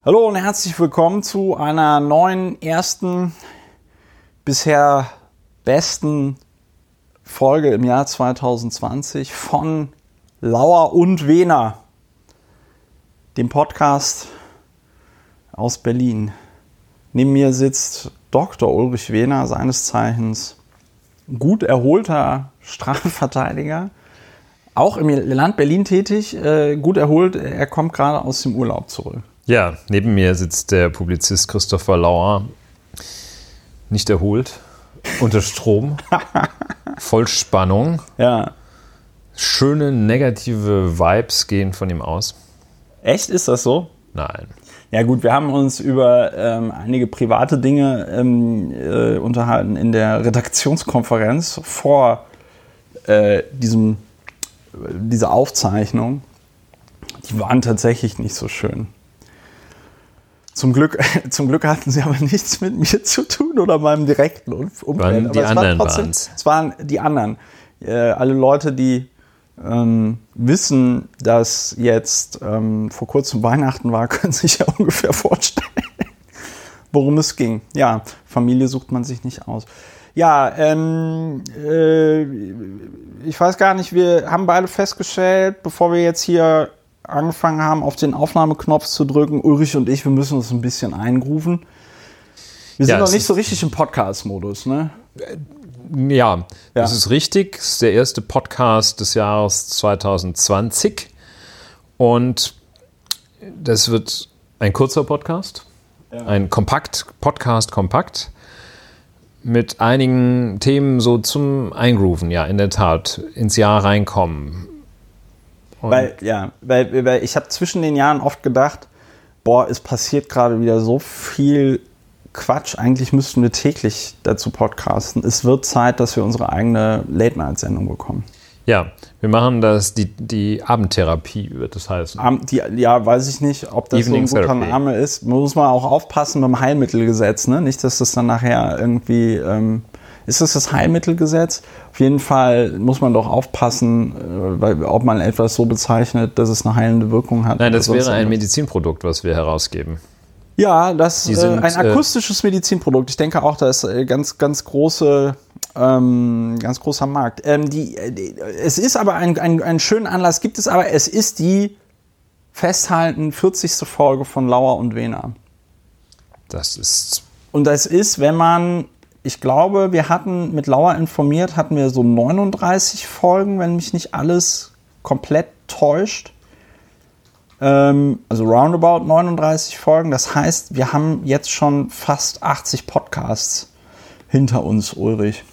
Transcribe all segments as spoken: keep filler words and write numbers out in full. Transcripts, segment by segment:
Hallo und herzlich willkommen zu einer neuen, ersten, bisher besten Folge im Jahr zwanzig zwanzig von Lauer und Wehner, dem Podcast aus Berlin. Neben mir sitzt Doktor Ulrich Wehner, seines Zeichens gut erholter Strafverteidiger, auch im Land Berlin tätig, äh, gut erholt. Er kommt gerade aus dem Urlaub zurück. Ja, neben mir sitzt der Publizist Christopher Lauer, nicht erholt, unter Strom, voll Spannung. Ja. Schöne negative Vibes gehen von ihm aus. Echt? Ist das so? Nein. Ja gut, wir haben uns über ähm, einige private Dinge ähm, äh, unterhalten in der Redaktionskonferenz vor äh, diesem, dieser Aufzeichnung. Die waren tatsächlich nicht so schön. Zum Glück, zum Glück hatten sie aber nichts mit mir zu tun oder meinem direkten Umfeld. Waren die aber anderen war trotzdem, waren's. Es waren die anderen. Äh, alle Leute, die ähm, wissen, dass jetzt ähm, vor kurzem Weihnachten war, können sich ja ungefähr vorstellen, worum es ging. Ja, Familie sucht man sich nicht aus. Ja, ähm, äh, ich weiß gar nicht, wir haben beide festgestellt, bevor wir jetzt hier angefangen haben, auf den Aufnahmeknopf zu drücken, Ulrich und ich, wir müssen uns ein bisschen eingrooven. Wir sind Ja, noch nicht so richtig im Podcast-Modus, ne? Ja, Ja. das ist richtig. Das ist der erste Podcast des Jahres zwanzig zwanzig. Und das wird ein kurzer Podcast, Ja. ein Kompakt, Podcast kompakt, mit einigen Themen so zum Eingrooven, ja, in der Tat, ins Jahr reinkommen. Und Weil, ja, weil, weil ich habe zwischen den Jahren oft gedacht, boah, es passiert gerade wieder so viel Quatsch, eigentlich müssten wir täglich dazu podcasten. Es wird Zeit, dass wir unsere eigene Late-Night-Sendung bekommen. ja, wir machen das, die, die Abendtherapie wird das heißen. Am- Die, ja, weiß ich nicht, ob das Evening so ein guter Therapy. Name ist. Muss man auch aufpassen beim Heilmittelgesetz, ne? Nicht, dass das dann nachher irgendwie... Ähm, ist das das Heilmittelgesetz? Auf jeden Fall muss man doch aufpassen, äh, weil, ob man etwas so bezeichnet, dass es eine heilende Wirkung hat. Nein, das oder sonst wäre ein irgendwas. Medizinprodukt, was wir herausgeben. Ja, das Die äh, sind, ein äh, akustisches Medizinprodukt. Ich denke auch, da ist äh, ganz, ganz große, ähm, ganz großer Markt. Ähm, die, äh, die, es ist aber ein, ein, einen schönen Anlass, gibt es aber, es ist die festhalten vierzigste Folge von Lauer und Wehner. Das ist, Und das ist, wenn man, ich glaube, wir hatten mit Lauer informiert, hatten wir so neununddreißig Folgen, wenn mich nicht alles komplett täuscht. Ähm, also roundabout neununddreißig Folgen. Das heißt, wir haben jetzt schon fast achtzig Podcasts hinter uns, Ulrich.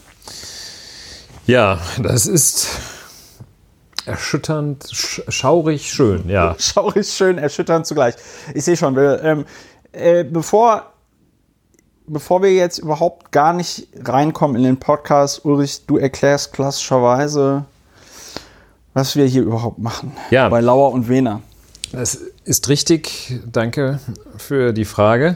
ja, das ist erschütternd, sch- schaurig, schön, ja. Schaurig, schön, erschütternd zugleich. Ich sehe schon, wir, ähm, äh, bevor, bevor wir jetzt überhaupt gar nicht reinkommen in den Podcast, Ulrich, du erklärst klassischerweise, was wir hier überhaupt machen. Ja. Bei Lauer und Wehner. Das ist richtig, danke für die Frage.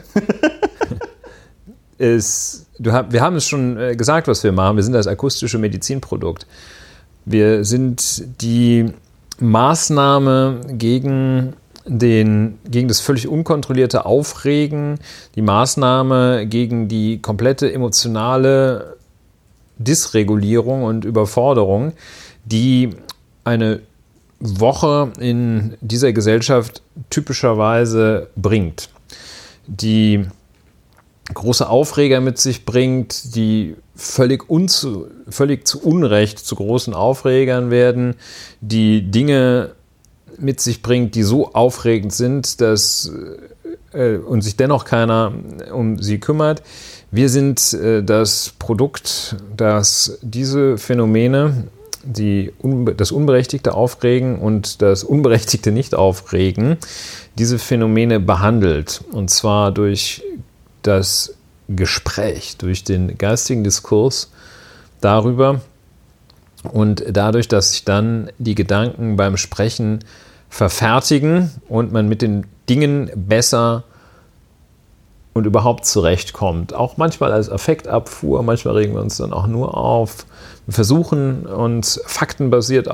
es, du hab, wir haben es schon äh, gesagt, was wir machen. Wir sind das akustische Medizinprodukt. Wir sind die Maßnahme gegen, den, gegen das völlig unkontrollierte Aufregen, die Maßnahme gegen die komplette emotionale Dysregulierung und Überforderung, die eine Woche in dieser Gesellschaft typischerweise bringt, die große Aufreger mit sich bringt, die völlig, unzu, völlig zu Unrecht zu großen Aufregern werden, die Dinge mit sich bringt, die so aufregend sind, dass äh, und sich dennoch keiner um sie kümmert. Wir sind äh, das Produkt, das diese Phänomene, die, das unberechtigte Aufregen und das unberechtigte Nicht-Aufregen, diese Phänomene behandelt. Und zwar durch das Gespräch, durch den geistigen Diskurs darüber und dadurch, dass sich dann die Gedanken beim Sprechen verfertigen und man mit den Dingen besser und überhaupt zurechtkommt. Auch manchmal als Affektabfuhr, manchmal regen wir uns dann auch nur auf. Wir versuchen, uns faktenbasiert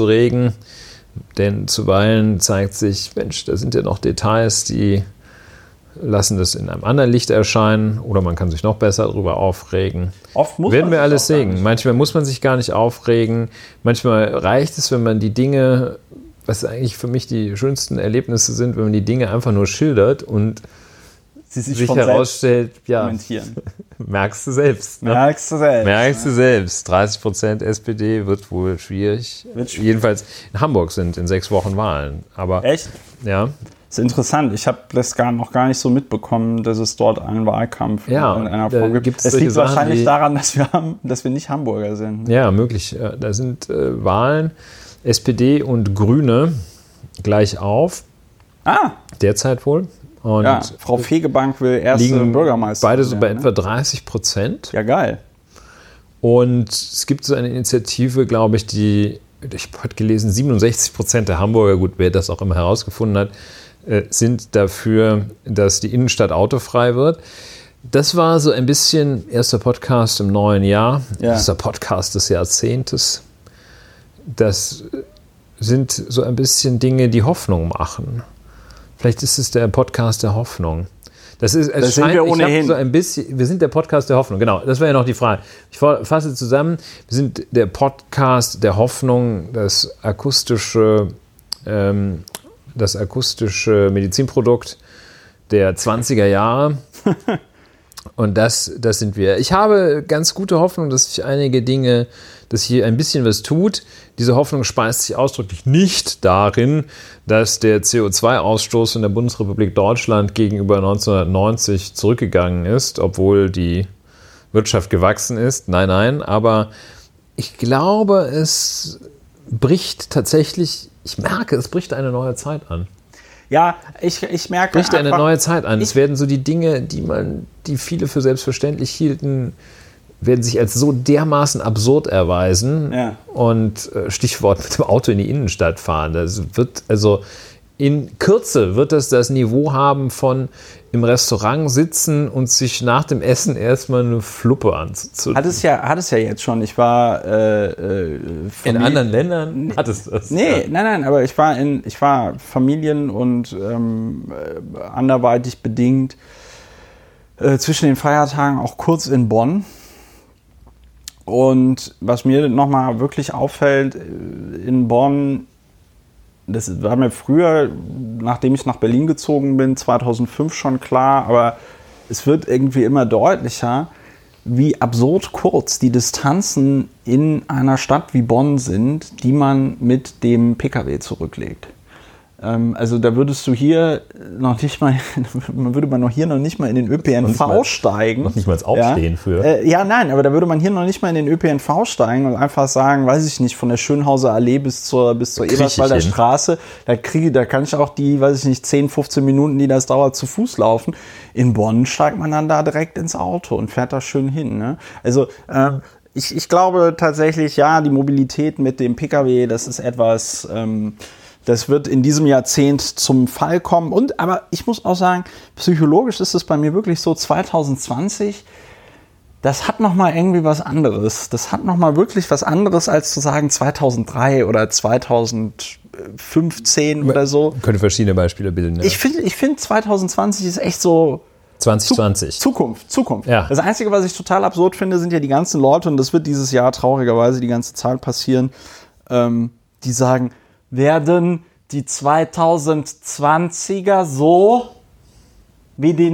aufzuregen, denn zuweilen zeigt sich, Mensch, da sind ja noch Details, die lassen das in einem anderen Licht erscheinen oder man kann sich noch besser darüber aufregen. Oft muss Werden man wir sich alles auch gar sehen. nicht. Manchmal muss man sich gar nicht aufregen. Manchmal reicht es, wenn man die Dinge, was eigentlich für mich die schönsten Erlebnisse sind, wenn man die Dinge einfach nur schildert und Sie sich, sich von herausstellt, ja, kommentieren. merkst du selbst. Ne? Merkst du selbst. Merkst du selbst. dreißig Prozent S P D wird wohl schwierig. Wird schwierig. Jedenfalls in Hamburg sind in sechs Wochen Wahlen. Aber Echt? ja, Das ist interessant. Ich habe das gar noch gar nicht so mitbekommen, dass es dort einen Wahlkampf Ja, in einer da Form gibt. gibt's Es solche liegt Sachen wahrscheinlich wie- daran, dass wir, haben, dass wir nicht Hamburger sind. ja, möglich. Ja, da sind äh, Wahlen, S P D und Grüne gleich auf, Ah, derzeit wohl. Und ja. Frau Fegebank will erste liegen Bürgermeisterin beide so bei werden, etwa dreißig Prozent. Ja, geil. Und es gibt so eine Initiative, glaube ich, die, ich habe gelesen, siebenundsechzig Prozent der Hamburger, gut, wer das auch immer herausgefunden hat, äh, sind dafür, dass die Innenstadt autofrei wird. Das war so ein bisschen erster Podcast im neuen Jahr, Ja. erster Podcast des Jahrzehntes. Das sind so ein bisschen Dinge, die Hoffnung machen. Vielleicht ist es der Podcast der Hoffnung. Das ist, es Das sind scheint, wir ich hab ohnehin. so ein bisschen, wir sind der Podcast der Hoffnung, genau. Das wäre ja noch die Frage. Ich fasse zusammen, wir sind der Podcast der Hoffnung, das akustische, ähm, das akustische Medizinprodukt der zwanziger Jahre. Und das, das sind wir. Ich habe ganz gute Hoffnung, dass sich einige Dinge, dass hier ein bisschen was tut. Diese Hoffnung speist sich ausdrücklich nicht darin, dass der C O zwei Ausstoß in der Bundesrepublik Deutschland gegenüber neunzehnhundertneunzig zurückgegangen ist, obwohl die Wirtschaft gewachsen ist. Nein, nein, aber ich glaube, es bricht tatsächlich, ich merke, es bricht eine neue Zeit an. Ja, ich, ich merke Bricht eine einfach- neue Zeit an. Ich- Es werden so die Dinge, die man, die viele für selbstverständlich hielten, werden sich als so dermaßen absurd erweisen. Ja. Und äh, Stichwort mit dem Auto in die Innenstadt fahren. Das wird also in Kürze wird das das Niveau haben von im Restaurant sitzen und sich nach dem Essen erstmal eine Fluppe anzuzünden. Hat es ja, hat es ja jetzt schon. Ich war äh, äh, In Famili- anderen Ländern hat es das. Nee, nein, nein, aber ich war in, ich war Familien- und ähm, äh, anderweitig bedingt äh, zwischen den Feiertagen auch kurz in Bonn. Und was mir nochmal wirklich auffällt, äh, in Bonn, das war mir früher, nachdem ich nach Berlin gezogen bin, zweitausendfünf schon klar, aber es wird irgendwie immer deutlicher, wie absurd kurz die Distanzen in einer Stadt wie Bonn sind, die man mit dem Pkw zurücklegt. Ähm, also da würdest du hier noch nicht mal, würde man noch hier noch nicht mal in den Ö P N V mal- steigen. noch nicht mal ins Aufstehen ja? für. Äh, ja, nein, aber da würde man hier noch nicht mal in den Ö P N V steigen und einfach sagen, weiß ich nicht, von der Schönhauser Allee bis zur, bis zur Krieg ich Eberswalder hin. Straße, da kriege, da kann ich auch die, weiß ich nicht, zehn, fünfzehn Minuten, die das dauert, zu Fuß laufen. In Bonn steigt man dann da direkt ins Auto und fährt da schön hin. Ne? Also ähm, ich, ich glaube tatsächlich, ja, die Mobilität mit dem Pkw, das ist etwas, ähm, das wird in diesem Jahrzehnt zum Fall kommen. Und aber ich muss auch sagen, psychologisch ist es bei mir wirklich so, zwanzig zwanzig, das hat nochmal irgendwie was anderes. Das hat nochmal wirklich was anderes, als zu sagen zweitausenddrei oder zweitausendfünfzehn oder so. Man könnte verschiedene Beispiele bilden. Ja. Ich finde, ich find zwanzig zwanzig ist echt so zwanzig zwanzig. Zukunft, Zukunft. Ja. Das Einzige, was ich total absurd finde, sind ja die ganzen Leute, und das wird dieses Jahr traurigerweise die ganze Zeit passieren, ähm, die sagen, werden die zweitausendzwanziger so wie die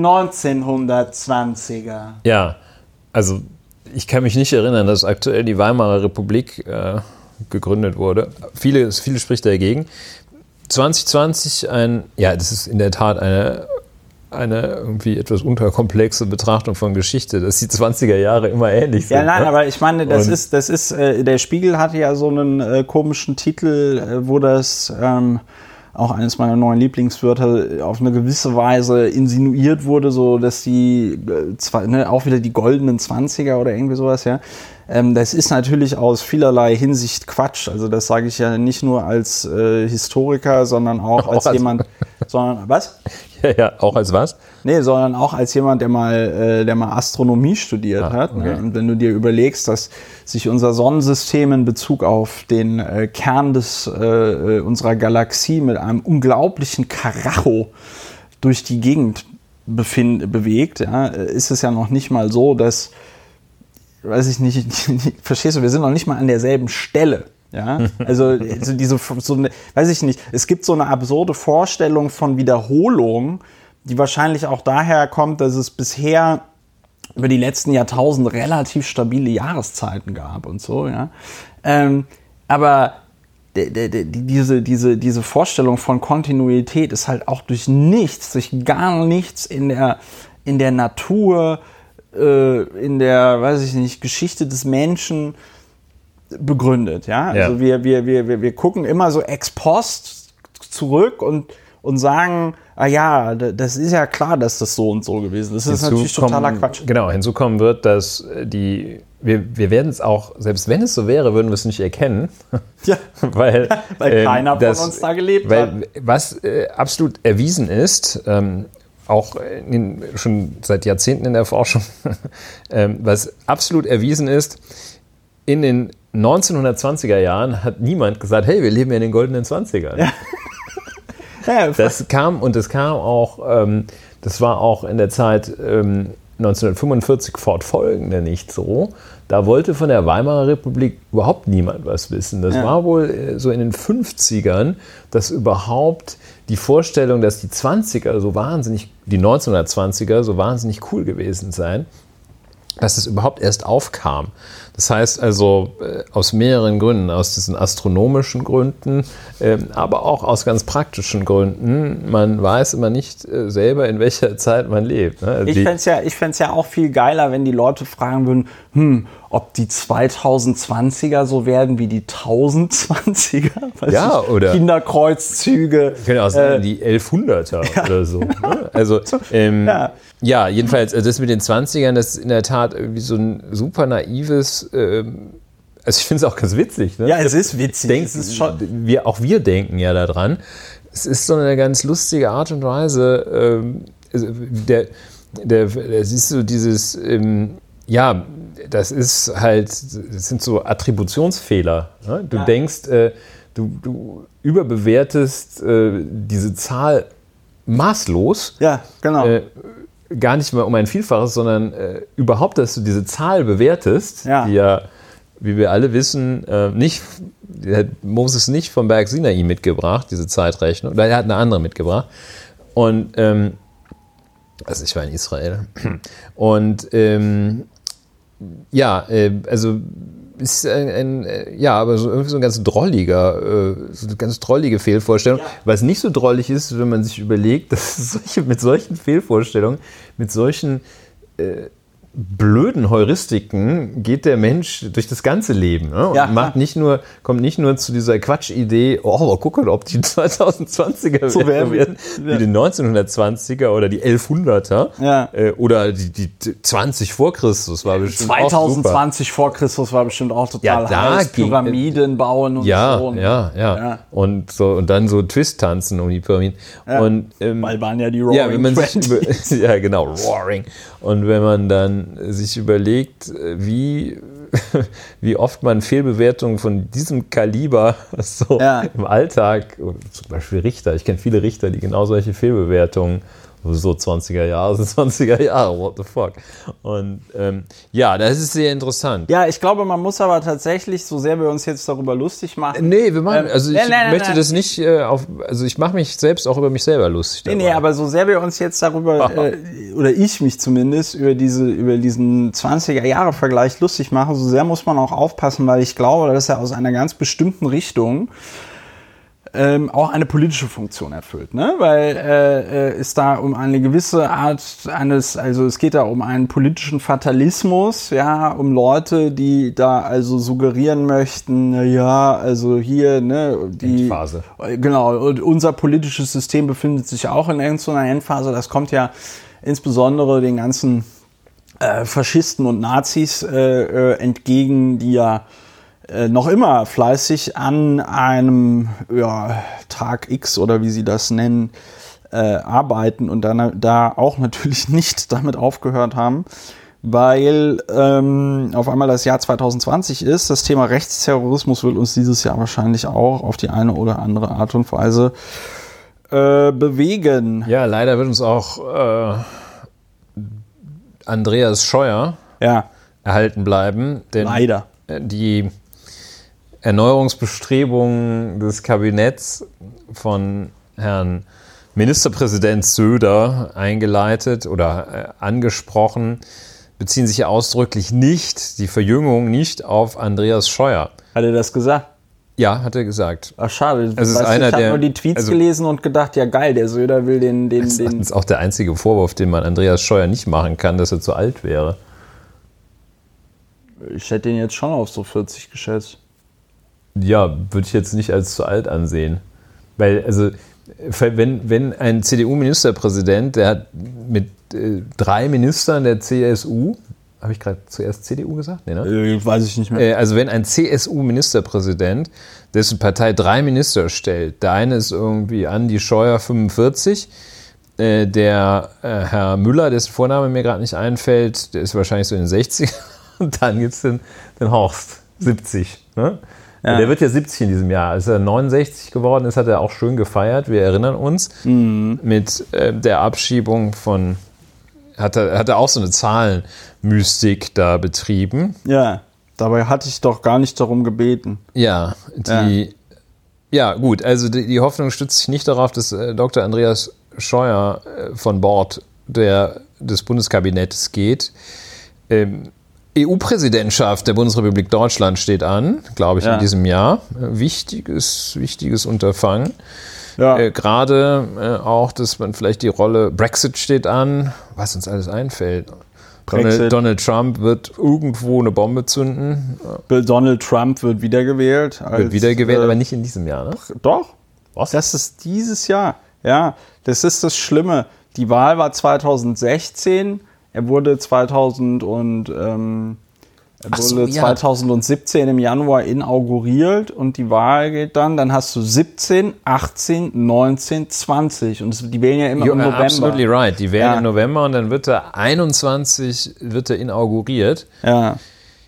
neunzehnhundertzwanziger? Ja, also ich kann mich nicht erinnern, dass aktuell die Weimarer Republik äh, gegründet wurde. Viele, viele spricht dagegen. zwanzig zwanzig ein, ja, das ist in der Tat eine, eine irgendwie etwas unterkomplexe Betrachtung von Geschichte, dass die zwanziger Jahre immer ähnlich sind. Ja, nein, ne? aber ich meine, das Und- ist, das ist, äh, der Spiegel hatte ja so einen äh, komischen Titel, äh, wo das ähm, auch eines meiner neuen Lieblingswörter auf eine gewisse Weise insinuiert wurde, so dass die äh, zwei, ne, auch wieder die goldenen Zwanziger oder irgendwie sowas, ja. Ähm, das ist natürlich aus vielerlei Hinsicht Quatsch. Also das sage ich ja nicht nur als äh, Historiker, sondern auch, Auch als als- jemand, sondern was? Ja, ja, auch als was? Nee, sondern auch als jemand, der mal, äh, der mal Astronomie studiert Ah, hat. okay. Ne? Und wenn du dir überlegst, dass sich unser Sonnensystem in Bezug auf den äh, Kern des, äh, unserer Galaxie mit einem unglaublichen Karacho durch die Gegend befind, bewegt, ja, ist es ja noch nicht mal so, dass, weiß ich nicht, verstehst du, wir sind noch nicht mal an derselben Stelle. Ja, also, also diese, so eine, weiß ich nicht, es gibt so eine absurde Vorstellung von Wiederholung, die wahrscheinlich auch daher kommt, dass es bisher über die letzten Jahrtausende relativ stabile Jahreszeiten gab und so, ja. Ähm, aber de, de, de, diese, diese, diese Vorstellung von Kontinuität ist halt auch durch nichts, durch gar nichts in der, in der Natur, äh, in der, weiß ich nicht, Geschichte des Menschen begründet, ja. Also ja. Wir, wir, wir, wir gucken immer so ex post zurück und, und sagen, ah ja, das ist ja klar, dass das so und so gewesen ist. Das ist natürlich totaler Quatsch. Genau, hinzukommen wird, dass die, wir, wir werden es auch, selbst wenn es so wäre, würden wir es nicht erkennen. Ja, weil, weil ähm, keiner das, von uns da gelebt weil, hat. Was äh, absolut erwiesen ist, ähm, auch in, schon seit Jahrzehnten in der Forschung, ähm, was absolut erwiesen ist, in den neunzehnhundertzwanziger Jahren hat niemand gesagt, hey, wir leben ja in den goldenen Zwanzigern. Ja. Ja, das kam und das kam auch, ähm, das war auch in der Zeit ähm, neunzehnhundertfünfundvierzig fortfolgende nicht so. Da wollte von der Weimarer Republik überhaupt niemand was wissen. Das ja. war wohl äh, so in den fünfzigern, dass überhaupt die Vorstellung, dass die Zwanziger so wahnsinnig, die neunzehnhundertzwanziger so wahnsinnig cool gewesen seien, dass es überhaupt erst aufkam. Das heißt also äh, aus mehreren Gründen, aus diesen astronomischen Gründen, äh, aber auch aus ganz praktischen Gründen. Man weiß immer nicht äh, selber, in welcher Zeit man lebt. Ne? Also ich fände es ja, ich fänd's ja auch viel geiler, wenn die Leute fragen würden, hm, ob die zweitausendzwanziger so werden wie die tausendzwanziger. Ja, ich, oder Kinderkreuzzüge. Können auch sagen, äh, die elfhunderter ja. oder so. Ne? Also, ähm, ja. ja, jedenfalls, also das mit den zwanzigern, das ist in der Tat irgendwie so ein super naives, ähm, also ich finde es auch ganz witzig. Ne? Ja, es ist witzig. Denk, es ist schon wir, auch wir denken ja daran. Es ist so eine ganz lustige Art und Weise, ähm, also der, der, das ist so dieses, ähm, ja, das ist halt, das sind so Attributionsfehler. Ne? Du ja. denkst, äh, du, du überbewertest äh, diese Zahl maßlos. Ja, genau. Äh, gar nicht mal um ein Vielfaches, sondern äh, überhaupt, dass du diese Zahl bewertest, ja. die ja, wie wir alle wissen, äh, nicht, hat Moses nicht vom Berg Sinai mitgebracht, diese Zeitrechnung, oder er hat eine andere mitgebracht. Und, ähm, also ich war in Israel. Und, ähm, ja, äh, also ist ein, ein, ja, aber so irgendwie so ein ganz drolliger, äh, so eine ganz drollige Fehlvorstellung. Ja. Was nicht so drollig ist, wenn man sich überlegt, dass solche, mit solchen Fehlvorstellungen, mit solchen äh, blöden Heuristiken geht der Mensch durch das ganze Leben, ne? Und ja, macht nicht nur, kommt nicht nur zu dieser Quatschidee, oh, mal gucken, ob die zweitausendzwanziger so werden, werden ja. wie die neunzehnhundertzwanziger oder die elfhunderter ja. äh, oder die, die zwanzig vor Christus war bestimmt zweitausendzwanzig auch super. vor Christus war bestimmt auch total ja, da heiß, ging, Pyramiden bauen und ja, so. Ja, ja, ja. Und, so, und dann so Twist-Tanzen um die Pyramiden. Ja. Und, ähm, weil waren ja die Roaring ja, wenn man sich über, Twenties. Ja, genau, Roaring. Und wenn man dann sich überlegt, wie, wie oft man Fehlbewertungen von diesem Kaliber so ja. im Alltag, zum Beispiel Richter, ich kenne viele Richter, die genau solche Fehlbewertungen, so zwanziger Jahre, sind zwanziger Jahre, what the fuck. Und ähm, ja, das ist sehr interessant. Ja, ich glaube, man muss aber tatsächlich, so sehr wir uns jetzt darüber lustig machen. Nee, wir machen, ähm, also ich nein, nein, möchte nein, das nicht äh, auf, also ich mache mich selbst auch über mich selber lustig dabei. Nee, nee, aber so sehr wir uns jetzt darüber, äh, oder ich mich zumindest, über diese, über diesen zwanziger-Jahre-Vergleich lustig mache, so sehr muss man auch aufpassen, weil ich glaube, dass er aus einer ganz bestimmten Richtung Ähm, auch eine politische Funktion erfüllt, ne? Weil äh, es da um eine gewisse Art eines, also es geht da um einen politischen Fatalismus, ja, um Leute, die da also suggerieren möchten, na ja, also hier, ne, die Endphase. Genau, und unser politisches System befindet sich auch in irgendeiner Endphase. Das kommt ja insbesondere den ganzen äh, Faschisten und Nazis äh, äh, entgegen, die ja noch immer fleißig an einem ja, Tag X oder wie sie das nennen, äh, arbeiten und dann da auch natürlich nicht damit aufgehört haben, weil ähm, auf einmal das Jahr zwanzig zwanzig ist. Das Thema Rechtsterrorismus will uns dieses Jahr wahrscheinlich auch auf die eine oder andere Art und Weise äh, bewegen. Ja, leider wird uns auch äh, Andreas Scheuer Ja. erhalten bleiben. Denn Leider. Die Erneuerungsbestrebungen des Kabinetts von Herrn Ministerpräsident Söder eingeleitet oder äh, angesprochen, beziehen sich ja ausdrücklich nicht, die Verjüngung nicht auf Andreas Scheuer. Hat er das gesagt? Ja, hat er gesagt. Ach, schade. Es ist weißt, einer ich habe der- nur die Tweets also- gelesen und gedacht, ja geil, der Söder will den... den, Das den ist auch der einzige Vorwurf, den man Andreas Scheuer nicht machen kann, dass er zu alt wäre. ich hätte den jetzt schon auf so vierzig geschätzt. Ja, würde ich jetzt nicht als zu alt ansehen. Weil, also, wenn, wenn ein C D U-Ministerpräsident, der hat mit äh, drei Ministern der C S U, habe ich gerade zuerst C D U gesagt? Nee, ne? Äh, weiß ich nicht mehr. Äh, also wenn ein C S U-Ministerpräsident, dessen Partei drei Minister stellt, der eine ist irgendwie Andi Scheuer fünfundvierzig, äh, der äh, Herr Müller, dessen Vorname mir gerade nicht einfällt, der ist wahrscheinlich so in den sechzigern, und dann gibt es den, den Horst, siebzig. Ne? Ja. Der wird ja siebzig in diesem Jahr. Als er neunundsechzig geworden ist, hat er auch schön gefeiert. Wir erinnern uns Mhm. mit äh, der Abschiebung von, hat er, hat er auch so eine Zahlenmystik da betrieben. Ja, dabei hatte ich doch gar nicht darum gebeten. Ja, die, ja. ja gut, also die, die Hoffnung stützt sich nicht darauf, dass äh, Doktor Andreas Scheuer äh, von Bord der, des Bundeskabinetts geht. Ähm, E U-Präsidentschaft der Bundesrepublik Deutschland steht an, glaube ich, Ja. in diesem Jahr. Äh, Wichtiges, wichtiges Unterfangen. Ja, Äh, Gerade äh, auch, dass man vielleicht die Rolle Brexit steht an, was uns alles einfällt. Donald, Brexit. Donald Trump wird irgendwo eine Bombe zünden, Donald Trump wird wiedergewählt. Als, wird wiedergewählt, äh, aber nicht in diesem Jahr. Ne? Doch. Was? Das ist dieses Jahr. Ja, das ist das Schlimme. Die Wahl war zweitausendsechzehn. Er wurde zweitausend und, ähm, er Ach so, wurde ja. zweitausendsiebzehn im Januar inauguriert und die Wahl geht dann, dann hast du siebzehn, achtzehn, neunzehn, zwanzig und es- die wählen ja immer You're im November. absolutely right. Die wählen Ja. im November und dann wird er einundzwanzig wird er inauguriert. Ja.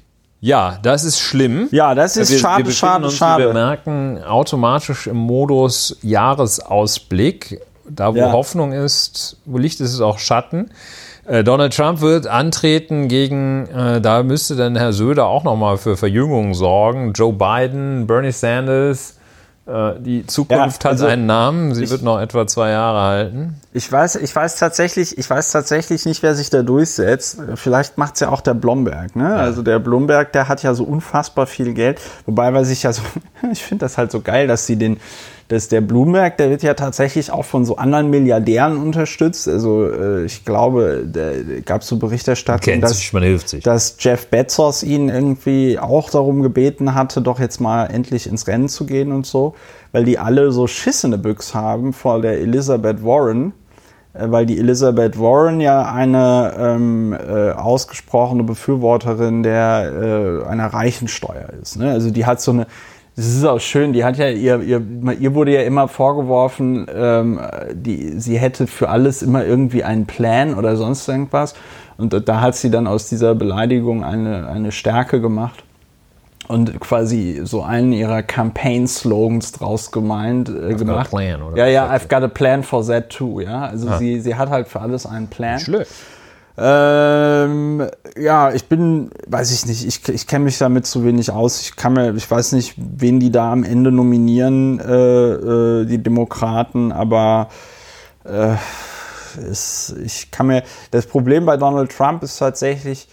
Ja, das ist schlimm. ja, das ist wir, schade, wir befinden schade, uns, schade. wie wir merken, automatisch im Modus Jahresausblick. Da, wo Ja. Hoffnung ist, wo Licht ist, ist auch Schatten. Äh, Donald Trump wird antreten gegen, äh, da müsste dann Herr Söder auch nochmal für Verjüngung sorgen. Joe Biden, Bernie Sanders. Äh, die Zukunft Ja, also hat einen Namen. Sie ich- wird noch etwa zwei Jahre halten. Ich weiß, ich weiß tatsächlich, ich weiß tatsächlich nicht, wer sich da durchsetzt. Vielleicht macht's ja auch der Blomberg, ne? Also der Blomberg, der hat ja so unfassbar viel Geld. Wobei, weil sich ja so, ich finde das halt so geil, dass sie den, dass der Blomberg, der wird ja tatsächlich auch von so anderen Milliardären unterstützt. Also äh, ich glaube, da gab es so Berichterstattung, dass, man hilft sich. dass Jeff Bezos ihn irgendwie auch darum gebeten hatte, doch jetzt mal endlich ins Rennen zu gehen und so, weil die alle so Schiss in der Büchse haben vor der Elizabeth Warren, äh, weil die Elizabeth Warren ja eine ähm, äh, ausgesprochene Befürworterin der äh, einer Reichensteuer ist. Ne? Also die hat so eine, das ist auch schön, die hat ja, ihr, ihr, ihr wurde ja immer vorgeworfen, ähm, die, sie hätte für alles immer irgendwie einen Plan oder sonst irgendwas. Und da, da hat sie dann aus dieser Beleidigung eine, eine Stärke gemacht und quasi so einen ihrer Campaign-Slogans draus gemeint, äh, gemacht. got a plan, oder? Ja, ja, I've got a plan for that too, ja. Also Ah. sie, sie hat halt für alles einen Plan. Schlecht. Ähm, ja, ich bin, weiß ich nicht, ich, ich kenne mich damit zu wenig aus. Ich kann mir, ich weiß nicht, wen die da am Ende nominieren, äh, äh, die Demokraten, aber äh, es, ich kann mir, das Problem bei Donald Trump ist tatsächlich,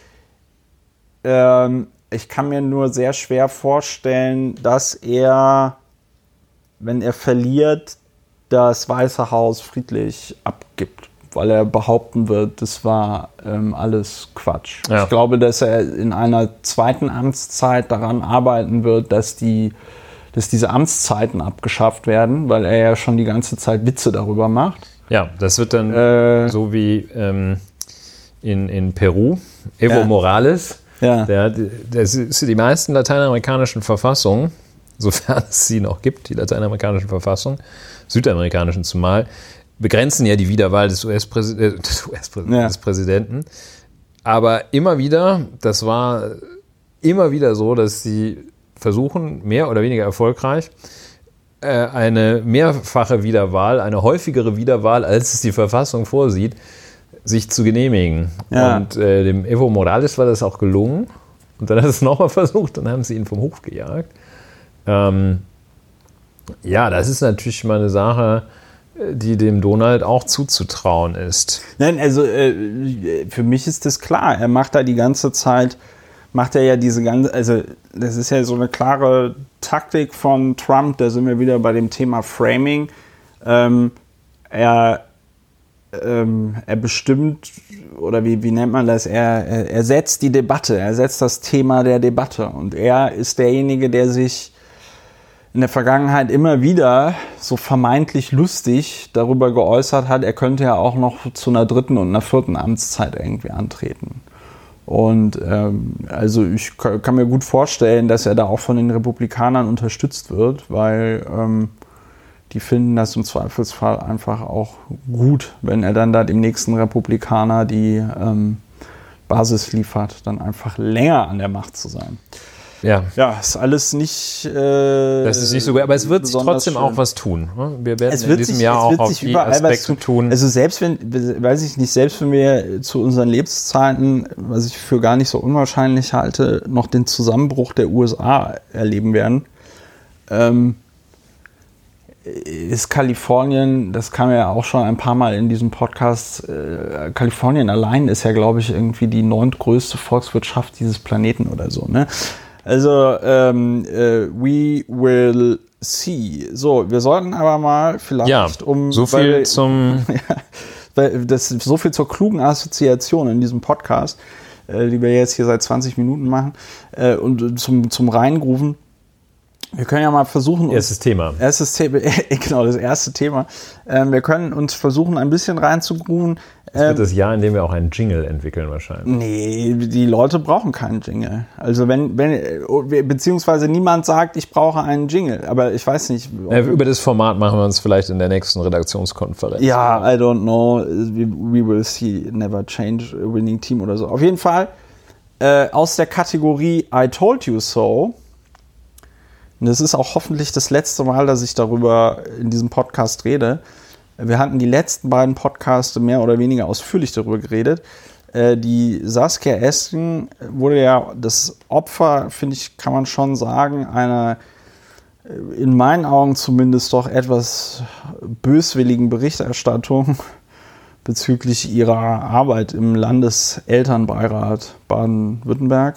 ähm, ich kann mir nur sehr schwer vorstellen, dass er, wenn er verliert, das Weiße Haus friedlich abgibt, weil er behaupten wird, das war ähm, alles Quatsch. Ja. Ich glaube, dass er in einer zweiten Amtszeit daran arbeiten wird, dass die, dass diese Amtszeiten abgeschafft werden, weil er ja schon die ganze Zeit Witze darüber macht. Ja, das wird dann Äh, so wie ähm, in, in Peru, Evo Ja. Morales. Ja. Der, der ist die meisten lateinamerikanischen Verfassungen, sofern es sie noch gibt, die lateinamerikanischen Verfassungen, südamerikanischen zumal, begrenzen ja die Wiederwahl des U S-Präsidenten, des, U S-Präsidenten, Ja. des Präsidenten. Aber immer wieder, das war immer wieder so, dass sie versuchen, mehr oder weniger erfolgreich, äh, eine mehrfache Wiederwahl, eine häufigere Wiederwahl, als es die Verfassung vorsieht, sich zu genehmigen. Ja. Und äh, dem Evo Morales war das auch gelungen. Und dann hat er es nochmal versucht, dann haben sie ihn vom Hof gejagt. Ähm, ja, das ist natürlich mal eine Sache, die dem Donald auch zuzutrauen ist. Nein, also äh, für mich ist das klar. Er macht da die ganze Zeit, macht er ja diese ganze, also das ist ja so eine klare Taktik von Trump, da sind wir wieder bei dem Thema Framing. Ähm, er, ähm, er bestimmt, oder wie, wie nennt man das, er, er, er setzt die Debatte, er setzt das Thema der Debatte und er ist derjenige, der sich in der Vergangenheit immer wieder so vermeintlich lustig darüber geäußert hat, er könnte ja auch noch zu einer dritten und einer vierten Amtszeit irgendwie antreten. Und ähm, also ich kann mir gut vorstellen, dass er da auch von den Republikanern unterstützt wird, weil ähm, die finden das im Zweifelsfall einfach auch gut, wenn er dann da dem nächsten Republikaner die ähm, Basis liefert, dann einfach länger an der Macht zu sein. Ja. Ja, ist alles nicht. Äh, das ist nicht so gut, aber es wird sich trotzdem schön. auch was tun. Wir werden in diesem sich, Jahr auch auf die Aspekte tun. Also selbst wenn, weiß ich nicht, selbst wenn wir zu unseren Lebenszeiten, was ich für gar nicht so unwahrscheinlich halte, noch den Zusammenbruch der U S A erleben werden, ähm, ist Kalifornien, das kam ja auch schon ein paar Mal in diesem Podcast, äh, Kalifornien allein ist ja, glaube ich, irgendwie die neuntgrößte Volkswirtschaft dieses Planeten oder so, ne? Also, ähm, äh, we will see. So, wir sollten aber mal vielleicht ja, um... so viel weil, zum... ja, weil das so viel zur klugen Assoziation in diesem Podcast, äh, die wir jetzt hier seit zwanzig Minuten machen, äh, und zum, zum Reingrooven. Wir können ja mal versuchen... Erstes Thema. Erstes Thema, genau, das erste Thema. Ähm, wir können uns versuchen, ein bisschen reinzugrooven. Das wird ähm, das Jahr, in dem wir auch einen Jingle entwickeln wahrscheinlich. Nee, die Leute brauchen keinen Jingle. Also wenn, wenn, beziehungsweise niemand sagt, ich brauche einen Jingle. Aber ich weiß nicht. Ja, über das Format machen wir uns vielleicht in der nächsten Redaktionskonferenz. Ja, I don't know. We will see, never change a winning team oder so. Auf jeden Fall äh, aus der Kategorie I told you so. Und das ist auch hoffentlich das letzte Mal, dass ich darüber in diesem Podcast rede. Wir hatten die letzten beiden Podcasts mehr oder weniger ausführlich darüber geredet. Die Saskia Esken wurde ja das Opfer, finde ich, kann man schon sagen, einer in meinen Augen zumindest doch etwas böswilligen Berichterstattung bezüglich ihrer Arbeit im Landeselternbeirat Baden-Württemberg.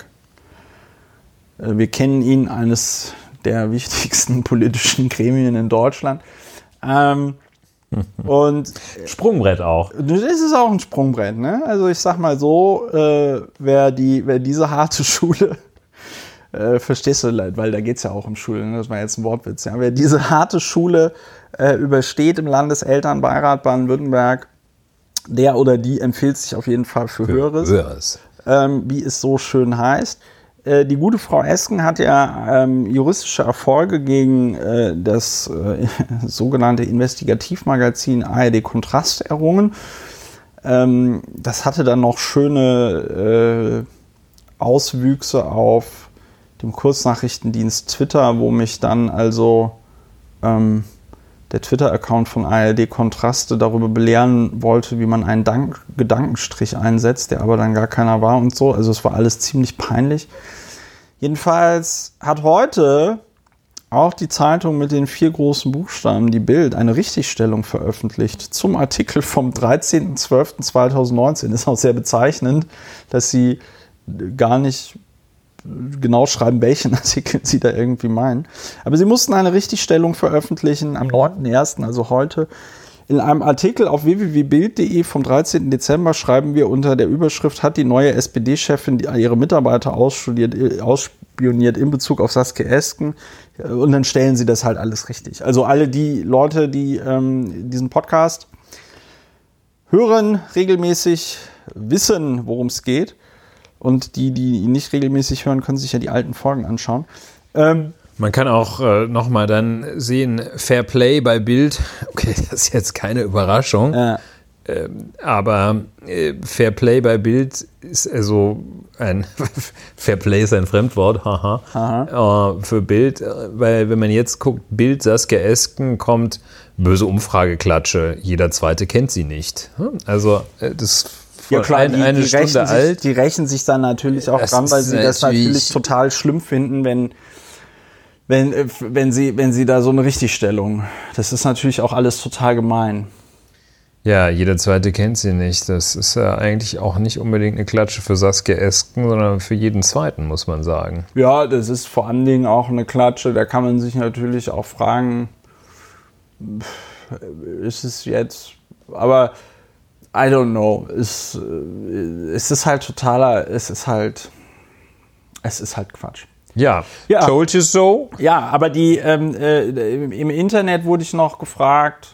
Wir kennen ihn, eines der wichtigsten politischen Gremien in Deutschland. Ähm, und Sprungbrett auch. Das ist auch ein Sprungbrett, ne? Also ich sag mal so, äh, wer, die, wer diese harte Schule, äh, verstehst du, weil da geht es ja auch um Schule, ne? Das war jetzt ein Wortwitz, ja? Wer diese harte Schule äh, übersteht im Landeselternbeirat Baden-Württemberg, der oder die empfiehlt sich auf jeden Fall für, für Höheres, Höheres. Ähm, wie es so schön heißt. Die gute Frau Esken hat ja ähm, juristische Erfolge gegen äh, das äh, sogenannte Investigativmagazin A R D Kontrast errungen. Ähm, das hatte dann noch schöne äh, Auswüchse auf dem Kurznachrichtendienst Twitter, wo mich dann also ähm, der Twitter-Account von A R D Kontraste darüber belehren wollte, wie man einen Dank- Gedankenstrich einsetzt, der aber dann gar keiner war und so. Also es war alles ziemlich peinlich. Jedenfalls hat heute auch die Zeitung mit den vier großen Buchstaben, die Bild, eine Richtigstellung veröffentlicht zum Artikel vom dreizehnten zwölften zweitausendneunzehn. Ist auch sehr bezeichnend, dass sie gar nicht genau schreiben, welchen Artikel sie da irgendwie meinen. Aber sie mussten eine Richtigstellung veröffentlichen am neunten ersten, also heute. In einem Artikel auf w w w punkt bild punkt de vom dreizehnten Dezember schreiben wir unter der Überschrift, hat die neue S P D-Chefin ihre Mitarbeiter ausspioniert in Bezug auf Saskia Esken, und dann stellen sie das halt alles richtig. Also alle die Leute, die ähm, diesen Podcast hören, regelmäßig wissen, worum es geht, und die, die ihn nicht regelmäßig hören, können sich ja die alten Folgen anschauen. Ähm, Man kann auch äh, nochmal dann sehen, Fair Play bei Bild, okay, das ist jetzt keine Überraschung, ja. ähm, aber äh, Fair Play bei Bild ist also ein Fairplay ist ein Fremdwort, haha, äh, für Bild, weil wenn man jetzt guckt, Bild Saskia Esken kommt, böse Umfrageklatsche, jeder Zweite kennt sie nicht. Also das ja klar, ein, die, eine die Stunde rächen alt. Sich, die rächen sich dann natürlich auch das dran, weil sie das natürlich total schlimm finden, wenn, wenn, wenn, sie, wenn sie da so eine Richtigstellung, das ist natürlich auch alles total gemein. Ja, jeder Zweite kennt sie nicht. Das ist ja eigentlich auch nicht unbedingt eine Klatsche für Saskia Esken, sondern für jeden Zweiten, muss man sagen. Ja, das ist vor allen Dingen auch eine Klatsche, da kann man sich natürlich auch fragen, ist es jetzt, aber I don't know, es, es ist halt totaler, es ist halt, es ist halt Quatsch. Ja, ja. Told you so. Ja, aber die, ähm, äh, im Internet wurde ich noch gefragt,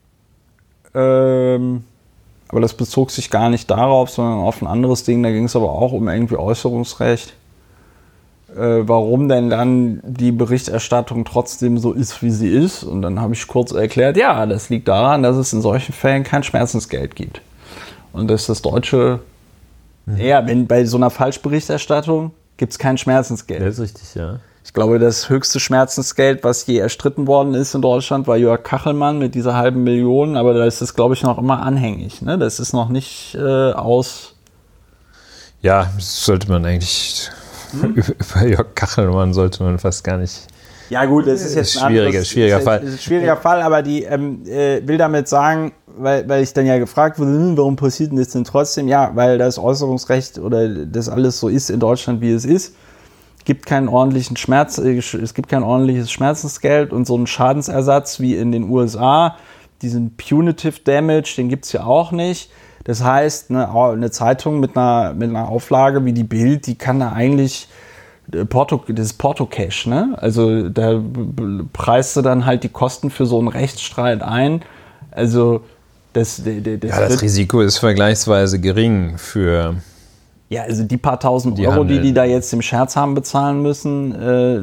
ähm, aber das bezog sich gar nicht darauf, sondern auf ein anderes Ding, da ging es aber auch um irgendwie Äußerungsrecht. Warum denn dann die Berichterstattung trotzdem so ist, wie sie ist. Und dann habe ich kurz erklärt, ja, das liegt daran, dass es in solchen Fällen kein Schmerzensgeld gibt. Und dass das Deutsche, mhm. ja, wenn bei so einer Falschberichterstattung gibt es kein Schmerzensgeld. Das ist richtig, ja. Ich glaube, das höchste Schmerzensgeld, was je erstritten worden ist in Deutschland, war Jörg Kachelmann mit dieser halben Million. Aber da ist es, glaube ich, noch immer anhängig. Ne? Das ist noch nicht äh, aus... Ja, das sollte man eigentlich... Hm? Über Jörg Kachelmann sollte man fast gar nicht. Ja gut, das ist jetzt ein schwieriger, anderes, schwieriger ist, Fall. Ist ein schwieriger Fall, aber die ähm, äh, will damit sagen, weil, weil ich dann ja gefragt wurde, hm, warum passiert denn das denn trotzdem? Ja, weil das Äußerungsrecht oder das alles so ist in Deutschland, wie es ist. Es gibt keinen ordentlichen Schmerz, äh, es gibt kein ordentliches Schmerzensgeld und so einen Schadensersatz wie in den U S A, diesen Punitive Damage, den gibt es ja auch nicht. Das heißt, eine, eine Zeitung mit einer, mit einer Auflage wie die Bild, die kann da eigentlich, Porto, das ist Porto-Cash, ne? Also da preist du dann halt die Kosten für so einen Rechtsstreit ein. Also das, das, das, ja, das Risiko ist vergleichsweise gering für... Ja, also die paar tausend die Euro, Handel. die die da jetzt im Scherz haben bezahlen müssen, äh,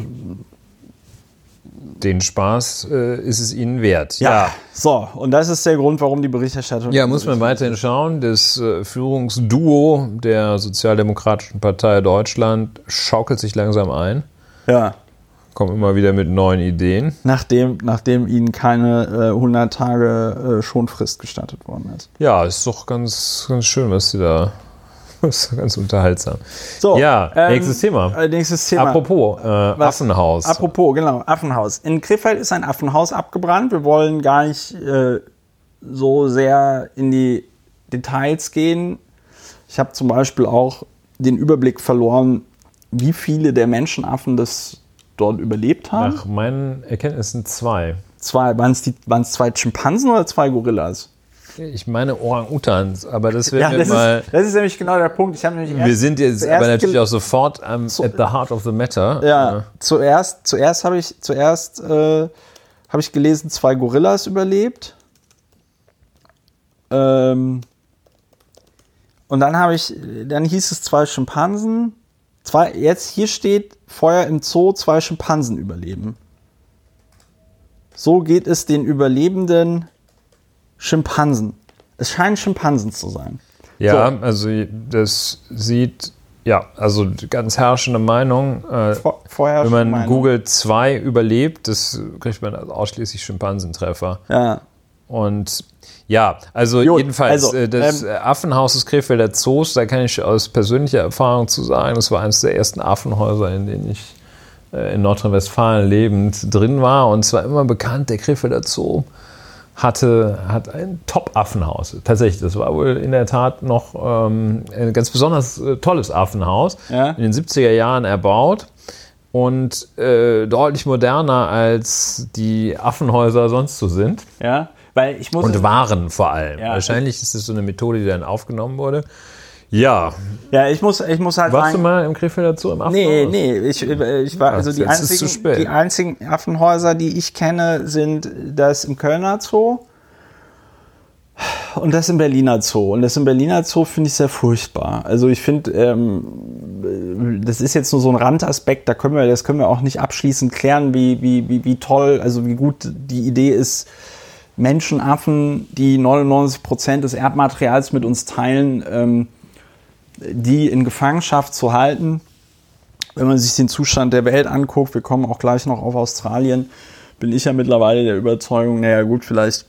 den Spaß äh, ist es ihnen wert. Ja. ja, so. Und das ist der Grund, warum die Berichterstattung... Ja, muss man weiterhin schauen. Das äh, Führungsduo der Sozialdemokratischen Partei Deutschland schaukelt sich langsam ein. Ja. Kommt immer wieder mit neuen Ideen. Nachdem, nachdem ihnen keine äh, hundert Tage äh, Schonfrist gestattet worden ist. Ja, ist doch ganz, ganz schön, was sie da... Das ist ganz unterhaltsam. So, ja, ähm, nächstes Thema. Äh, nächstes Thema. Apropos, äh, Affenhaus. Apropos, genau, Affenhaus. In Krefeld ist ein Affenhaus abgebrannt. Wir wollen gar nicht äh, so sehr in die Details gehen. Ich habe zum Beispiel auch den Überblick verloren, wie viele der Menschenaffen das dort überlebt haben. Nach meinen Erkenntnissen zwei. Zwei. Waren es die, waren es zwei Schimpansen oder zwei Gorillas? Ich meine Orang-Utans, aber das wird ja, mir das mal... Ist, das ist nämlich genau der Punkt. Ich habe nämlich erst, wir sind jetzt aber natürlich auch sofort um, zu, at the heart of the matter. Ja, äh. zuerst, zuerst habe ich, zuerst, äh, hab ich gelesen, zwei Gorillas überlebt. Ähm, und dann habe ich, dann hieß es zwei Schimpansen. Zwei, jetzt hier steht Feuer im Zoo, zwei Schimpansen überleben. So geht es den Überlebenden Schimpansen. Es scheinen Schimpansen zu sein. Ja, so. Also das sieht, ja, also ganz herrschende Meinung. Äh, wenn man Meinung. Google zwei überlebt, das kriegt man also ausschließlich Schimpansentreffer. Ja. Und ja, also Gut, jedenfalls, also, äh, das ähm, Affenhaus des Krefelder Zoos, da kann ich aus persönlicher Erfahrung zu sagen, das war eines der ersten Affenhäuser, in denen ich äh, in Nordrhein-Westfalen lebend drin war. Und es war immer bekannt, der Krefelder Zoo hatte, hat ein Top-Affenhaus. Tatsächlich, das war wohl in der Tat noch ähm, ein ganz besonders äh, tolles Affenhaus. Ja. In den siebziger Jahren erbaut und äh, deutlich moderner als die Affenhäuser sonst so sind. Ja, weil ich muss... Und waren vor allem. Ja. Wahrscheinlich ist es so eine Methode, die dann aufgenommen wurde. Ja. Ja, ich muss, ich muss halt Warst sagen, du mal im Krefelder Zoo im Affenhaus? Nee, nee, ich, ich war, also die einzigen, die einzigen Affenhäuser, die ich kenne, sind das im Kölner Zoo und das im Berliner Zoo. Und das im Berliner Zoo finde ich sehr furchtbar. Also ich finde, ähm, das ist jetzt nur so ein Randaspekt, da können wir, das können wir auch nicht abschließend klären, wie, wie, wie, wie toll, also wie gut die Idee ist, Menschenaffen, die neunundneunzig Prozent des Erdmaterials mit uns teilen, ähm, die in Gefangenschaft zu halten. Wenn man sich den Zustand der Welt anguckt, wir kommen auch gleich noch auf Australien, bin ich ja mittlerweile der Überzeugung, naja gut, vielleicht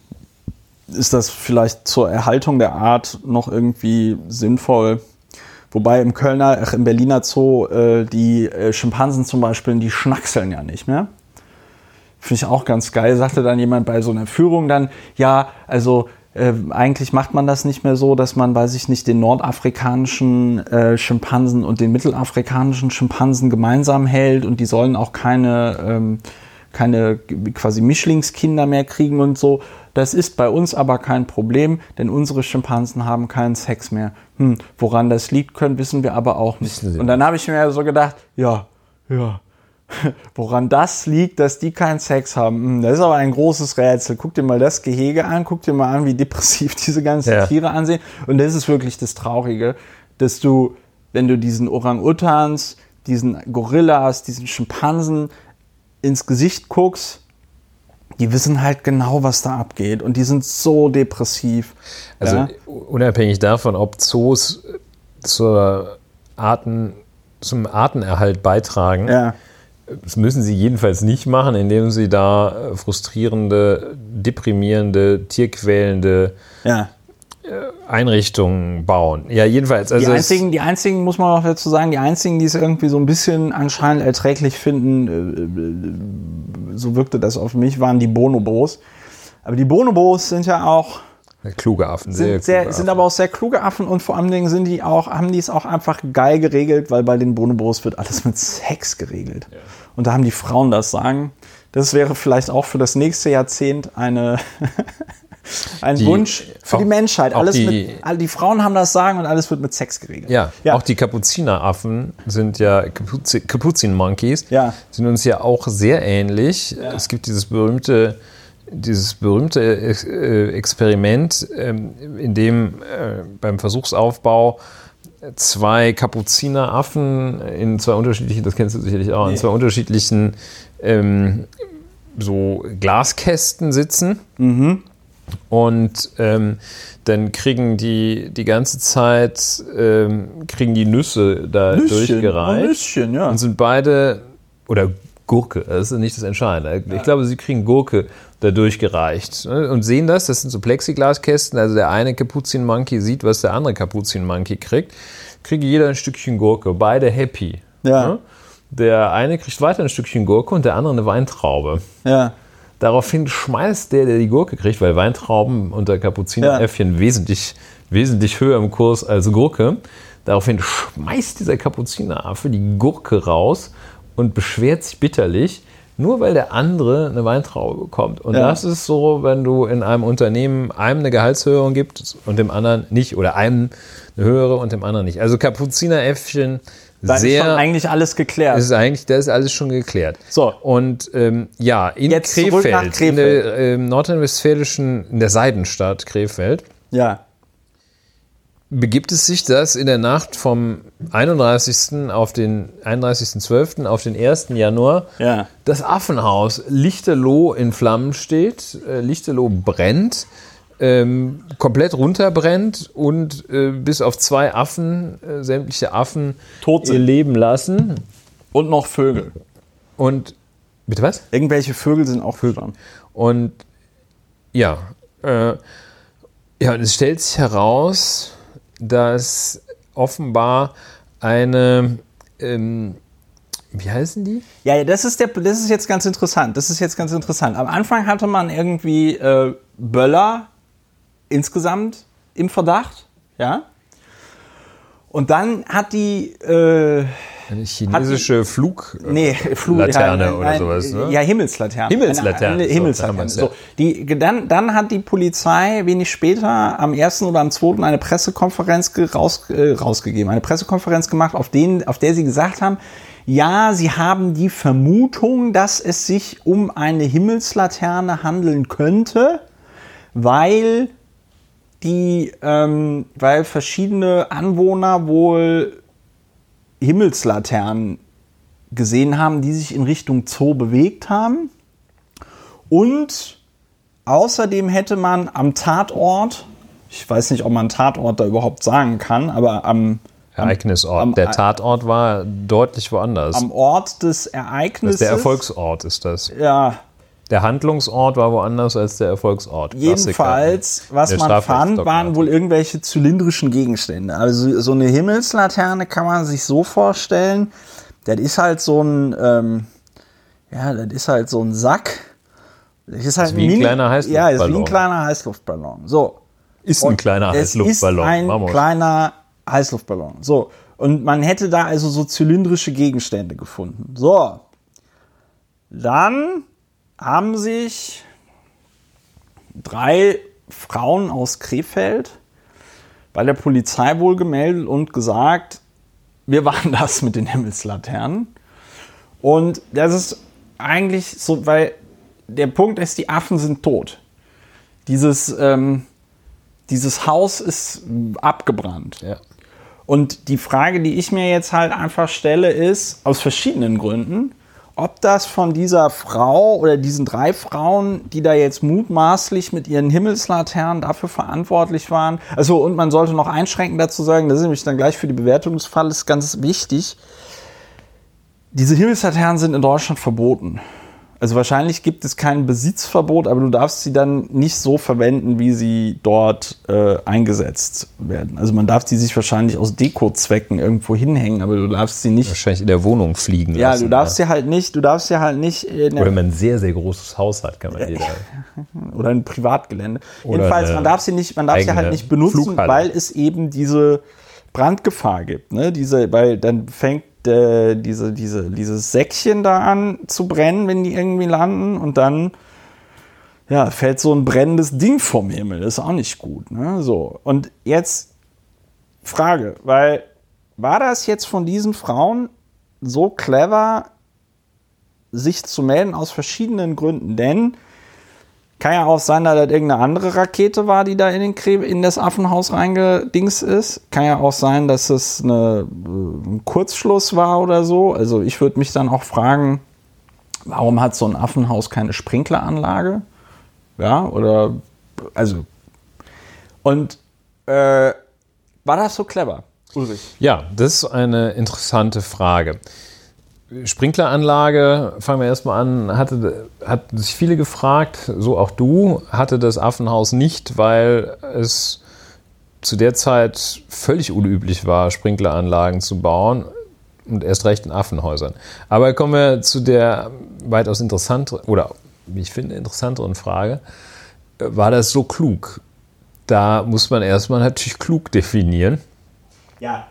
ist das vielleicht zur Erhaltung der Art noch irgendwie sinnvoll. Wobei im Kölner, ach, im Berliner Zoo äh, die äh, Schimpansen zum Beispiel, die schnackseln ja nicht mehr. Finde ich auch ganz geil, sagte dann jemand bei so einer Führung dann, ja, also äh, eigentlich macht man das nicht mehr so, dass man, weiß ich nicht, den nordafrikanischen äh, Schimpansen und den mittelafrikanischen Schimpansen gemeinsam hält und die sollen auch keine, ähm, keine quasi Mischlingskinder mehr kriegen und so. Das ist bei uns aber kein Problem, denn unsere Schimpansen haben keinen Sex mehr. Hm, woran das liegt, können, wissen wir aber auch nicht. Und dann habe ich mir so gedacht, ja, ja, woran das liegt, dass die keinen Sex haben, hm, das ist aber ein großes Rätsel. Guck dir mal das Gehege an, guck dir mal an, wie depressiv diese ganzen ja. Tiere ansehen. Und das ist wirklich das Traurige, dass du, wenn du diesen Orang-Utans, diesen Gorillas, diesen Schimpansen ins Gesicht guckst, die wissen halt genau, was da abgeht und die sind so depressiv. Also ja? Unabhängig davon, ob Zoos zur Arten, zum Artenerhalt beitragen, ja. das müssen sie jedenfalls nicht machen, indem sie da frustrierende, deprimierende, tierquälende ja. Einrichtungen bauen. Ja, jedenfalls. Also die, einzigen, die einzigen, muss man auch dazu sagen, die einzigen, die es irgendwie so ein bisschen anscheinend erträglich finden, so wirkte das auf mich, waren die Bonobos. Aber die Bonobos sind ja auch kluge Affen, sehr, sehr, sehr kluge sind Affen. aber auch sehr kluge Affen und vor allen Dingen sind die auch, haben die es auch einfach geil geregelt, weil bei den Bonobos wird alles mit Sex geregelt. Ja. Und da haben die Frauen das Sagen. Das wäre vielleicht auch für das nächste Jahrzehnt eine Ein die, Wunsch für auch, die Menschheit. Alles die, mit, all die Frauen haben das Sagen und alles wird mit Sex geregelt. Ja, ja. Auch die Kapuzineraffen sind ja, Kapuzin, Kapuzin Monkeys, ja. sind uns ja auch sehr ähnlich. Ja. Es gibt dieses berühmte, dieses berühmte Experiment, in dem beim Versuchsaufbau zwei Kapuzineraffen in zwei unterschiedlichen, das kennst du sicherlich auch, nee. in zwei unterschiedlichen ähm, so Glaskästen sitzen. Mhm. Und ähm, dann kriegen die die ganze Zeit ähm, kriegen die Nüsse da Nüsschen, durchgereicht. Oh, Nüsschen, ja. Und sind beide, oder Gurke, das ist nicht das Entscheidende. Ich ja. glaube, sie kriegen Gurke da durchgereicht. Und sehen das, das sind so Plexiglaskästen, also der eine Kapuzin-Monkey sieht, was der andere Kapuzin-Monkey kriegt. Kriege jeder ein Stückchen Gurke, beide happy. Ja. Der eine kriegt weiter ein Stückchen Gurke und der andere eine Weintraube. Ja. Daraufhin schmeißt der, der die Gurke kriegt, weil Weintrauben unter Kapuzineräffchen ja. wesentlich, wesentlich höher im Kurs als Gurke. Daraufhin schmeißt dieser Kapuzineraffe die Gurke raus und beschwert sich bitterlich, nur weil der andere eine Weintraube bekommt. Und ja. das ist so, wenn du in einem Unternehmen einem eine Gehaltserhöhung gibst und dem anderen nicht, oder einem eine höhere und dem anderen nicht. Also Kapuzineräffchen, da sehr, ist schon eigentlich alles geklärt. Ist eigentlich, das ist alles schon geklärt. So. Und ähm, ja, in Jetzt Krefeld, nach Krefeld, in der äh, nordrhein-westfälischen, in der Seidenstadt Krefeld, ja. begibt es sich, dass in der Nacht vom einunddreißigsten auf den einunddreißigsten zwölften auf den ersten Januar ja. das Affenhaus lichterloh in Flammen steht, äh, lichterloh brennt, ähm, komplett runterbrennt und äh, bis auf zwei Affen, äh, sämtliche Affen tot sind. Ihr Leben lassen. Und noch Vögel. Und, bitte was? Irgendwelche Vögel sind auch Vögel. Und ja, äh, ja, und es stellt sich heraus, dass offenbar eine, ähm, wie heißen die? Ja, ja, das ist der, das ist jetzt ganz interessant. Das ist jetzt ganz interessant. Am Anfang hatte man irgendwie äh, Böller insgesamt im Verdacht, ja. Und dann hat die äh, eine chinesische Fluglaterne nee, Flug, ja, oder nein, sowas, ne? Ja, Himmelslaterne. Himmelslaterne. Eine, eine Himmelslaterne. So, so, die, dann, dann hat die Polizei wenig später am ersten oder am zweiten eine Pressekonferenz raus, äh, rausgegeben, eine Pressekonferenz gemacht, auf, den, auf der sie gesagt haben, ja, sie haben die Vermutung, dass es sich um eine Himmelslaterne handeln könnte, weil die, ähm, weil verschiedene Anwohner wohl Himmelslaternen gesehen haben, die sich in Richtung Zoo bewegt haben. Und außerdem hätte man am Tatort ich weiß nicht, ob man Tatort da überhaupt sagen kann, aber am Ereignisort. Am, am, der Tatort war deutlich woanders. Am Ort des Ereignisses. Der Erfolgsort ist das. Ja. Der Handlungsort war woanders als der Erfolgsort. Jedenfalls, was man fand, waren wohl irgendwelche zylindrischen Gegenstände. Also so eine Himmelslaterne kann man sich so vorstellen, das ist halt so ein, ähm, ja, das ist halt so ein Sack. Das ist halt das ist wie ein, ein kleiner Heißluftballon. Ja, ist wie ein kleiner Heißluftballon. So. Ist ein kleiner Heißluftballon. Es ist ein kleiner Heißluftballon. So. Und man hätte da also so zylindrische Gegenstände gefunden. So. Dann haben sich drei Frauen aus Krefeld bei der Polizei wohl gemeldet und gesagt, wir waren das mit den Himmelslaternen. Und das ist eigentlich so, weil der Punkt ist, die Affen sind tot. Dieses, ähm, dieses Haus ist abgebrannt. Ja. Und die Frage, die ich mir jetzt halt einfach stelle, ist, aus verschiedenen Gründen, ob das von dieser Frau oder diesen drei Frauen, die da jetzt mutmaßlich mit ihren Himmelslaternen dafür verantwortlich waren. Also, und man sollte noch einschränkend dazu sagen, das ist nämlich dann gleich für die Bewertung des Falles ganz wichtig. Diese Himmelslaternen sind in Deutschland verboten. Also wahrscheinlich gibt es kein Besitzverbot, aber du darfst sie dann nicht so verwenden, wie sie dort äh, eingesetzt werden. Also man darf die sich wahrscheinlich aus Dekozwecken irgendwo hinhängen, aber du darfst sie nicht... Wahrscheinlich in der Wohnung fliegen ja, lassen. Ja, du darfst ja. sie halt nicht, du darfst sie halt nicht... In Oder wenn man ein sehr, sehr großes Haus hat, kann man die da... Oder ein Privatgelände. Oder Jedenfalls, man darf sie nicht, man darf sie halt nicht benutzen, Flughalle. Weil es eben diese Brandgefahr gibt. Ne? Diese, weil dann fängt Äh, diese, diese, dieses Säckchen da an zu brennen, wenn die irgendwie landen und dann ja, fällt so ein brennendes Ding vom Himmel. Das ist auch nicht gut. Ne? So. Und jetzt Frage, weil war das jetzt von diesen Frauen so clever, sich zu melden aus verschiedenen Gründen? Denn kann ja auch sein, dass das irgendeine andere Rakete war, die da in, den Kre- in das Affenhaus reingedings ist. Kann ja auch sein, dass es eine, ein Kurzschluss war oder so. Also ich würde mich dann auch fragen, warum hat so ein Affenhaus keine Sprinkleranlage? Ja, oder, also. Und äh, war das so clever, Ulrich? Ja, das ist eine interessante Frage. Sprinkleranlage, fangen wir erstmal an, hatte, hat sich viele gefragt, so auch du, hatte das Affenhaus nicht, weil es zu der Zeit völlig unüblich war, Sprinkleranlagen zu bauen und erst recht in Affenhäusern. Aber kommen wir zu der weitaus interessanteren, oder wie ich finde, interessanteren Frage, war das so klug? Da muss man erstmal natürlich klug definieren. Ja.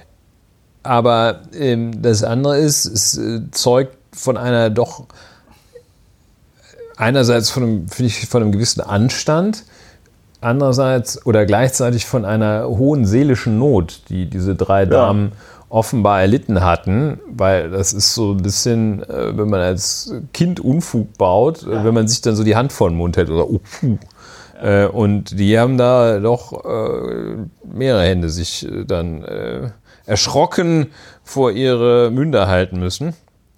Aber ähm, das andere ist, es äh, zeugt von einer doch einerseits von einem, finde ich, von einem gewissen Anstand, andererseits oder gleichzeitig von einer hohen seelischen Not, die diese drei ja. Damen offenbar erlitten hatten, weil das ist so ein bisschen, äh, wenn man als Kind Unfug baut, ja. äh, wenn man sich dann so die Hand vor den Mund hält oder oh, puh. Ja. Äh, und die haben da doch äh, mehrere Hände sich äh, dann äh, erschrocken vor ihre Münder halten müssen.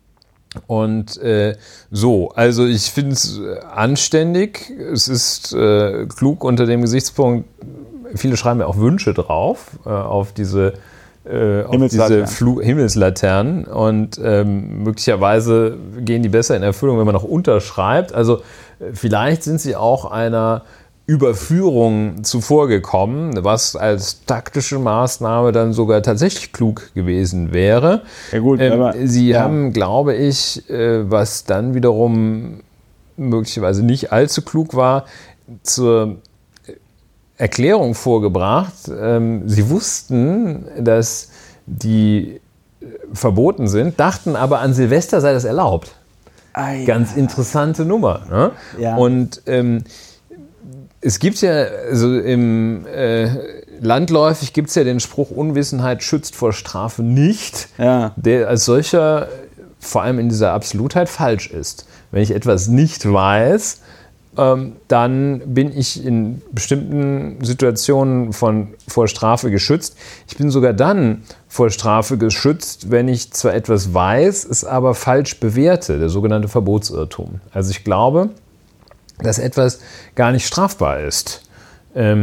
Und äh, so, also ich finde es anständig, es ist äh, klug unter dem Gesichtspunkt, viele schreiben ja auch Wünsche drauf, äh, auf diese, äh, auf diese Flu- Himmelslaternen und ähm, möglicherweise gehen die besser in Erfüllung, wenn man noch unterschreibt. Also äh, vielleicht sind sie auch einer Überführung zuvorgekommen, was als taktische Maßnahme dann sogar tatsächlich klug gewesen wäre. Ja gut, ähm, aber, sie ja. haben, glaube ich, äh, was dann wiederum möglicherweise nicht allzu klug war, zur Erklärung vorgebracht. Ähm, sie wussten, dass die verboten sind, dachten aber an Silvester sei das erlaubt. Ah, ja. Ganz interessante Nummer. Ne? Ja. Und ähm, es gibt ja, also im äh, landläufig gibt es ja den Spruch, Unwissenheit schützt vor Strafe nicht, ja. der als solcher vor allem in dieser Absolutheit falsch ist. Wenn ich etwas nicht weiß, ähm, dann bin ich in bestimmten Situationen von, vor Strafe geschützt. Ich bin sogar dann vor Strafe geschützt, wenn ich zwar etwas weiß, es aber falsch bewerte, der sogenannte Verbotsirrtum. Also ich glaube, dass etwas gar nicht strafbar ist. Ähm,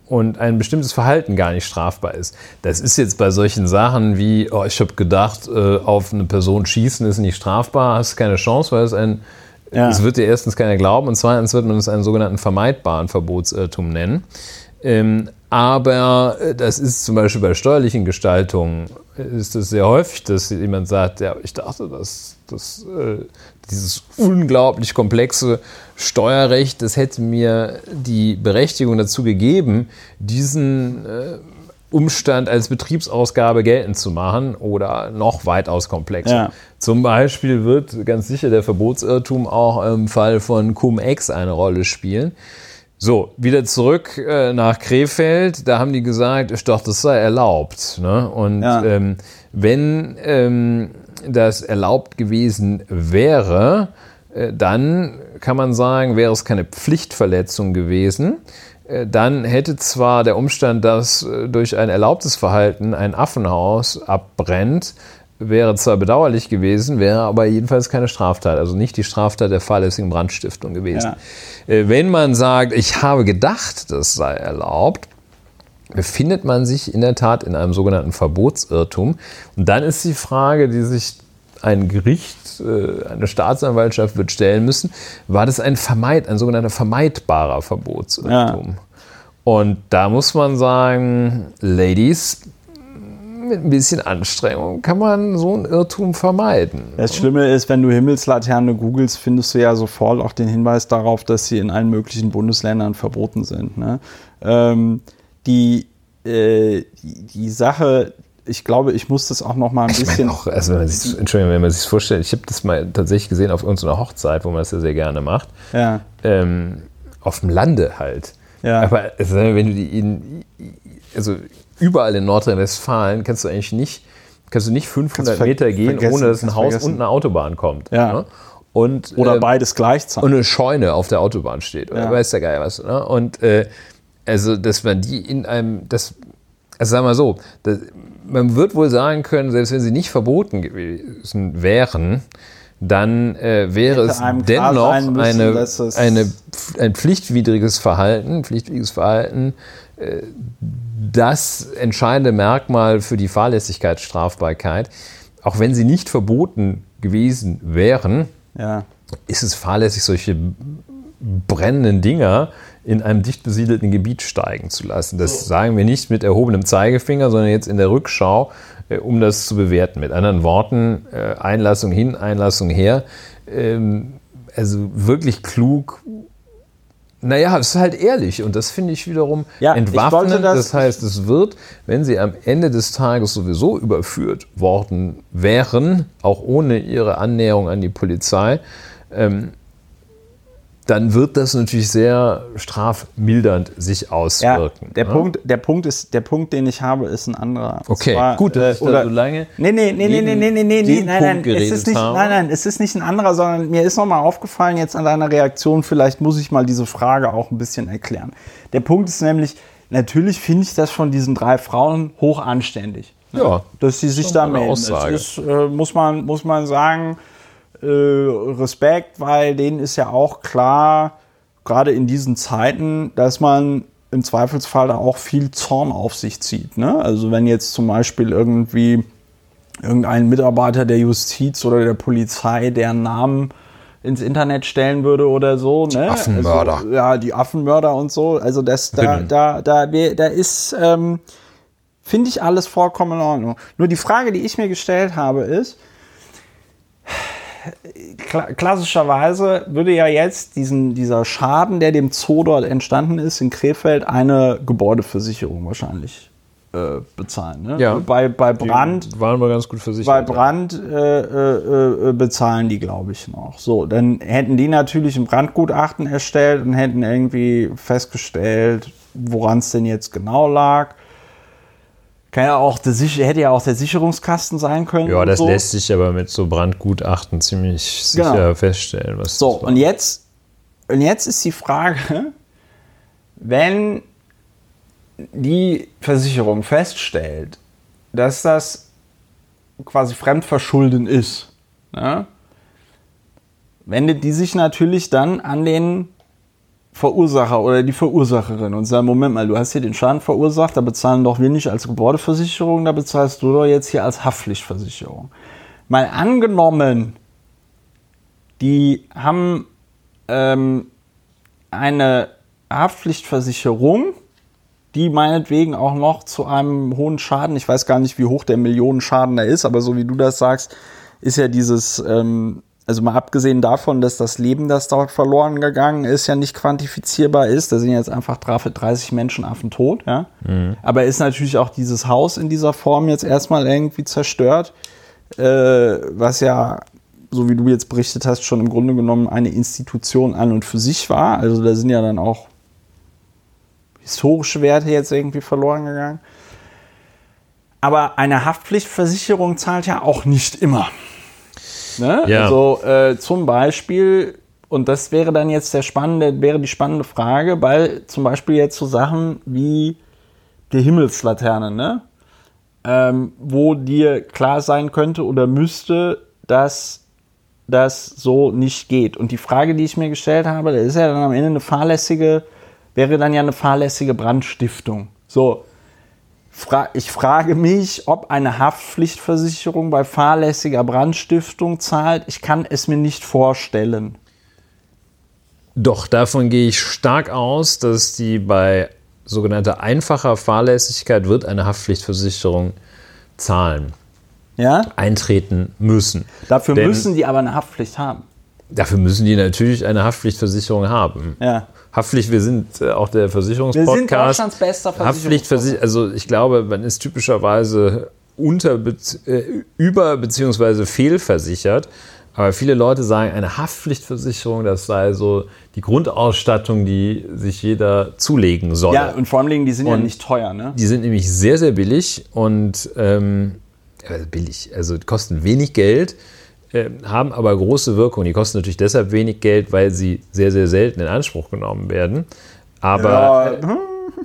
und ein bestimmtes Verhalten gar nicht strafbar ist. Das ist jetzt bei solchen Sachen wie, oh, ich habe gedacht, äh, auf eine Person schießen ist nicht strafbar, hast keine Chance, weil es ein, ja. es wird dir erstens keiner glauben und zweitens wird man es einen sogenannten vermeidbaren Verbotsirrtum nennen. Ähm, aber das ist zum Beispiel bei steuerlichen Gestaltungen ist es sehr häufig, dass jemand sagt, ja, ich dachte, dass, dass äh, dieses unglaublich komplexe Steuerrecht, das hätte mir die Berechtigung dazu gegeben, diesen äh, Umstand als Betriebsausgabe geltend zu machen oder noch weitaus komplexer. Ja. Zum Beispiel wird ganz sicher der Verbotsirrtum auch im Fall von Cum-Ex eine Rolle spielen. So, wieder zurück äh, nach Krefeld, da haben die gesagt, ich dachte, das sei erlaubt. Ne? Und ja. ähm, wenn ähm, das erlaubt gewesen wäre, äh, dann kann man sagen, wäre es keine Pflichtverletzung gewesen. Äh, dann hätte zwar der Umstand, dass äh, durch ein erlaubtes Verhalten ein Affenhaus abbrennt, wäre zwar bedauerlich gewesen, wäre aber jedenfalls keine Straftat, also nicht die Straftat der fahrlässigen Brandstiftung gewesen. Ja. Äh, wenn man sagt, ich habe gedacht, das sei erlaubt, befindet man sich in der Tat in einem sogenannten Verbotsirrtum. Und dann ist die Frage, die sich ein Gericht, äh, eine Staatsanwaltschaft wird stellen müssen, war das ein Vermeid, ein sogenannter vermeidbarer Verbotsirrtum? Ja. Und da muss man sagen, Ladies, mit ein bisschen Anstrengung kann man so ein Irrtum vermeiden. Das Schlimme ist, wenn du Himmelslaterne googelst, findest du ja sofort auch den Hinweis darauf, dass sie in allen möglichen Bundesländern verboten sind. Ne? Ähm, die, äh, die, die Sache, ich glaube, ich muss das auch noch mal ein ich bisschen... Auch, also wenn man sich, Entschuldigung, wenn man sich das vorstellt, ich habe das mal tatsächlich gesehen auf irgendeiner Hochzeit, wo man das ja sehr gerne macht. Ja. Ähm, auf dem Lande halt. Ja. Aber also, wenn du die in... Also, überall in Nordrhein-Westfalen kannst du eigentlich nicht, kannst du nicht fünfhundert Meter gehen, ohne dass ein Haus vergessen. und eine Autobahn kommt. Ja. Ne? Und, oder äh, beides gleichzeitig. Und eine Scheune auf der Autobahn steht. Oder ja. weiß der Geier was. Ne? Und äh, also, dass man die in einem, das, also sagen wir mal so, das, man wird wohl sagen können, selbst wenn sie nicht verboten gewesen wären, dann äh, wäre es dennoch müssen, eine, es eine, ein pflichtwidriges Verhalten, pflichtwidriges Verhalten, äh, das entscheidende Merkmal für die Fahrlässigkeitsstrafbarkeit. Auch wenn sie nicht verboten gewesen wären, ja. ist es fahrlässig, solche brennenden Dinger in einem dicht besiedelten Gebiet steigen zu lassen. Das so. sagen wir nicht mit erhobenem Zeigefinger, sondern jetzt in der Rückschau, äh, um das zu bewerten. Mit anderen Worten, äh, Einlassung hin, Einlassung her. Ähm, also wirklich klug. Naja, es ist halt ehrlich und das finde ich wiederum ja, entwaffnend. Das, das heißt, es wird, wenn sie am Ende des Tages sowieso überführt worden wären, auch ohne ihre Annäherung an die Polizei, ähm, dann wird das natürlich sehr strafmildernd sich auswirken. Ja, der, ja? Punkt, der, Punkt ist, der Punkt, den ich habe, ist ein anderer. Okay, zwar, gut, dass äh, ich da so lange nee, nee, nee, nee, nee, nee, nee, nee, nee, nein, nein, es ist nicht, nein, nein, es ist nicht ein anderer, sondern mir ist nochmal aufgefallen jetzt an deiner Reaktion, vielleicht muss ich mal diese Frage auch ein bisschen erklären. Der Punkt ist nämlich, natürlich finde ich das von diesen drei Frauen hoch anständig. Ne? Ja. Dass sie sich da melden. Das ist, äh, muss man, muss man sagen, Respekt, weil denen ist ja auch klar, gerade in diesen Zeiten, dass man im Zweifelsfall da auch viel Zorn auf sich zieht. Ne? Also wenn jetzt zum Beispiel irgendwie irgendein Mitarbeiter der Justiz oder der Polizei deren Namen ins Internet stellen würde oder so. Die ne? Affenmörder. Also, ja, die Affenmörder und so. Also das, da, da, da, da ist, ähm, finde ich alles vollkommen in Ordnung. Nur die Frage, die ich mir gestellt habe, ist, klassischerweise würde ja jetzt diesen, dieser Schaden, der dem Zoo dort entstanden ist, in Krefeld, eine Gebäudeversicherung wahrscheinlich äh, bezahlen. Ne? Ja, bei, bei Brand die waren wir ganz gut versichert. Bei Brand äh, äh, bezahlen die, glaube ich, noch. So, dann hätten die natürlich ein Brandgutachten erstellt und hätten irgendwie festgestellt, woran es denn jetzt genau lag. Kann ja auch der, hätte ja auch der Sicherungskasten sein können. Ja, das so. lässt sich aber mit so Brandgutachten ziemlich sicher genau. feststellen. Was so, und jetzt, und jetzt ist die Frage, wenn die Versicherung feststellt, dass das quasi Fremdverschulden ist, ne, wendet die sich natürlich dann an den Verursacher oder die Verursacherin und sagen, Moment mal, du hast hier den Schaden verursacht, da bezahlen doch wir nicht als Gebäudeversicherung, da bezahlst du doch jetzt hier als Haftpflichtversicherung. Mal angenommen, die haben ähm, eine Haftpflichtversicherung, die meinetwegen auch noch zu einem hohen Schaden, ich weiß gar nicht, wie hoch der Millionenschaden da ist, aber so wie du das sagst, ist ja dieses, ähm, also mal abgesehen davon, dass das Leben, das dort verloren gegangen ist, ja nicht quantifizierbar ist, da sind jetzt einfach dreißig Menschenaffen tot, ja. Mhm. Aber ist natürlich auch dieses Haus in dieser Form jetzt erstmal irgendwie zerstört, äh, was ja, so wie du jetzt berichtet hast, schon im Grunde genommen eine Institution an und für sich war. Also da sind ja dann auch historische Werte jetzt irgendwie verloren gegangen. Aber eine Haftpflichtversicherung zahlt ja auch nicht immer. Ne? Ja. Also äh, zum Beispiel, und das wäre dann jetzt der spannende, wäre die spannende Frage, bei zum Beispiel jetzt so Sachen wie die Himmelslaterne, ne? Ähm, wo dir klar sein könnte oder müsste, dass das so nicht geht. Und die Frage, die ich mir gestellt habe, das ist ja dann am Ende eine fahrlässige, wäre dann ja eine fahrlässige Brandstiftung. So. Ich frage mich, ob eine Haftpflichtversicherung bei fahrlässiger Brandstiftung zahlt. Ich kann es mir nicht vorstellen. Doch, davon gehe ich stark aus, dass die bei sogenannter einfacher Fahrlässigkeit wird eine Haftpflichtversicherung zahlen. Ja? Eintreten müssen. Dafür Denn müssen die aber eine Haftpflicht haben. Dafür müssen die natürlich eine Haftpflichtversicherung haben. Ja. Haftpflicht, wir sind äh, auch der Versicherungspodcast. Wir sind Deutschlands bester Versicherungspodcast. Also ich glaube, man ist typischerweise unter, äh, über- bzw. fehlversichert. Aber viele Leute sagen, eine Haftpflichtversicherung, das sei so die Grundausstattung, die sich jeder zulegen soll. Ja, und vor allem, die sind und ja nicht teuer, ne? Die sind nämlich sehr, sehr billig und ähm, also billig, also kosten wenig Geld. Haben aber große Wirkung. Die kosten natürlich deshalb wenig Geld, weil sie sehr, sehr selten in Anspruch genommen werden. Aber ja,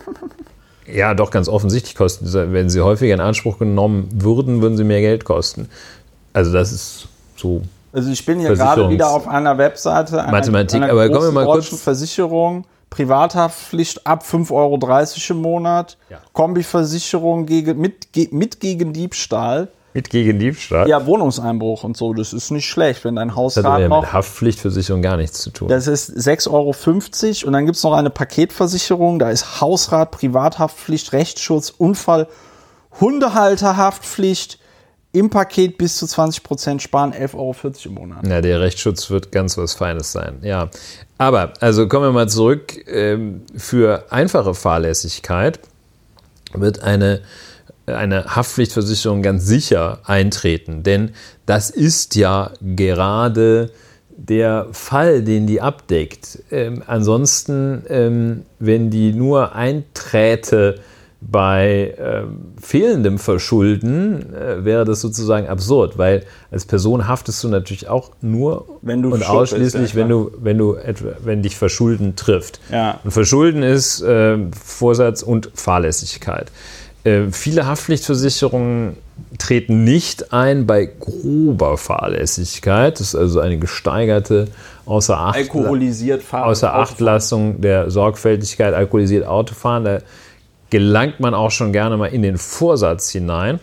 ja doch ganz offensichtlich kosten sie, wenn sie häufiger in Anspruch genommen würden, würden sie mehr Geld kosten. Also das ist so. Also ich bin hier gerade wieder auf einer Webseite einer, Mathematik, einer aber kommen wir mal kurz. Versicherung, Privathaftpflicht ab fünf Euro dreißig im Monat, ja. Kombiversicherung gegen, mit, mit gegen Diebstahl. Mit gegen Diebstahl? Ja, Wohnungseinbruch und so. Das ist nicht schlecht, wenn dein Haus das hat gerade ja noch... mit Haftpflichtversicherung gar nichts zu tun. Das ist sechs Euro fünfzig und dann gibt es noch eine Paketversicherung. Da ist Hausrat, Privathaftpflicht, Rechtsschutz, Unfall, Hundehalterhaftpflicht. Im Paket bis zu zwanzig Prozent sparen, elf Euro vierzig im Monat. Ja, der Rechtsschutz wird ganz was Feines sein, ja. Aber, also kommen wir mal zurück. Ähm, für einfache Fahrlässigkeit wird eine... eine Haftpflichtversicherung ganz sicher eintreten. Denn das ist ja gerade der Fall, den die abdeckt. Ähm, ansonsten, ähm, wenn die nur einträte bei ähm, fehlendem Verschulden, äh, wäre das sozusagen absurd, weil als Person haftest du natürlich auch nur wenn du und ausschließlich, bist, ja, wenn du, wenn du etwa, wenn dich Verschulden trifft. Ja. Und Verschulden ist äh, Vorsatz und Fahrlässigkeit. Äh, viele Haftpflichtversicherungen treten nicht ein bei grober Fahrlässigkeit. Das ist also eine gesteigerte außer Acht, alkoholisiert fahren, außer Achtlassung der Sorgfältigkeit, alkoholisiert Autofahren. Da gelangt man auch schon gerne mal in den Vorsatz hinein.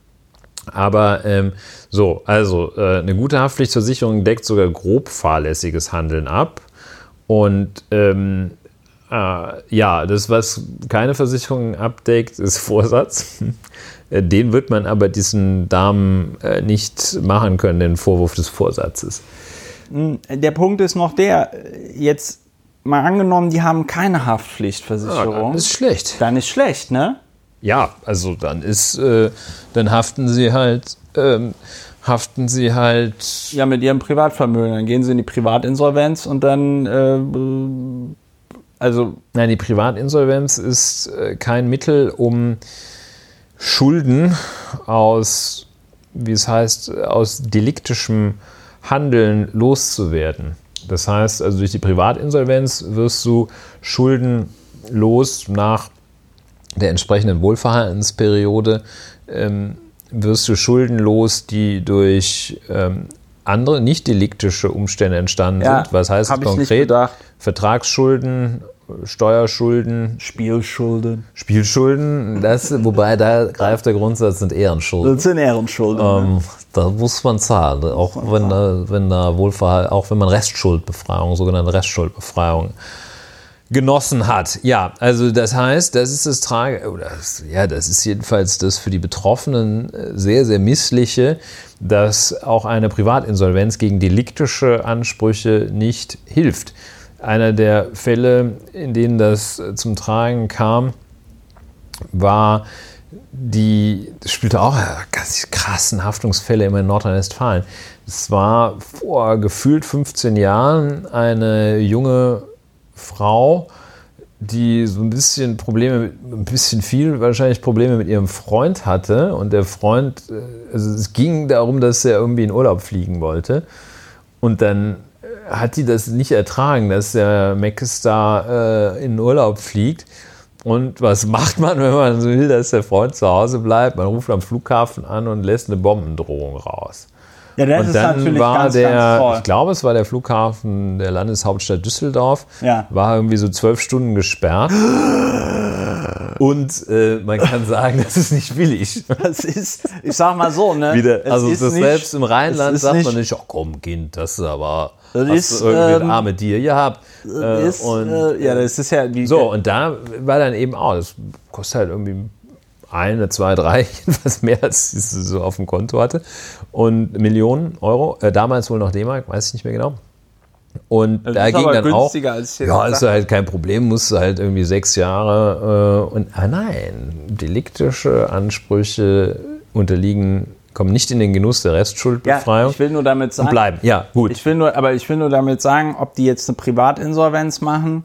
Aber ähm, so, also äh, eine gute Haftpflichtversicherung deckt sogar grob fahrlässiges Handeln ab. Und ähm, äh, ja, das, was keine Versicherung abdeckt, ist Vorsatz. Den wird man aber diesen Damen äh, nicht machen können, den Vorwurf des Vorsatzes. Der Punkt ist noch der, jetzt mal angenommen, die haben keine Haftpflichtversicherung. Ja, dann ist schlecht. Dann ist schlecht, ne? Ja, also dann ist, äh, dann haften sie halt, ähm, haften sie halt. Ja, mit ihrem Privatvermögen. Dann gehen sie in die Privatinsolvenz und dann, äh, also. Nein, die Privatinsolvenz ist äh, kein Mittel, um Schulden aus, wie es heißt, aus deliktischem Handeln loszuwerden. Das heißt, also durch die Privatinsolvenz wirst du Schulden los nach der entsprechenden Wohlverhaltensperiode, ähm, wirst du Schulden los, die durch ähm, andere, nicht deliktische Umstände entstanden Ja, sind. Was heißt hab das ich nicht konkret? gedacht. Vertragsschulden, Steuerschulden, Spielschulden. Spielschulden, das, wobei da greift der Grundsatz, sind Ehrenschulden. Das sind Ehrenschulden. Ähm, ne? da muss man zahlen, auch man wenn da, wenn da Wohlverhalten, auch wenn man Restschuldbefreiung, sogenannte Restschuldbefreiung genossen hat. Ja, also das heißt, das ist das Trage, oder das, ja, das ist jedenfalls das für die Betroffenen sehr, sehr missliche, dass auch eine Privatinsolvenz gegen deliktische Ansprüche nicht hilft. Einer der Fälle, in denen das zum Tragen kam, war die, das spielte auch ganz krassen Haftungsfälle immer in Nordrhein-Westfalen. Es war vor gefühlt fünfzehn Jahren eine junge Frau, die so ein bisschen Probleme, ein bisschen viel wahrscheinlich Probleme mit ihrem Freund hatte. Und der Freund, also es ging darum, dass er irgendwie in Urlaub fliegen wollte. Und dann hat die das nicht ertragen, dass der Meckes da äh, in Urlaub fliegt. Und was macht man, wenn man so will, dass der Freund zu Hause bleibt? Man ruft am Flughafen an und lässt eine Bombendrohung raus. Ja, das und ist dann natürlich war ganz, der, ganz toll. ich glaube, es war der Flughafen der Landeshauptstadt Düsseldorf, Ja. war irgendwie so zwölf Stunden gesperrt. Und äh, man kann sagen, das ist nicht billig. Das ist, ich sag mal so, ne? Wieder, es also ist das nicht, selbst im Rheinland ist sagt nicht, man nicht, oh komm Kind, das ist aber, Das hast ist, du irgendwie ähm, ein arme Tier gehabt. Äh, ist, und, äh, ja, das ist ja die, so, und da war dann eben auch, das kostet halt irgendwie eine, zwei, drei, jedenfalls mehr, als sie so auf dem Konto hatte. Und Millionen Euro, äh, damals wohl noch D-Mark, weiß ich nicht mehr genau. Und das da ist ging aber dann auch, günstiger, als ich jetzt ja, gedacht ist halt kein Problem, musst du halt irgendwie sechs Jahre äh, und, ah nein, deliktische Ansprüche unterliegen, kommen nicht in den Genuss der Restschuldbefreiung. Ja, ich will nur damit sagen, und bleiben. Ja, gut. Ich will nur, aber ich will nur damit sagen, ob die jetzt eine Privatinsolvenz machen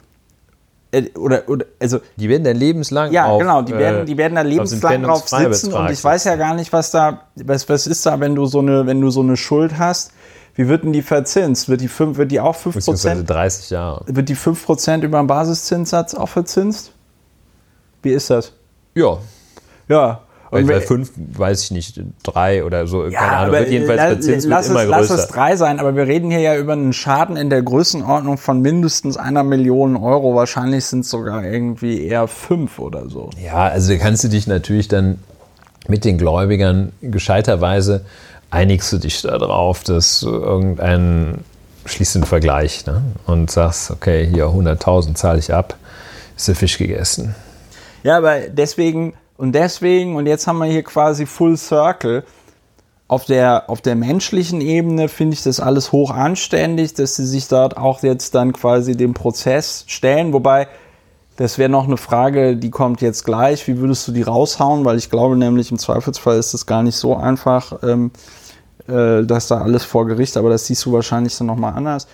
äh, oder, oder also Die werden dann lebenslang ja, auf, genau, die werden, die werden da auf den lebenslang drauf sitzen Pfändungsfreibetrag und ich weiß ja gar nicht, was da, was, was ist da, wenn du so eine, wenn du so eine Schuld hast, wie wird denn die verzinst? Wird die fünf, wird die auch fünf beziehungsweise Prozent? dreißig Jahre. Wird die fünf Prozent über den Basiszinssatz auch verzinst? Wie ist das? Ja. Ja. Weil, Und weil wenn- fünf, weiß ich nicht, drei oder so, Ja, keine Ahnung, aber wird jedenfalls la- verzinst, lass wird es, immer lass größer. es drei sein, aber wir reden hier ja über einen Schaden in der Größenordnung von mindestens einer Million Euro. Wahrscheinlich sind es sogar irgendwie eher fünf oder so. Ja, also da kannst du dich natürlich dann mit den Gläubigern gescheiterweise einigst du dich darauf, dass du irgendeinen, schließt einen Vergleich, ne? Und sagst, okay, hier hunderttausend zahle ich ab, ist der Fisch gegessen. Ja, aber deswegen und deswegen, und jetzt haben wir hier quasi Full Circle. Auf der, auf der menschlichen Ebene finde ich das alles hoch anständig, dass sie sich dort auch jetzt dann quasi dem Prozess stellen. Wobei, das wäre noch eine Frage, die kommt jetzt gleich. Wie würdest du die raushauen? Weil ich glaube nämlich, im Zweifelsfall ist das gar nicht so einfach, ähm, äh, dass da alles vor Gericht, aber das siehst du wahrscheinlich dann nochmal anders.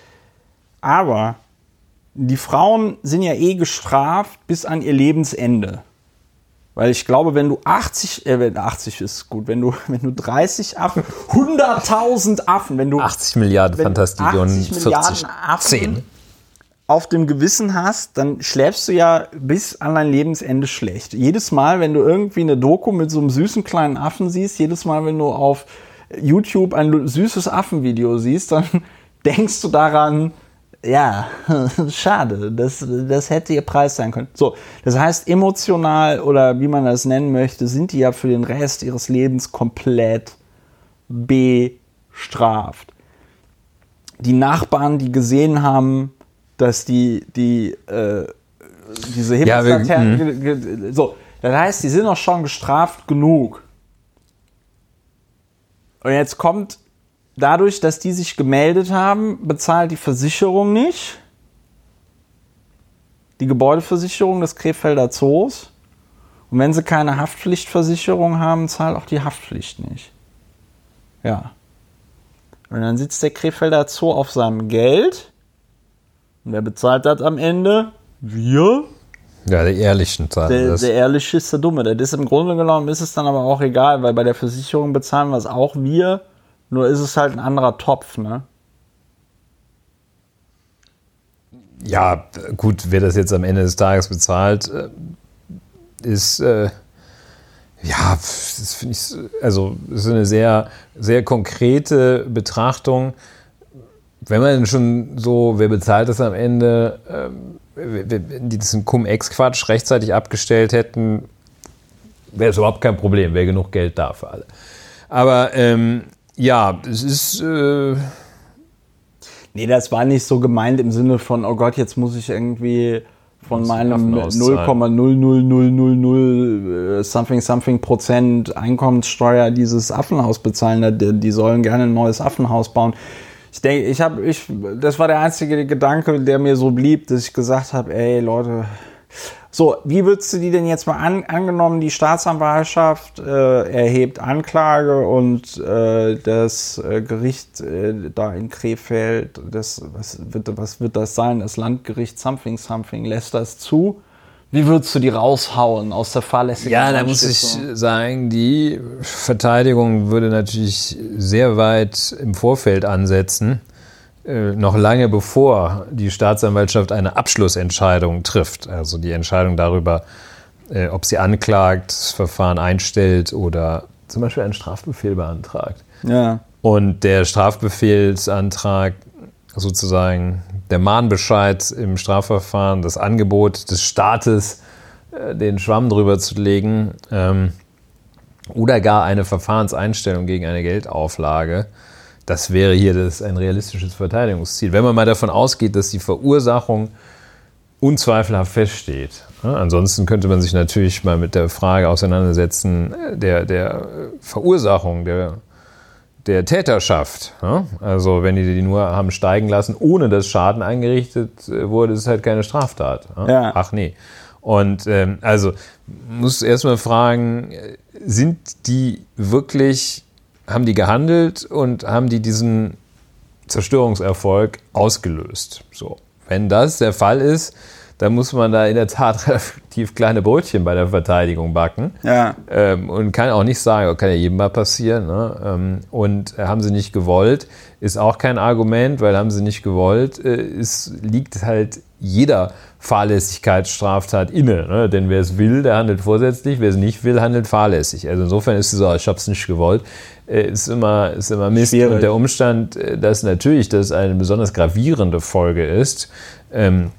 Aber die Frauen sind ja eh gestraft bis an ihr Lebensende. Weil ich glaube, wenn du achtzig, äh, wenn achtzig ist gut, wenn du, wenn du dreißig Affen, hunderttausend Affen, wenn du achtzig Milliarden wenn du Fantastilionen, achtzig Milliarden vierzig, Affen zehn. auf dem Gewissen hast, dann schläfst du ja bis an dein Lebensende schlecht. Jedes Mal, wenn du irgendwie eine Doku mit so einem süßen kleinen Affen siehst, jedes Mal, wenn du auf YouTube ein süßes Affenvideo siehst, dann denkst du daran, ja, schade, das, das hätte ihr Preis sein können. So, das heißt, emotional oder wie man das nennen möchte, sind die ja für den Rest ihres Lebens komplett bestraft. Die Nachbarn, die gesehen haben, dass die, die äh, diese Ja, wir- Himmelslaternen, ge- ge- so, das heißt, die sind auch schon gestraft genug. Und jetzt kommt, dadurch, dass die sich gemeldet haben, bezahlt die Versicherung nicht. Die Gebäudeversicherung des Krefelder Zoos. Und wenn sie keine Haftpflichtversicherung haben, zahlt auch die Haftpflicht nicht. Ja. Und dann sitzt der Krefelder Zoo auf seinem Geld. Und wer bezahlt das am Ende? Wir. Ja, die ehrlichen Zahlen. Der, das. der Ehrliche ist der Dumme. Das ist im Grunde genommen, ist es dann aber auch egal, weil bei der Versicherung bezahlen wir es auch wir. Nur ist es halt ein anderer Topf, ne? Ja, gut, wer das jetzt am Ende des Tages bezahlt, äh, ist, äh, Ja, das finde ich, also das ist eine sehr, sehr konkrete Betrachtung. Wenn man schon so, wer bezahlt das am Ende, wenn die diesen Cum-Ex-Quatsch rechtzeitig abgestellt hätten, wäre es überhaupt kein Problem, wäre genug Geld da für alle. Aber ähm, ja, es ist... Äh nee, das war nicht so gemeint im Sinne von, oh Gott, jetzt muss ich irgendwie von meinem null Komma null null null null null something something Prozent Einkommenssteuer dieses Affenhaus bezahlen. Die, die sollen gerne ein neues Affenhaus bauen. Ich denke, ich habe, ich, das war der einzige Gedanke, der mir so blieb, dass ich gesagt habe, ey Leute, so, wie würdest du die denn jetzt mal an, angenommen, die Staatsanwaltschaft äh, erhebt Anklage und äh, das äh, Gericht äh, da in Krefeld, das, was, wird, was wird das sein, das Landgericht something something lässt das zu? Wie würdest du die raushauen aus der fahrlässigen Ja, da muss ich sagen, die Verteidigung würde natürlich sehr weit im Vorfeld ansetzen, äh, noch lange bevor die Staatsanwaltschaft eine Abschlussentscheidung trifft. Also die Entscheidung darüber, äh, ob sie anklagt, das Verfahren einstellt oder zum Beispiel einen Strafbefehl beantragt. Ja. Und der Strafbefehlsantrag sozusagen der Mahnbescheid im Strafverfahren, das Angebot des Staates, äh, den Schwamm drüber zu legen, ähm, oder gar eine Verfahrenseinstellung gegen eine Geldauflage, das wäre hier das, ein realistisches Verteidigungsziel. Wenn man mal davon ausgeht, dass die Verursachung unzweifelhaft feststeht. Ja, ansonsten könnte man sich natürlich mal mit der Frage auseinandersetzen, der, der Verursachung, der der Täterschaft. Ja? Also wenn die die nur haben steigen lassen, ohne dass Schaden angerichtet wurde, ist es halt keine Straftat. Ja? Ja. Ach nee. Und ähm, also muss erstmal fragen, sind die wirklich, haben die gehandelt und haben die diesen Zerstörungserfolg ausgelöst? So. Wenn das der Fall ist, dann muss man da in der Tat relativ kleine Brötchen bei der Verteidigung backen. Ja. Ähm, und kann auch nicht sagen, kann ja jedem mal passieren. Ne? Ähm, und äh, haben sie nicht gewollt, ist auch kein Argument, weil haben sie nicht gewollt, äh, es liegt halt jeder Fahrlässigkeitsstraftat inne. Ne? Denn wer es will, der handelt vorsätzlich, wer es nicht will, handelt fahrlässig. Also insofern ist es so, ich habe es nicht gewollt, äh, ist immer, ist immer Mist. Schwierig. Und der Umstand, äh, dass natürlich das eine besonders gravierende Folge ist, ähm,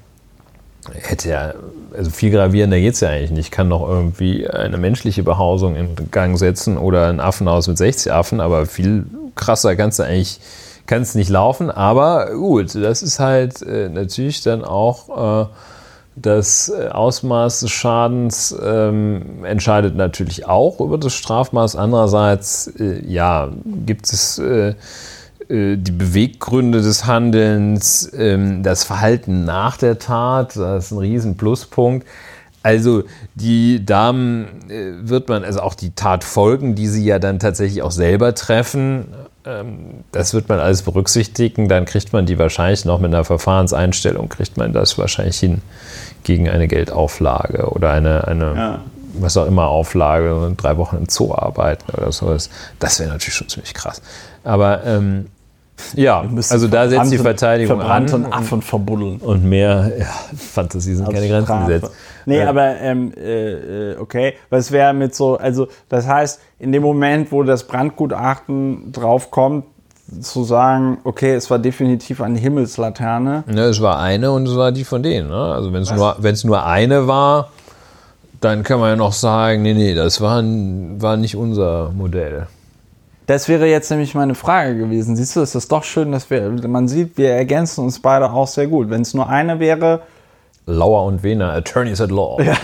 hätte ja, also viel gravierender geht es ja eigentlich nicht. Ich kann noch irgendwie eine menschliche Behausung in Gang setzen oder ein Affenhaus mit sechzig Affen, aber viel krasser kannst du eigentlich, kann es nicht laufen. Aber gut, das ist halt äh, natürlich dann auch äh, das Ausmaß des Schadens ähm, entscheidet natürlich auch über das Strafmaß. Andererseits, äh, ja, gibt es äh, die Beweggründe des Handelns, das Verhalten nach der Tat, das ist ein riesen Pluspunkt. Also die Damen wird man, also auch die Tatfolgen, die sie ja dann tatsächlich auch selber treffen, das wird man alles berücksichtigen. Dann kriegt man die wahrscheinlich noch mit einer Verfahrenseinstellung, kriegt man das wahrscheinlich hin gegen eine Geldauflage oder eine, eine ja. was auch immer Auflage, drei Wochen im Zoo arbeiten oder sowas. Das wäre natürlich schon ziemlich krass. Aber ähm, ja, also da setzt die Verteidigung an. Verbrannten Affen verbuddeln. Und mehr, ja, Fantasie sind als keine Grenzen Strafe. gesetzt. Nee, ja. aber ähm, äh, okay, was wäre mit so, also das heißt, in dem Moment, wo das Brandgutachten draufkommt, zu sagen, okay, es war definitiv eine Himmelslaterne. Ne, es war eine und es war die von denen. Ne? Also wenn es nur, wenn es nur eine war, dann kann man ja noch sagen, nee, nee, das war, war nicht unser Modell. Das wäre jetzt nämlich meine Frage gewesen. Siehst du, es ist doch schön, dass wir, man sieht, wir ergänzen uns beide auch sehr gut. Wenn es nur eine wäre... Lauer und Wehner, Attorneys at Law. Ja,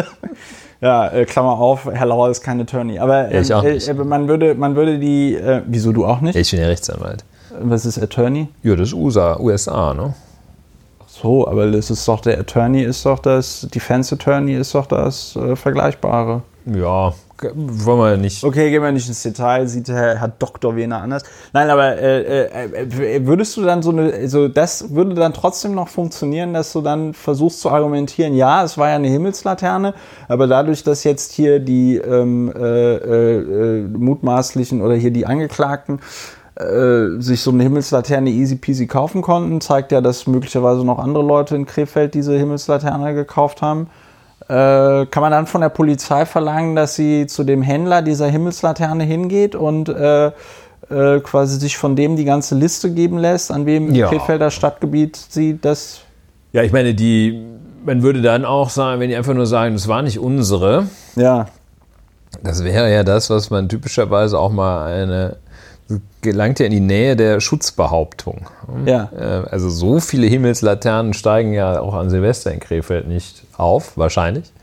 ja äh, Klammer auf, Herr Lauer ist kein Attorney. Aber äh, ich auch nicht. Äh, man, würde, man würde die... Äh, wieso, du auch nicht? Ich bin ja Rechtsanwalt. Was ist Attorney? Ja, das ist U S A, U S A, ne? Ach so, aber das ist doch, der Attorney ist doch das, Defense Attorney ist doch das äh, Vergleichbare. Ja, wollen wir nicht. Okay, gehen wir nicht ins Detail, sieht Herr, Herr Doktor Wehner anders. Nein, aber äh, äh, würdest du dann so eine, also das würde dann trotzdem noch funktionieren, dass du dann versuchst zu argumentieren, ja, es war ja eine Himmelslaterne, aber dadurch, dass jetzt hier die ähm, äh, äh, mutmaßlichen oder hier die Angeklagten äh, sich so eine Himmelslaterne easy peasy kaufen konnten, zeigt ja, dass möglicherweise noch andere Leute in Krefeld diese Himmelslaterne gekauft haben. äh, kann man dann von der Polizei verlangen, dass sie zu dem Händler dieser Himmelslaterne hingeht und äh, äh, quasi sich von dem die ganze Liste geben lässt, an wem ja. im Krefelder Stadtgebiet sie das... Ja, ich meine, die, man würde dann auch sagen, wenn die einfach nur sagen, das war nicht unsere, ja. das wäre ja das, was man typischerweise auch mal eine... gelangt ja in die Nähe der Schutzbehauptung. Ja. Also so viele Himmelslaternen steigen ja auch an Silvester in Krefeld nicht auf, wahrscheinlich.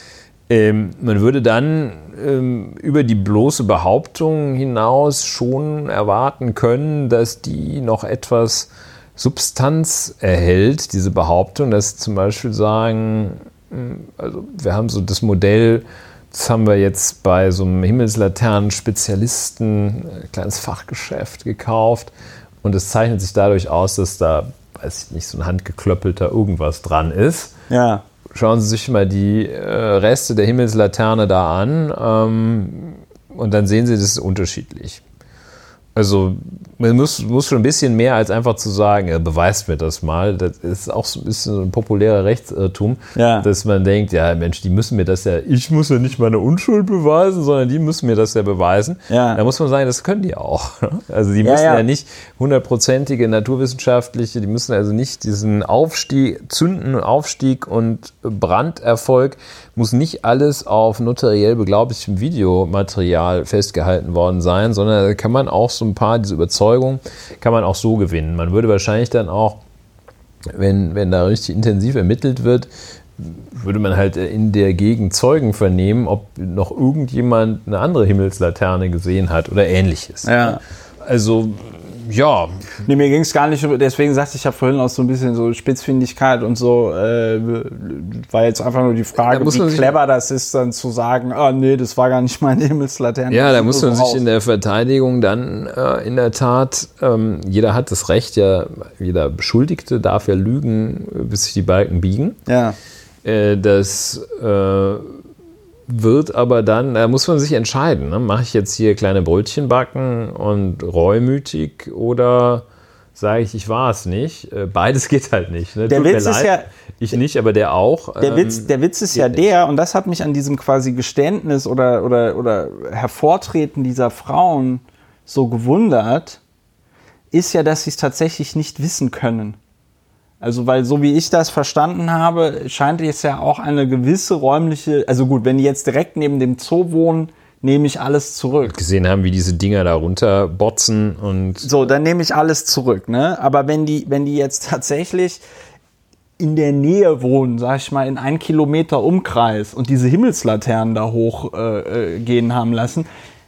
Ähm, man würde dann ähm, über die bloße Behauptung hinaus schon erwarten können, dass die noch etwas Substanz erhält, diese Behauptung, dass zum Beispiel sagen, also wir haben so das Modell, das haben wir jetzt bei so einem Himmelslaternen-Spezialisten, ein kleines Fachgeschäft gekauft und es zeichnet sich dadurch aus, dass da, weiß ich nicht, so ein handgeklöppelter irgendwas dran ist. Ja. Schauen Sie sich mal die äh, Reste der Himmelslaterne da an ähm, und dann sehen Sie, das ist unterschiedlich. Also man muss, muss schon ein bisschen mehr als einfach zu sagen, ja, beweist mir das mal. Das ist auch so ein bisschen ein populärer Rechtsirrtum, ja. dass man denkt, ja Mensch, die müssen mir das ja, ich muss ja nicht meine Unschuld beweisen, sondern die müssen mir das ja beweisen. Ja. Da muss man sagen, das können die auch. Also die ja, müssen ja, ja nicht hundertprozentige naturwissenschaftliche, die müssen also nicht diesen Aufstieg, Zünden, Aufstieg und Branderfolg, muss nicht alles auf notariell beglaubigtem Videomaterial festgehalten worden sein, sondern da kann man auch so ein paar, diese Überzeugung, kann man auch so gewinnen. Man würde wahrscheinlich dann auch, wenn, wenn da richtig intensiv ermittelt wird, würde man halt in der Gegend Zeugen vernehmen, ob noch irgendjemand eine andere Himmelslaterne gesehen hat oder Ähnliches. Ja. Also, ja. Nee, mir ging es gar nicht, deswegen sagte ich, ich habe vorhin auch so ein bisschen so Spitzfindigkeit und so, äh, war jetzt einfach nur die Frage, da wie clever das ist, dann zu sagen, ah nee, das war gar nicht meine Himmelslaterne. Ja, da muss man so sich in der Verteidigung dann äh, in der Tat, ähm, jeder hat das Recht, ja, jeder Beschuldigte darf ja lügen, bis sich die Balken biegen. Ja. Äh, das äh, wird aber dann, da muss man sich entscheiden, ne? Mache ich jetzt hier kleine Brötchen backen und reumütig oder sage ich, ich war es nicht? Beides geht halt nicht. Ne? Der Tut Witz mir ist leid. ja, ich nicht, aber der auch. Der, ähm, Witz, der Witz ist ja der, und das hat mich an diesem quasi Geständnis oder, oder, oder Hervortreten dieser Frauen so gewundert, ist ja, dass sie es tatsächlich nicht wissen können. Also, weil so wie ich das verstanden habe, scheint es ja auch eine gewisse räumliche, also gut, wenn die jetzt direkt neben dem Zoo wohnen, nehme ich alles zurück. Gesehen haben, wie diese Dinger da runterbotzen und... So, dann nehme ich alles zurück, ne? Aber wenn die, wenn die jetzt tatsächlich in der Nähe wohnen, sag ich mal, in ein Kilometer Umkreis und diese Himmelslaternen da hoch äh, gehen haben lassen,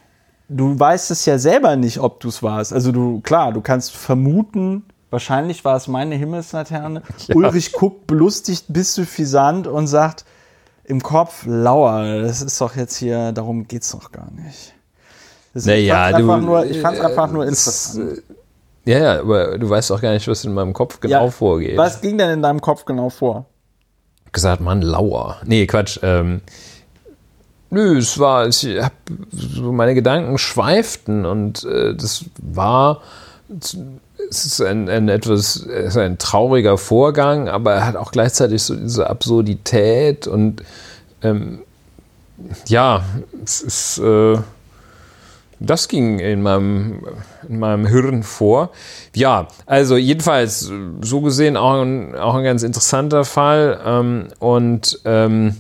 du weißt es ja selber nicht, ob du es warst. Also du, klar, du kannst vermuten, wahrscheinlich war es meine Himmelslaterne. Ja. Ulrich guckt belustigt bis suffisant und sagt im Kopf, Lauer, das ist doch jetzt hier, darum geht's doch gar nicht. Das, naja, ich fand es einfach nur interessant. Ja, ja, aber du weißt auch gar nicht, was in meinem Kopf genau ja, vorgeht. Was ging denn in deinem Kopf genau vor? Gesagt, Mann, Lauer. Nee, Quatsch. Ähm, nö, es war, ich hab, so meine Gedanken schweiften und äh, das war... Es ist ein, ein etwas, es ist ein trauriger Vorgang, aber er hat auch gleichzeitig so diese Absurdität und ähm, ja, es ist, äh, das ging in meinem, in meinem Hirn vor. Ja, also jedenfalls so gesehen auch ein, auch ein ganz interessanter Fall ähm, und ähm,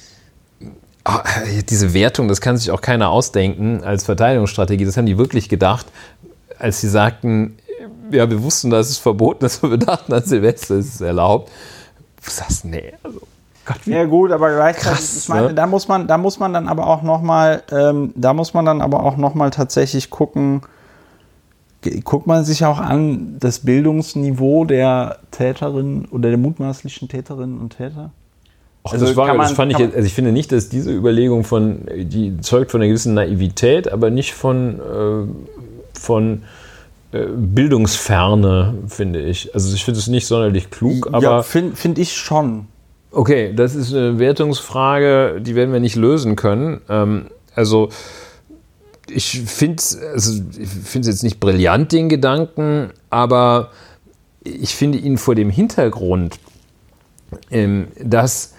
diese Wertung, das kann sich auch keiner ausdenken als Verteidigungsstrategie, das haben die wirklich gedacht, als sie sagten, ja, wir wussten, dass es verboten ist, aber wir dachten, an Silvester ist es erlaubt. Du sagst, nee, also Gott, wie ja gut, aber gleichzeitig, krass, ich meine, ne? da muss man, da muss man dann aber auch nochmal, ähm, da muss man dann aber auch nochmal tatsächlich gucken, guckt man sich auch an, das Bildungsniveau der Täterinnen oder der mutmaßlichen Täterinnen und Täter? Ach, also das, war, man, das fand ich, jetzt, also ich finde nicht, dass diese Überlegung von, die zeugt von einer gewissen Naivität, aber nicht von, äh, von Bildungsferne, finde ich. Also ich finde es nicht sonderlich klug, aber... Ja, finde find ich schon. Okay, das ist eine Wertungsfrage, die werden wir nicht lösen können. Ähm, also ich finde also es jetzt nicht brillant, den Gedanken, aber ich finde ihn vor dem Hintergrund, ähm, dass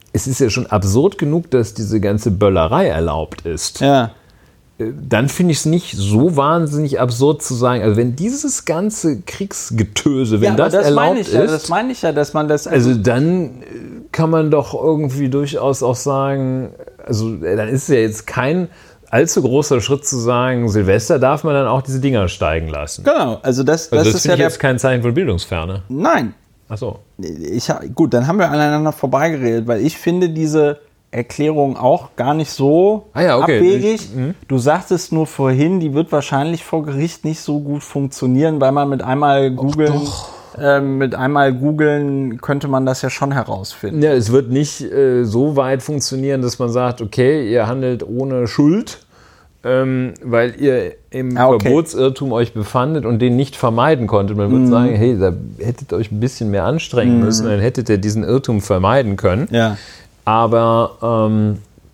es ist ja schon absurd genug, dass diese ganze Böllerei erlaubt ist. Ja. Dann finde ich es nicht so wahnsinnig absurd zu sagen, also wenn dieses ganze Kriegsgetöse, wenn ja, das, das erlaubt meine ich ja, ist, das meine ich ja, dass man das... also dann kann man doch irgendwie durchaus auch sagen, also dann ist es ja jetzt kein allzu großer Schritt zu sagen, Silvester darf man dann auch diese Dinger steigen lassen. Genau, also das, das, also das ist finde ja ich der, jetzt kein Zeichen von Bildungsferne. Nein. Ach so. Ich, gut, dann haben wir aneinander vorbeigeredet, weil ich finde diese Erklärung auch gar nicht so ah ja, okay. abwegig. Ich, hm. Du sagtest nur vorhin, die wird wahrscheinlich vor Gericht nicht so gut funktionieren, weil man mit einmal googeln, äh, mit einmal googeln könnte man das ja schon herausfinden. Ja, es wird nicht äh, so weit funktionieren, dass man sagt, okay, ihr handelt ohne Schuld, ähm, weil ihr im ah, okay. Verbotsirrtum euch befandet und den nicht vermeiden konntet. Man würde mm. sagen, hey, da hättet ihr euch ein bisschen mehr anstrengen mm. müssen, dann hättet ihr diesen Irrtum vermeiden können. Ja. Aber, ähm,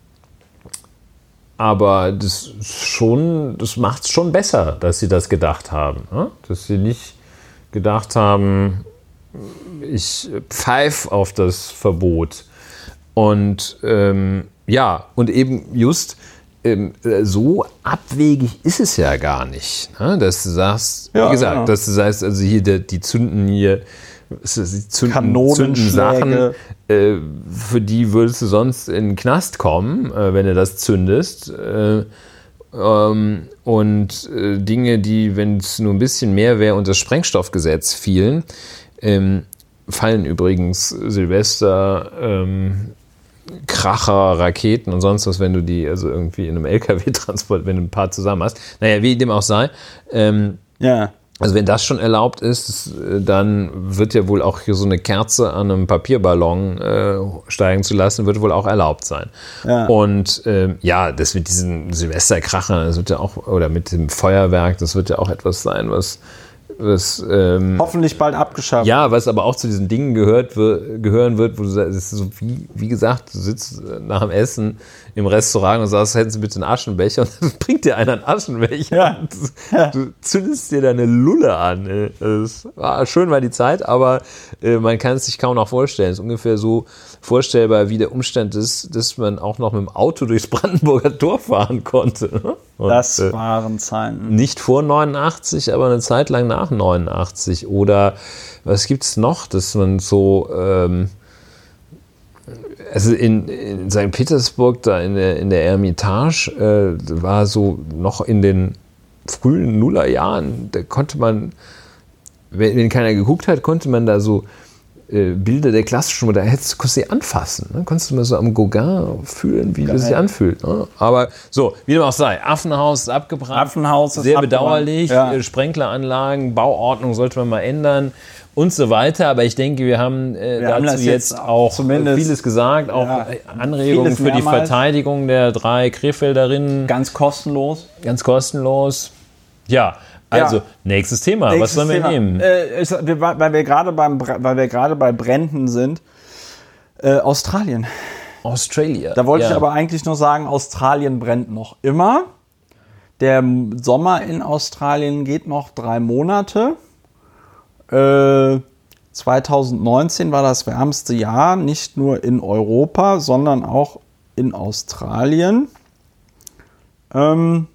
aber das schon, das macht es schon besser, dass sie das gedacht haben. Ne? Dass sie nicht gedacht haben, ich pfeife auf das Verbot. Und ähm, ja, und eben just ähm, so abwegig ist es ja gar nicht. Ne? Dass du sagst, ja, wie gesagt, genau. dass du sagst, also hier, die, die zünden hier Sie zünden, Kanonenschläge. zünden Sachen, äh, für die würdest du sonst in den Knast kommen, äh, wenn du das zündest. Äh, ähm, und äh, Dinge, die, wenn es nur ein bisschen mehr wäre, unter das Sprengstoffgesetz fielen, ähm, fallen übrigens Silvester, ähm, Kracher, Raketen und sonst was, wenn du die also irgendwie in einem L K W transport, wenn du ein paar zusammen hast. Naja, wie dem auch sei. Ähm, ja. Also wenn das schon erlaubt ist, dann wird ja wohl auch hier so eine Kerze an einem Papierballon äh, steigen zu lassen, wird wohl auch erlaubt sein. Ja. Und äh, ja, das mit diesen Silvesterkrachern, das wird ja auch, oder mit dem Feuerwerk, das wird ja auch etwas sein, was was ähm, hoffentlich bald abgeschafft. Ja, was aber auch zu diesen Dingen gehört, gehören wird, wo du sagst, es ist so wie, wie gesagt, du sitzt nach dem Essen im Restaurant und sagst, hätten Sie bitte einen Aschenbecher, und dann bringt dir einer einen Aschenbecher ja. und du, ja. du zündest dir deine Lulle an. Das war, schön war die Zeit, aber äh, man kann es sich kaum noch vorstellen. Es ist ungefähr so vorstellbar, wie der Umstand ist, dass man auch noch mit dem Auto durchs Brandenburger Tor fahren konnte. Und, das äh, waren Zeiten. Nicht vor neunundachtzig, aber eine Zeit lang nach neunundachtzig. Oder was gibt es noch, dass man so, ähm, also in, in Sankt Petersburg, da in der, in der Eremitage, äh, war so noch in den frühen Nullerjahren, da konnte man, wenn, wenn keiner geguckt hat, konnte man da so äh, Bilder der klassischen, da hättest, konntest du sie anfassen. Ne? Konntest du mal so am Gauguin fühlen, wie Geil. Das sich anfühlt. Ne? Aber so, wie dem auch sei, Affenhaus ist abgebrannt. Affenhaus ist sehr abgebrannt. bedauerlich. Ja. Sprenkleranlagen, Bauordnung sollte man mal ändern und so weiter. Aber ich denke, wir haben äh, wir dazu haben jetzt, jetzt auch vieles gesagt, auch ja, Anregungen für die Verteidigung der drei Krefelderinnen. Ganz kostenlos. Ganz kostenlos. Ja. Also, ja. nächstes Thema. Nächstes Was sollen wir Thema. nehmen? Äh, ist, weil wir gerade beim, weil wir gerade bei Bränden sind. Äh, Australien. Australia. Da wollte ja. ich aber eigentlich nur sagen, Australien brennt noch immer. Der Sommer in Australien geht noch drei Monate. Äh, zwanzig neunzehn war das wärmste Jahr, nicht nur in Europa, sondern auch in Australien. Ähm,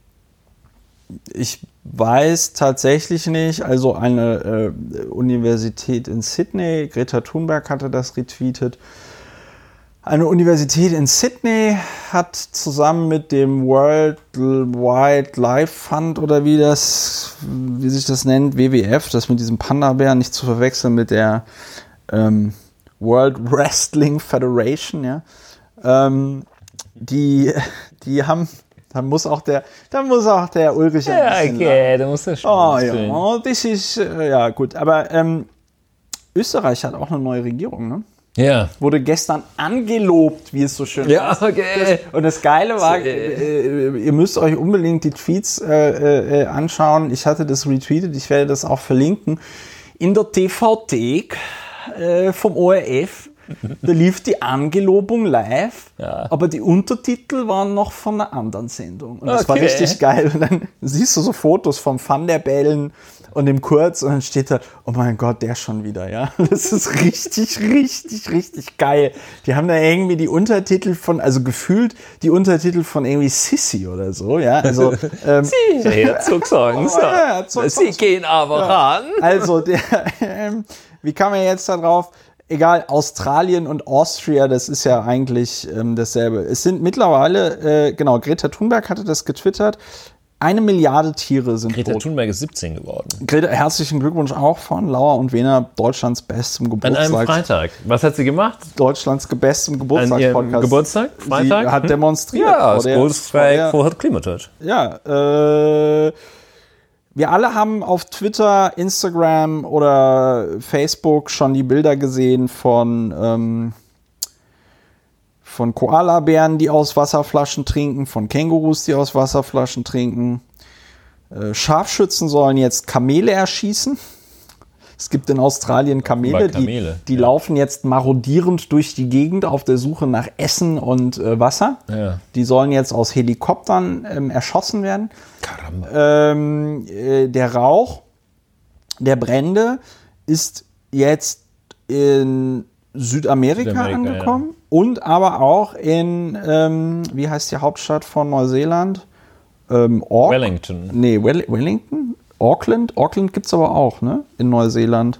ich weiß tatsächlich nicht, also eine äh, Universität in Sydney, Greta Thunberg hatte das retweetet, eine Universität in Sydney hat zusammen mit dem World Wildlife Fund oder wie das, wie sich das nennt, W W F, das mit diesem Panda-Bär, nicht zu verwechseln mit der ähm, World Wrestling Federation, ja, ähm, die, die haben Da muss auch der, da muss auch der Ulrich ein ja, bisschen okay, da muss er schon. Oh ja, das ist, ja gut. Aber ähm, Österreich hat auch eine neue Regierung, ne? Ja. Wurde gestern angelobt, wie es so schön ja, heißt. Okay. Das, und das Geile war, äh, ihr müsst euch unbedingt die Tweets äh, äh, anschauen. Ich hatte das retweetet, ich werde das auch verlinken. In der T V-Thek äh, vom O R F Da lief die Angelobung live, Ja. aber die Untertitel waren noch von einer anderen Sendung. Und das war Okay. richtig geil. Und dann siehst du so Fotos vom Van der Bellen und dem Kurz und dann steht da, oh mein Gott, der schon wieder, ja. Das ist richtig, richtig, richtig geil. Die haben da irgendwie die Untertitel von, also gefühlt die Untertitel von irgendwie Sissy oder so, ja. Also, ähm, Sie, Herzog sagen Sie. Ja, Herzog Sie gehen aber ran. also der, ähm, wie kam er jetzt da drauf? Egal, Australien und Austria, das ist ja eigentlich ähm, dasselbe. Es sind mittlerweile, äh, genau, Greta Thunberg hatte das getwittert, eine Milliarde Tiere sind Greta tot. Thunberg ist siebzehn geworden. Greta, herzlichen Glückwunsch auch von Lauer und Wehner, Deutschlands bestem An Geburtstag. einem Freitag. Was hat sie gemacht? Deutschlands bestem An ihrem Geburtstagspodcast. Geburtstag? Freitag? Sie hat Hm? demonstriert. Ja, vor der- das vor der- Geburtstag vor Klimatouch. Ja, äh, wir alle haben auf Twitter, Instagram oder Facebook schon die Bilder gesehen von, ähm, von Koalabären, die aus Wasserflaschen trinken, von Kängurus, die aus Wasserflaschen trinken. Äh, Scharfschützen sollen jetzt Kamele erschießen. Es gibt in Australien Kamele, Offenbar Kamele, die, die ja. laufen jetzt marodierend durch die Gegend auf der Suche nach Essen und äh, Wasser. Ja. Die sollen jetzt aus Helikoptern ähm, erschossen werden. Caramba. Ähm, äh, der Rauch der Brände ist jetzt in Südamerika, Südamerika, angekommen und aber auch in, ähm, wie heißt die Hauptstadt von Neuseeland? Ähm, Auck- Wellington. Nee, Well Wellington? Auckland? Auckland gibt es aber auch, ne? In Neuseeland.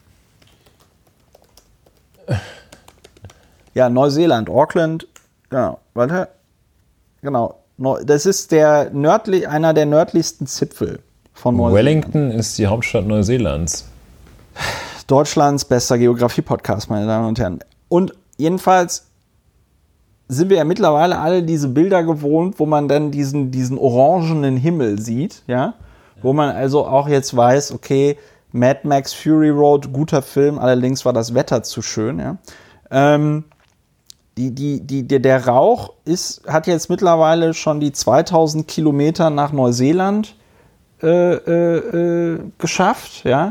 Ja, Neuseeland, Auckland, genau, warte. Genau. Neu- Das ist der nördlich, einer der nördlichsten Zipfel von Neuseeland. Wellington ist die Hauptstadt Neuseelands. Deutschlands bester Geografie-Podcast, meine Damen und Herren. Und jedenfalls sind wir ja mittlerweile alle diese Bilder gewohnt, wo man dann diesen, diesen orangenen Himmel sieht, ja? Wo man also auch jetzt weiß, okay, Mad Max Fury Road, guter Film, allerdings war das Wetter zu schön, ja? Ähm, die, die, die, der, der Rauch ist, hat jetzt mittlerweile schon die zweitausend Kilometer nach Neuseeland äh, äh, äh, geschafft, ja?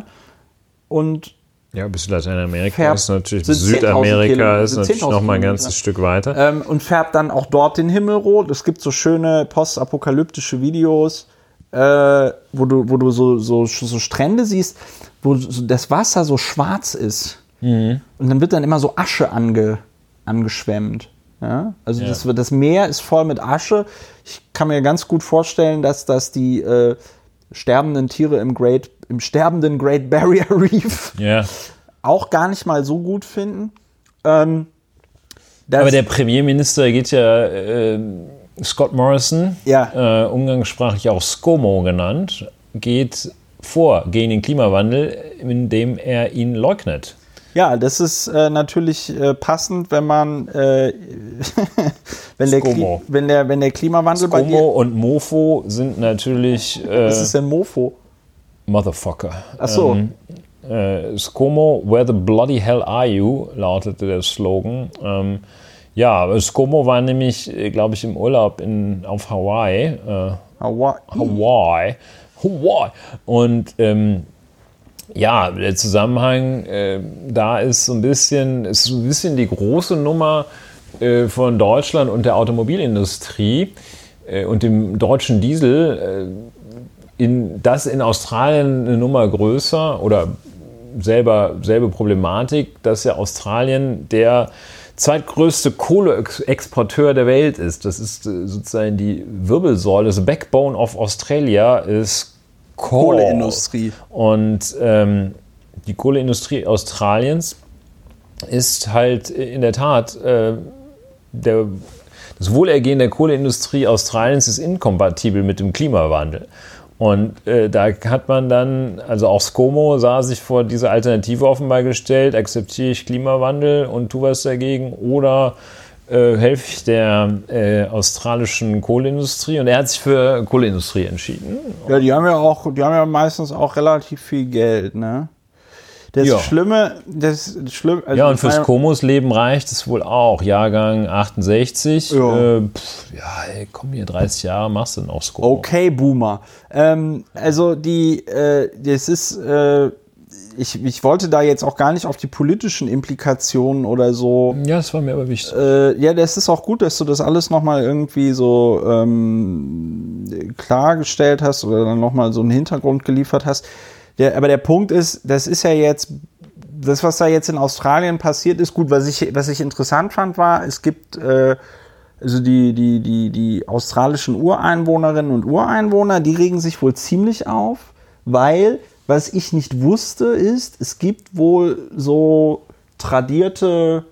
Und Ja, bis Lateinamerika Färbt- ist natürlich, sind bis Südamerika zehntausend ist Kilo- natürlich zehntausend noch mal ein Kilometer. ganzes Stück weiter. Ähm, und färbt dann auch dort den Himmel rot. Es gibt so schöne postapokalyptische Videos, äh, wo du, wo du so, so, so Strände siehst, wo so das Wasser so schwarz ist. Mhm. Und dann wird dann immer so Asche ange, angeschwemmt. Ja? Also Ja. das, das Meer ist voll mit Asche. Ich kann mir ganz gut vorstellen, dass, dass die äh, sterbenden Tiere im, Great, im sterbenden Great Barrier Reef Ja. auch gar nicht mal so gut finden. Ähm, das- Aber der Premierminister geht ja, äh, Scott Morrison, Ja. äh, umgangssprachlich auch ScoMo genannt, geht vor gegen den Klimawandel, indem er ihn leugnet. Ja, das ist äh, natürlich äh, passend, wenn man äh, wenn, der Kli- ScoMo. wenn, der, wenn der Klimawandel bei ScoMo dir. und Mofo sind natürlich äh, Was ist denn Mofo? Motherfucker. Ach so. Ähm, äh, ScoMo, where the bloody hell are you, lautete der Slogan. Ähm, ja, ScoMo war nämlich, glaube ich, im Urlaub in, auf Hawaii. Äh, Hawaii. Hawaii. Hawaii. Und ähm, ja, der Zusammenhang äh, da ist so ein bisschen, ist so ein bisschen die große Nummer äh, von Deutschland und der Automobilindustrie äh, und dem deutschen Diesel. Äh, in, das in Australien eine Nummer größer oder selber, selbe Problematik, dass ja Australien der zweitgrößte Kohleexporteur der Welt ist. Das ist äh, sozusagen die Wirbelsäule, das Backbone of Australia ist Coal. Kohleindustrie. Und ähm, die Kohleindustrie Australiens ist halt in der Tat, äh, der, das Wohlergehen der Kohleindustrie Australiens ist inkompatibel mit dem Klimawandel. Und äh, da hat man dann, also auch ScoMo sah sich vor diese Alternative offenbar gestellt, akzeptiere ich Klimawandel und tu was dagegen oder äh, helfe ich der äh, australischen Kohleindustrie, und er hat sich für Kohleindustrie entschieden. Ja, die haben ja auch, die haben ja meistens auch relativ viel Geld, ne? Das Ja. Schlimme, das Schlimme, also Ja, und ich fürs meine- Komos Leben reicht es wohl auch. Jahrgang achtundsechzig. Ja. Äh, pff, ja, ey, komm hier, dreißig Jahre machst du noch Skomo. Okay, Boomer. Ähm, also die, äh, das ist, äh, ich, ich wollte da jetzt auch gar nicht auf die politischen Implikationen oder so. Ja, das war mir aber wichtig. Äh, ja, das ist auch gut, dass du das alles nochmal irgendwie so ähm, klargestellt hast oder dann nochmal so einen Hintergrund geliefert hast. Der, aber der Punkt ist, das ist ja jetzt, das, was da jetzt in Australien passiert, ist gut. Was ich, was ich interessant fand, war, es gibt äh, also die, die, die, die australischen Ureinwohnerinnen und Ureinwohner, die regen sich wohl ziemlich auf, weil, was ich nicht wusste, ist, es gibt wohl so tradierte,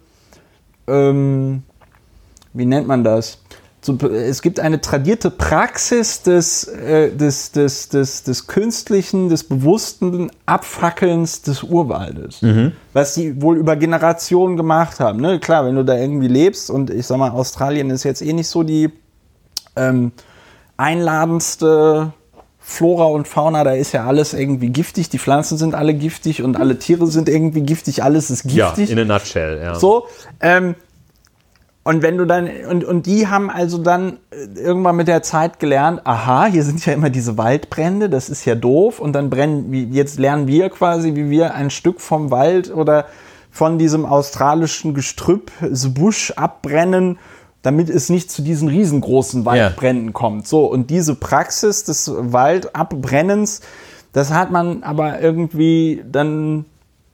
ähm, wie nennt man das? So, es gibt eine tradierte Praxis des, äh, des, des, des, des künstlichen, des bewussten Abfackelns des Urwaldes, mhm. was sie wohl über Generationen gemacht haben. Ne? Klar, wenn du da irgendwie lebst und ich sag mal, Australien ist jetzt eh nicht so die ähm, einladendste Flora und Fauna, da ist ja alles irgendwie giftig, die Pflanzen sind alle giftig und alle Tiere sind irgendwie giftig, alles ist giftig. Ja, in a nutshell, ja. So, ähm, Und wenn du dann, und, und die haben also dann irgendwann mit der Zeit gelernt, aha, hier sind ja immer diese Waldbrände, das ist ja doof. Und dann brennen, jetzt lernen wir quasi, wie wir ein Stück vom Wald oder von diesem australischen Gestrüpp, the Bush, abbrennen, damit es nicht zu diesen riesengroßen Waldbränden ja. kommt. So, und diese Praxis des Waldabbrennens, das hat man aber irgendwie dann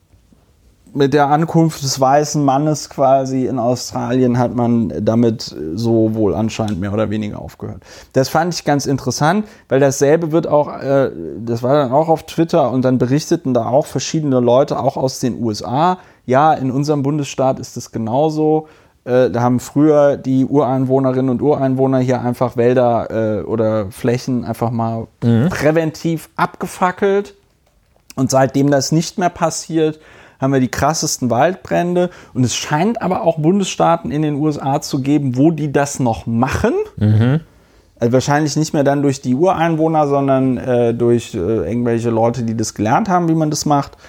mit der Ankunft des weißen Mannes quasi in Australien hat man damit so wohl anscheinend mehr oder weniger aufgehört. Das fand ich ganz interessant, weil dasselbe wird auch, äh, das war dann auch auf Twitter und dann berichteten da auch verschiedene Leute, auch aus den U S A. Ja, in unserem Bundesstaat ist es genauso. Äh, da haben früher die Ureinwohnerinnen und Ureinwohner hier einfach Wälder äh, oder Flächen einfach mal mhm. präventiv abgefackelt. Und seitdem das nicht mehr passiert, haben wir die krassesten Waldbrände. Und es scheint aber auch Bundesstaaten in den U S A zu geben, wo die das noch machen. Mhm. Also wahrscheinlich nicht mehr dann durch die Ureinwohner, sondern äh, durch äh, irgendwelche Leute, die das gelernt haben, wie man das macht.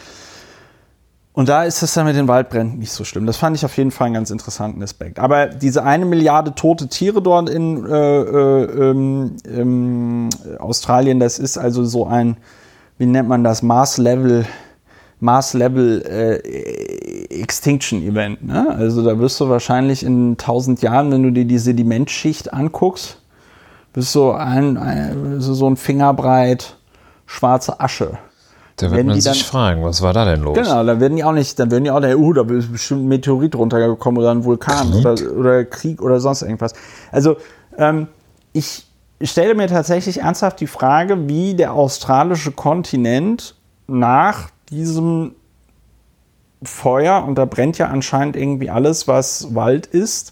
Und da ist es dann mit den Waldbränden nicht so schlimm. Das fand ich auf jeden Fall einen ganz interessanten Aspekt. Aber diese eine Milliarde tote Tiere dort in äh, äh, ähm, ähm, Australien, das ist also so ein, wie nennt man das, Mars-Level Mars-Level äh, Extinction Event. Ne? Also da wirst du wahrscheinlich in tausend Jahren, wenn du dir die Sedimentschicht anguckst, bist du ein, ein, so ein Fingerbreit schwarze Asche. Da wird man sich dann fragen, was war da denn los? Genau, da werden die auch nicht, dann werden die auch, der, uh, da ist bestimmt ein Meteorit runtergekommen oder ein Vulkan Krieg? Oder, oder Krieg oder sonst irgendwas. Also ähm, ich stelle mir tatsächlich ernsthaft die Frage, wie der australische Kontinent nach diesem Feuer, und da brennt ja anscheinend irgendwie alles, was Wald ist,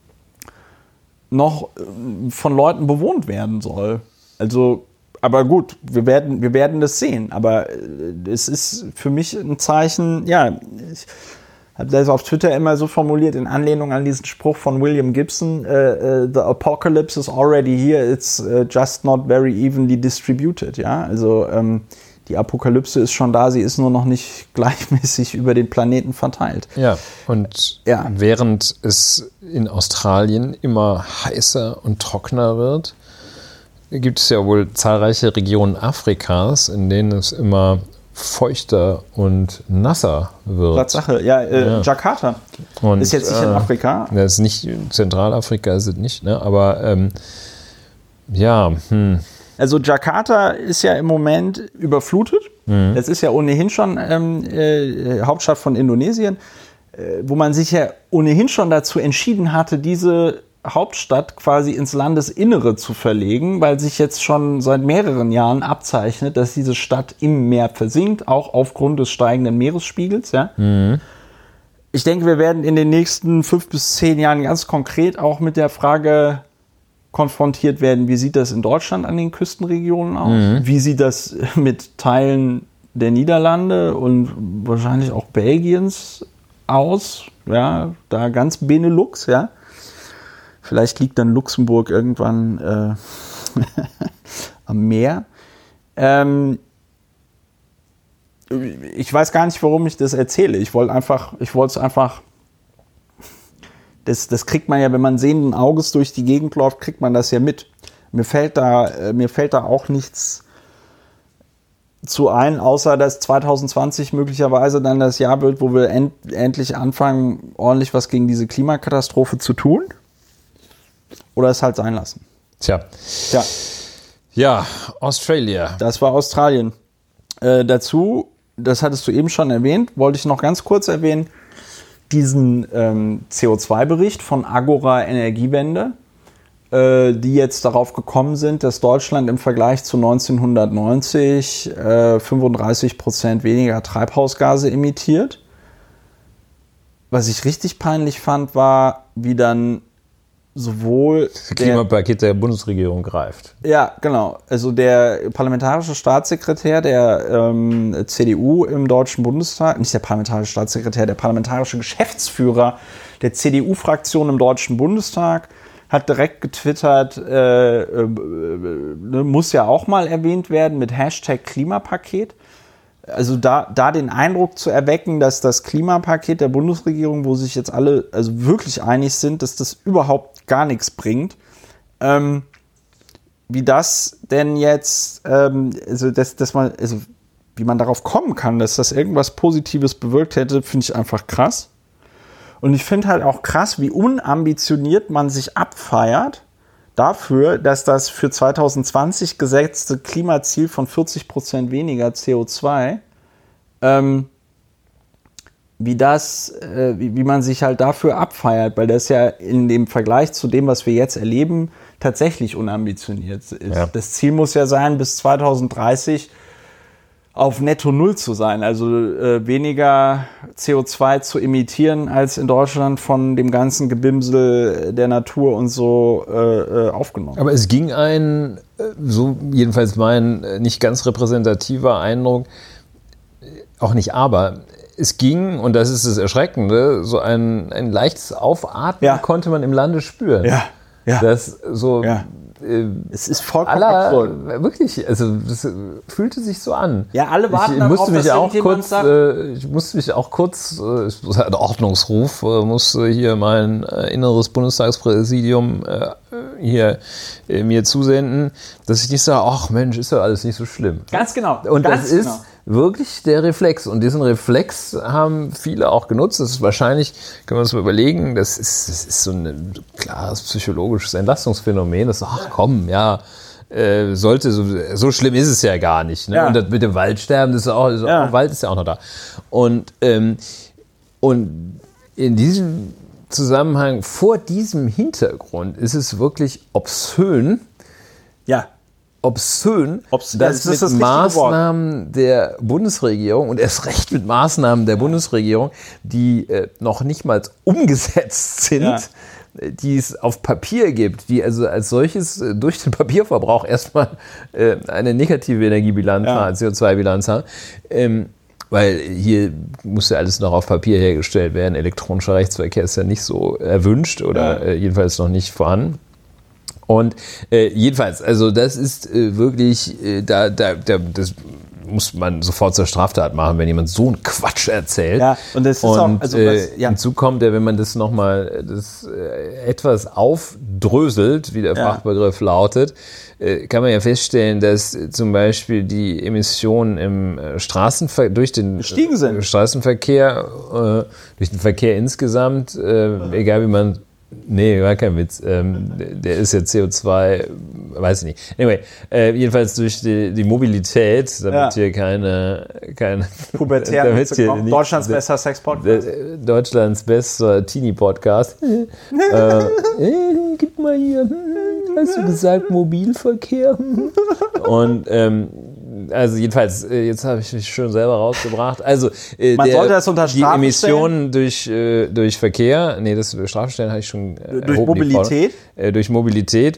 noch von Leuten bewohnt werden soll. Also, aber gut, wir werden, wir werden das sehen. Aber es ist für mich ein Zeichen, ja, ich habe das auf Twitter immer so formuliert, in Anlehnung an diesen Spruch von William Gibson, uh, uh, the apocalypse is already here, it's uh, just not very evenly distributed. Ja, also ähm, die Apokalypse ist schon da, sie ist nur noch nicht gleichmäßig über den Planeten verteilt. Ja, und ja. während es in Australien immer heißer und trockener wird, gibt es ja wohl zahlreiche Regionen Afrikas, in denen es immer feuchter und nasser wird. Tatsache, ja, äh, ja. Jakarta und, ist jetzt nicht äh, in Afrika. Das ist nicht, Zentralafrika ist es nicht, ne? Aber ähm, ja, hm. Also Jakarta ist ja im Moment überflutet. Mhm. Das ist ja ohnehin schon ähm, äh, Hauptstadt von Indonesien, äh, wo man sich ja ohnehin schon dazu entschieden hatte, diese Hauptstadt quasi ins Landesinnere zu verlegen, weil sich jetzt schon seit mehreren Jahren abzeichnet, dass diese Stadt im Meer versinkt, auch aufgrund des steigenden Meeresspiegels. Ja? Mhm. Ich denke, wir werden in den nächsten fünf bis zehn Jahren ganz konkret auch mit der Frage konfrontiert werden, wie sieht das in Deutschland an den Küstenregionen aus? Mhm. Wie sieht das mit Teilen der Niederlande und wahrscheinlich auch Belgiens aus? Ja, da ganz Benelux, ja. Vielleicht liegt dann Luxemburg irgendwann äh, am Meer. Ähm, ich weiß gar nicht, warum ich das erzähle. Ich wollte einfach, ich wollte es einfach. Das, das kriegt man ja, wenn man sehenden Auges durch die Gegend läuft, kriegt man das ja mit. Mir fällt da, mir fällt da auch nichts zu ein, außer dass zwanzig zwanzig möglicherweise dann das Jahr wird, wo wir end, endlich anfangen, ordentlich was gegen diese Klimakatastrophe zu tun? Oder es halt sein lassen? Tja. Tja. Ja, Australia. Das war Australien. Äh, dazu, das hattest du eben schon erwähnt, wollte ich noch ganz kurz erwähnen, diesen ähm, C O zwei Bericht von Agora Energiewende, äh, die jetzt darauf gekommen sind, dass Deutschland im Vergleich zu neunzehnhundertneunzig äh, fünfunddreißig Prozent weniger Treibhausgase emittiert. Was ich richtig peinlich fand, war, wie dann sowohl das Klimapaket der, der Bundesregierung greift. Ja, genau. Also der parlamentarische Staatssekretär der ähm, C D U im Deutschen Bundestag, nicht der parlamentarische Staatssekretär, der parlamentarische Geschäftsführer der C D U-Fraktion im Deutschen Bundestag hat direkt getwittert, äh, äh, äh, muss ja auch mal erwähnt werden mit Hashtag Klimapaket. Also da, da den Eindruck zu erwecken, dass das Klimapaket der Bundesregierung, wo sich jetzt alle also wirklich einig sind, dass das überhaupt gar nichts bringt. Ähm, wie das denn jetzt, ähm, also dass, dass man, also wie man darauf kommen kann, dass das irgendwas Positives bewirkt hätte, finde ich einfach krass. Und ich finde halt auch krass, wie unambitioniert man sich abfeiert dafür, dass das für zwanzig zwanzig gesetzte Klimaziel von vierzig Prozent weniger C O zwei, ähm, wie das, äh, wie, wie man sich halt dafür abfeiert, weil das ja in dem Vergleich zu dem, was wir jetzt erleben, tatsächlich unambitioniert ist. Ja. Das Ziel muss ja sein, bis zwanzig dreißig auf Netto Null zu sein, also äh, weniger C O zwei zu emittieren, als in Deutschland von dem ganzen Gebimsel der Natur und so äh, aufgenommen. Aber es ging ein, so jedenfalls mein nicht ganz repräsentativer Eindruck, auch nicht aber, es ging, und das ist das Erschreckende, so ein, ein leichtes Aufatmen ja. konnte man im Lande spüren. Ja, ja. Das so... Ja. Es ist vollkommen aller, absurd. Wirklich, also das fühlte sich so an. Ja, alle warten ich, ich musste darauf, mich dass auch kurz, sagt, äh, Ich musste mich auch kurz, äh, ein Ordnungsruf, äh, musste hier mein äh, inneres Bundestagspräsidium äh, hier äh, mir zusenden, dass ich nicht sage, ach Mensch, ist ja alles nicht so schlimm. Ganz genau. Und ganz das ist genau. wirklich der Reflex. Und diesen Reflex haben viele auch genutzt. Das ist wahrscheinlich, können wir uns mal überlegen, das ist, das ist so ein klares psychologisches Entlastungsphänomen. Das ist, ach komm, ja, äh, sollte, so, so schlimm ist es ja gar nicht. Ne? Ja. Und das mit dem Waldsterben, das ist auch, das ja. auch, Wald ist ja auch noch da. Und, ähm, und in diesem Zusammenhang, vor diesem Hintergrund, ist es wirklich obszön, ja. obszön, Obs- dass das ist das mit richtige Maßnahmen der Bundesregierung und erst recht mit Maßnahmen der Bundesregierung, die äh, noch nicht mal umgesetzt sind, ja. die es auf Papier gibt, die also als solches äh, durch den Papierverbrauch erstmal äh, eine negative Energiebilanz, ja. C O zwei Bilanz haben, ähm, weil hier muss ja alles noch auf Papier hergestellt werden. Elektronischer Rechtsverkehr ist ja nicht so erwünscht oder ja. äh, jedenfalls noch nicht vorhanden. Und äh, jedenfalls, also das ist äh, wirklich, äh, da, da, da, das muss man sofort zur Straftat machen, wenn jemand so einen Quatsch erzählt. Ja, und das ist und, auch, also äh, das, ja. hinzu kommt ja, wenn man das nochmal das, äh, etwas aufdröselt, wie der ja. Fachbegriff lautet, äh, kann man ja feststellen, dass äh, zum Beispiel die Emissionen im äh, Straßenver- durch den gestiegen sind. Äh, Straßenverkehr, äh, durch den Verkehr insgesamt, äh, egal wie man Nee, war kein Witz. Ähm, der ist ja C O zwei, weiß ich nicht. Anyway, äh, jedenfalls durch die, die Mobilität, damit ja. hier keine, keine Pubertär damit hier nicht, Deutschlands bester Sex-Podcast. Deutschlands bester Teenie-Podcast. äh, äh, gib mal hier, hast du gesagt Mobilverkehr? Und ähm, also jedenfalls, jetzt habe ich mich schon selber rausgebracht. Also äh, Man der, sollte das unter die Emissionen durch, äh, durch Verkehr, nee, das Strafstellen habe ich schon äh, durch Mobilität? Äh, durch Mobilität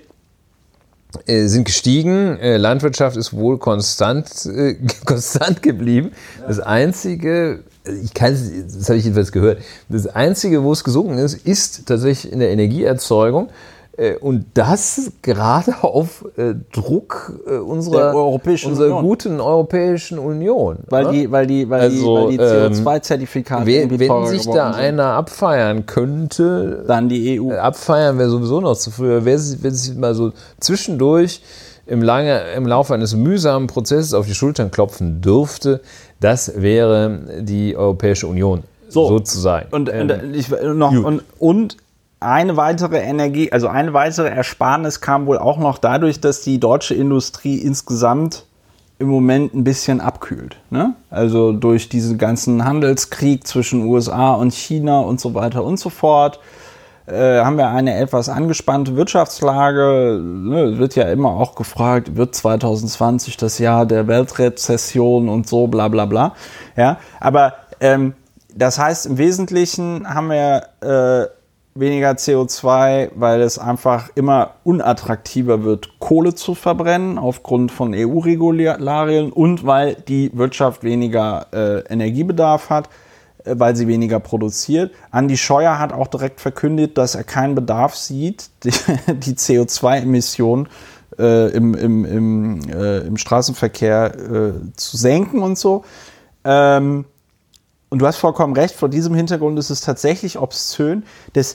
äh, sind gestiegen. Äh, Landwirtschaft ist wohl konstant, äh, konstant geblieben. Ja. Das Einzige, ich kann, das habe ich jedenfalls gehört, das Einzige, wo es gesunken ist, ist tatsächlich in der Energieerzeugung. Und das gerade auf äh, Druck äh, unserer, unserer Union. guten Europäischen Union. Weil ne? die, weil die, weil also, die, weil die C O zwei Zertifikate ähm, wenn, wenn sich da sind. einer abfeiern könnte, dann die E U. Äh, abfeiern wäre sowieso noch zu früh. Wer wenn sich mal so zwischendurch im, lange, im Laufe eines mühsamen Prozesses auf die Schultern klopfen dürfte, das wäre die Europäische Union, so, sozusagen. Und, ähm, und, ich, noch, und, und eine weitere Energie, also eine weitere Ersparnis kam wohl auch noch dadurch, dass die deutsche Industrie insgesamt im Moment ein bisschen abkühlt. Ne? Also durch diesen ganzen Handelskrieg zwischen U S A und China und so weiter und so fort äh, haben wir eine etwas angespannte Wirtschaftslage. Ne? Wird ja immer auch gefragt, wird zwanzig zwanzig das Jahr der Weltrezession und so, bla bla bla. Ja? Aber ähm, das heißt, im Wesentlichen haben wir äh, weniger C O zwei, weil es einfach immer unattraktiver wird, Kohle zu verbrennen aufgrund von E U-Regularien und weil die Wirtschaft weniger äh, Energiebedarf hat, äh, weil sie weniger produziert. Andi Scheuer hat auch direkt verkündet, dass er keinen Bedarf sieht, die, die C O zwei Emissionen äh, im, im, im, äh, im Straßenverkehr äh, zu senken und so. Ähm, Und du hast vollkommen recht, vor diesem Hintergrund ist es tatsächlich obszön, dass,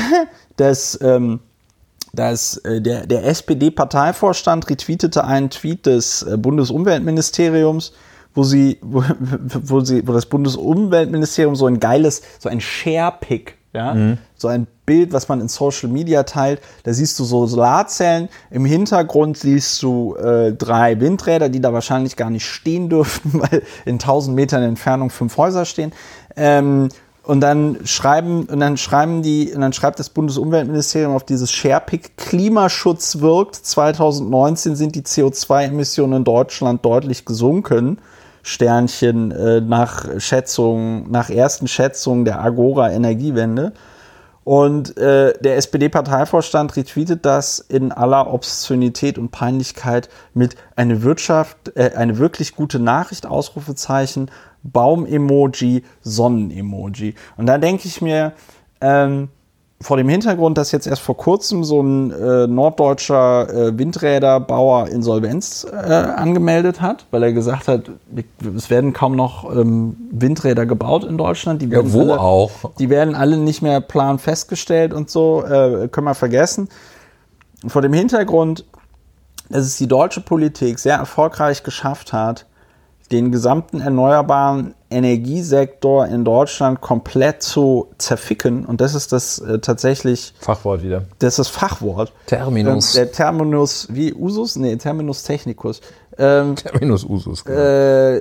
dass, ähm, dass äh, der, der S P D-Parteivorstand retweetete einen Tweet des äh, Bundesumweltministeriums, wo sie, wo, wo sie, wo das Bundesumweltministerium so ein geiles, so ein Share-Pick, ja, mhm. so ein Bild, was man in Social Media teilt, da siehst du so Solarzellen, im Hintergrund siehst du äh, drei Windräder, die da wahrscheinlich gar nicht stehen dürften, weil in tausend Metern Entfernung fünf Häuser stehen. Ähm, und dann schreiben, und dann schreiben die, und dann schreibt das Bundesumweltministerium auf dieses Sharepick, Klimaschutz wirkt, zwanzig neunzehn sind die C O zwei Emissionen in Deutschland deutlich gesunken. Sternchen äh, nach Schätzungen, nach ersten Schätzungen der Agora Energiewende. Und äh, der S P D-Parteivorstand retweetet das in aller Obszönität und Peinlichkeit mit eine Wirtschaft, äh, eine wirklich gute Nachricht, Ausrufezeichen, Baum-Emoji, Sonnen-Emoji. Und da denke ich mir, ähm, vor dem Hintergrund, dass jetzt erst vor kurzem so ein äh, norddeutscher äh, Windräderbauer Insolvenz äh, angemeldet hat, weil er gesagt hat, es werden kaum noch ähm, Windräder gebaut in Deutschland. Die werden ja, wo alle, auch? Die werden alle nicht mehr planfestgestellt und so, äh, können wir vergessen. Und vor dem Hintergrund, dass es die deutsche Politik sehr erfolgreich geschafft hat, den gesamten erneuerbaren Energiesektor in Deutschland komplett zu zerficken. Und das ist das äh, tatsächlich... Fachwort wieder. Das ist das Fachwort. Terminus. Ähm, der Terminus, wie Usus? Nee, Terminus technicus. Ähm, Terminus Usus. Genau. Äh,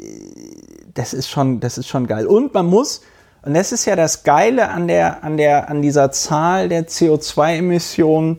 das ist schon, das ist schon geil. Und man muss, und das ist ja das Geile an der, an der, an dieser Zahl der C O zwei Emissionen,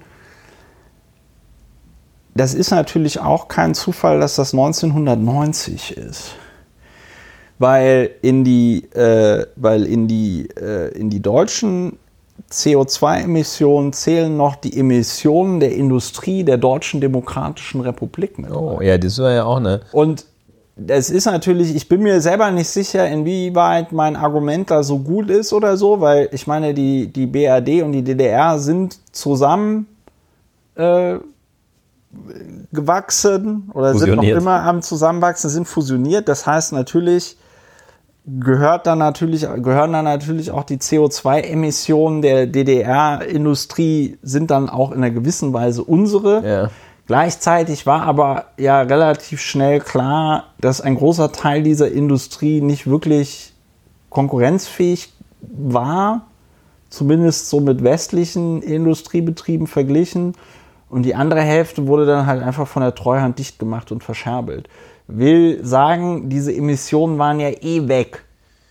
das ist natürlich auch kein Zufall, dass das neunzehnhundertneunzig ist. Weil in die, äh, weil in die, äh, in die deutschen C O zwei Emissionen zählen noch die Emissionen der Industrie der Deutschen Demokratischen Republik mit. Oh, ja, das war ja auch eine. Und das ist natürlich, ich bin mir selber nicht sicher, inwieweit mein Argument da so gut ist oder so, weil ich meine, die, die B R D und die D D R sind zusammen äh, gewachsen oder fusioniert. Sind noch immer am Zusammenwachsen, sind fusioniert. Das heißt natürlich, gehört dann natürlich, gehören dann natürlich auch die C O zwei Emissionen der D D R-Industrie sind dann auch in einer gewissen Weise unsere. Ja. Gleichzeitig war aber ja relativ schnell klar, dass ein großer Teil dieser Industrie nicht wirklich konkurrenzfähig war, zumindest so mit westlichen Industriebetrieben verglichen. Und die andere Hälfte wurde dann halt einfach von der Treuhand dicht gemacht und verscherbelt. Will sagen, diese Emissionen waren ja eh weg.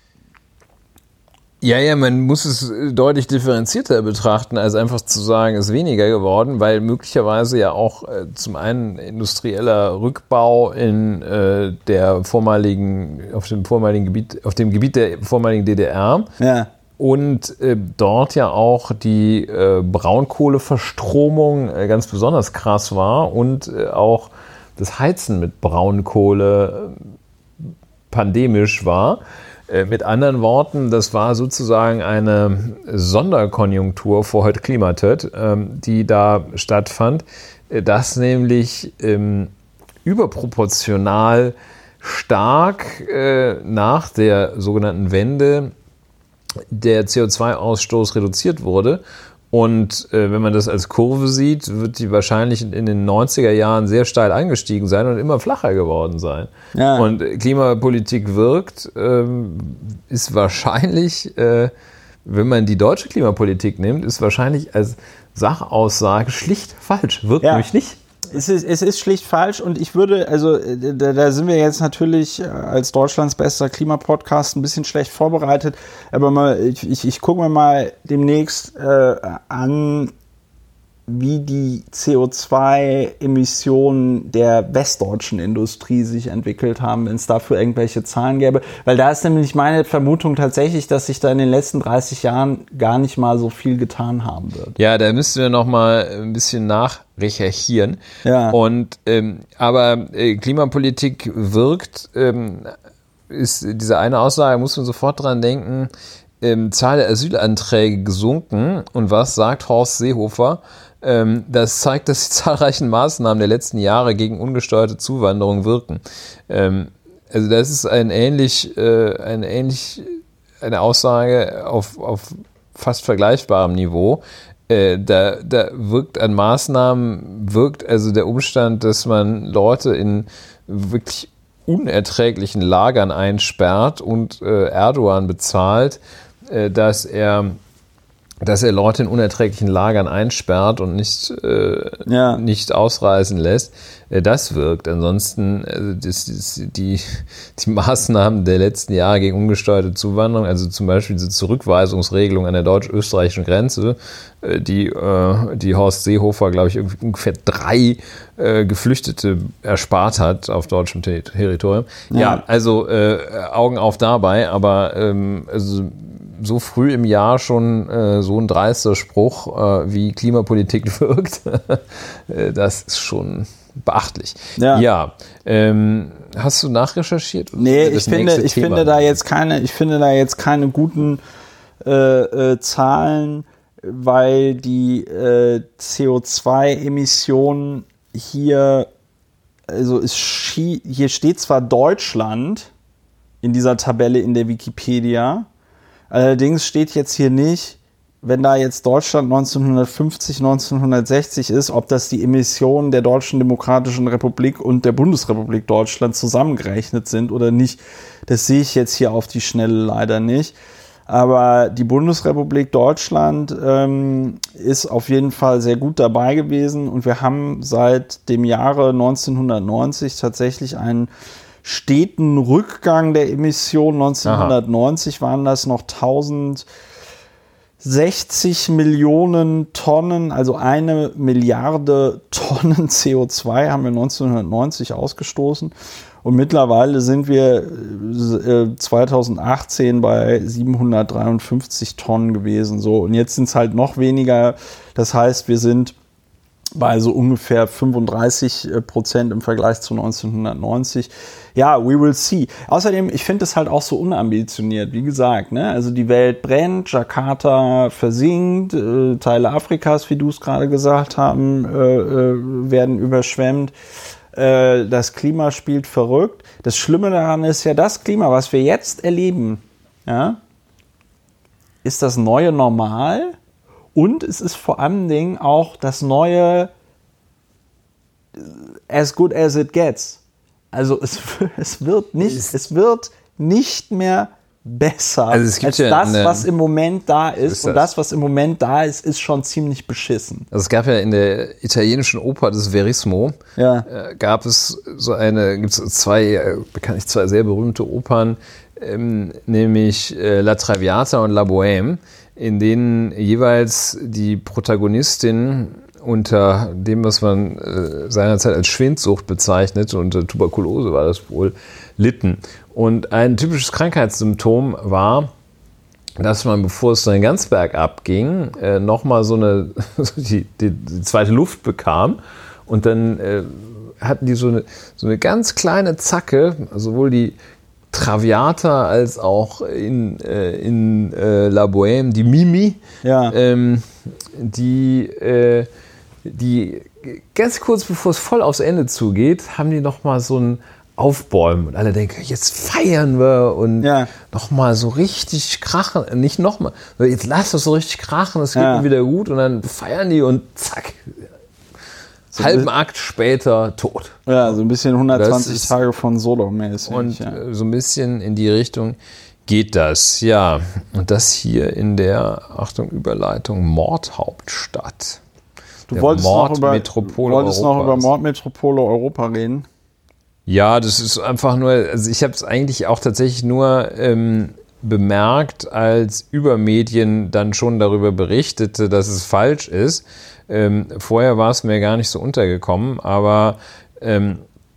Ja, ja, man muss es deutlich differenzierter betrachten, als einfach zu sagen, es ist weniger geworden, weil möglicherweise ja auch äh, zum einen industrieller Rückbau in äh, der vormaligen, auf dem vormaligen Gebiet, auf dem Gebiet der vormaligen D D R. Ja. Und äh, dort ja auch die äh, Braunkohleverstromung äh, ganz besonders krass war und äh, auch das Heizen mit Braunkohle äh, pandemisch war. Äh, mit anderen Worten, das war sozusagen eine Sonderkonjunktur vor heute Klimatet, äh, die da stattfand, äh, dass nämlich ähm, überproportional stark äh, nach der sogenannten Wende der C O zwei Ausstoß reduziert wurde Und äh, wenn man das als Kurve sieht, wird die wahrscheinlich in den neunziger Jahren sehr steil angestiegen sein und immer flacher geworden sein. Ja. Und Klimapolitik wirkt, ähm, ist wahrscheinlich, äh, wenn man die deutsche Klimapolitik nimmt, ist wahrscheinlich als Sachaussage schlicht falsch. Wirkt ja. nämlich nicht. Es ist, es ist schlicht falsch und ich würde, also da, da sind wir jetzt natürlich als Deutschlands bester Klimapodcast ein bisschen schlecht vorbereitet, aber mal, ich, ich, ich gucke mir mal demnächst äh, an, wie die C O zwei Emissionen der westdeutschen Industrie sich entwickelt haben, wenn es dafür irgendwelche Zahlen gäbe. Weil da ist nämlich meine Vermutung tatsächlich, dass sich da in den letzten dreißig Jahren gar nicht mal so viel getan haben wird. Ja, da müssten wir noch mal ein bisschen nachrecherchieren. Ja. Und, ähm, aber äh, Klimapolitik wirkt, ähm, ist diese eine Aussage, muss man sofort dran denken, ähm, Zahl der Asylanträge gesunken. Und was sagt Horst Seehofer? Das zeigt, dass die zahlreichen Maßnahmen der letzten Jahre gegen ungesteuerte Zuwanderung wirken. Also das ist ein ähnlich, eine ähnlich, eine Aussage auf, auf fast vergleichbarem Niveau. Da, da wirkt an Maßnahmen, wirkt also der Umstand, dass man Leute in wirklich unerträglichen Lagern einsperrt und Erdogan bezahlt, dass er dass er Leute in unerträglichen Lagern einsperrt und nicht, äh, ja. nicht ausreisen lässt, äh, das wirkt. Ansonsten also das, das, die, die Maßnahmen der letzten Jahre gegen ungesteuerte Zuwanderung, also zum Beispiel diese Zurückweisungsregelung an der deutsch-österreichischen Grenze, äh, die, äh, die Horst Seehofer, glaube ich, ungefähr drei äh, Geflüchtete erspart hat auf deutschem Ter- Territorium. Ja, ja also äh, Augen auf dabei, aber ähm, also so früh im Jahr schon äh, so ein dreister Spruch, äh, wie Klimapolitik wirkt, äh, das ist schon beachtlich. Ja, ja ähm, hast du nachrecherchiert? Nee, ich finde, ich finde da jetzt keine, ich finde da jetzt keine guten äh, äh, Zahlen, weil die äh, C O zwei Emissionen hier, also es schie- hier steht zwar Deutschland in dieser Tabelle in der Wikipedia. Allerdings steht jetzt hier nicht, wenn da jetzt Deutschland neunzehnhundertfünfzig, neunzehnhundertsechzig ist, ob das die Emissionen der Deutschen Demokratischen Republik und der Bundesrepublik Deutschland zusammengerechnet sind oder nicht. Das sehe ich jetzt hier auf die Schnelle leider nicht. Aber die Bundesrepublik Deutschland ähm, ist auf jeden Fall sehr gut dabei gewesen und wir haben seit dem Jahre neunzehnhundertneunzig tatsächlich einen steten Rückgang der Emissionen. neunzehnhundertneunzig Aha. waren das noch tausendsechzig Millionen Tonnen, also eine Milliarde Tonnen C O zwei haben wir neunzehnhundertneunzig ausgestoßen. Und mittlerweile sind wir äh, zweitausendachtzehn bei siebenhundertdreiundfünfzig Tonnen gewesen. So, und jetzt sind es halt noch weniger. Das heißt, wir sind bei so ungefähr fünfunddreißig Prozent im Vergleich zu neunzehnhundertneunzig. Ja, we will see. Außerdem, ich finde es halt auch so unambitioniert, wie gesagt, ne? Also die Welt brennt, Jakarta versinkt, äh, Teile Afrikas, wie du es gerade gesagt haben, äh, äh, werden überschwemmt. Äh, das Klima spielt verrückt. Das Schlimme daran ist ja, das Klima, was wir jetzt erleben, ja, ist das neue Normal. Und es ist vor allen Dingen auch das neue as good as it gets. Also es, es wird nicht, es wird nicht mehr besser also es gibt als ja das, eine, was im Moment da ist. ist und das, was im Moment da ist, ist schon ziemlich beschissen. Also es gab ja in der italienischen Oper des Verismo, ja. äh, gab es so eine, gibt es zwei, äh, bekanntlich zwei sehr berühmte Opern, ähm, nämlich äh, La Traviata und La Bohème, in denen jeweils die Protagonistin unter dem, was man äh, seinerzeit als Schwindsucht bezeichnet, unter Tuberkulose war das wohl, litten. Und ein typisches Krankheitssymptom war, dass man, bevor es dann ganz bergab ging, äh, nochmal so eine die, die, die zweite Luft bekam und dann äh, hatten die so eine, so eine ganz kleine Zacke, sowohl die Traviata als auch in, äh, in äh, La Bohème, die Mimi, ja. ähm, die, äh, die ganz kurz bevor es voll aufs Ende zugeht, haben die nochmal so einen aufbäumen und alle denken, jetzt feiern wir und ja. nochmal so richtig krachen, nicht nochmal, jetzt lass das so richtig krachen, es geht ja. mir wieder gut und dann feiern die und zack, so halben Akt später tot. Ja, so ein bisschen hundertzwanzig Tage von Solo-mäßig. Und ja. so ein bisschen in die Richtung geht das, ja. Und das hier in der, Achtung, Überleitung, Mordhauptstadt. Du wolltest, noch über, wolltest noch über Mordmetropole Europa reden? Ja, das ist einfach nur, also ich habe es eigentlich auch tatsächlich nur ähm, bemerkt, als Übermedien dann schon darüber berichtete, dass es falsch ist. Ähm, vorher war es mir gar nicht so untergekommen, aber ähm,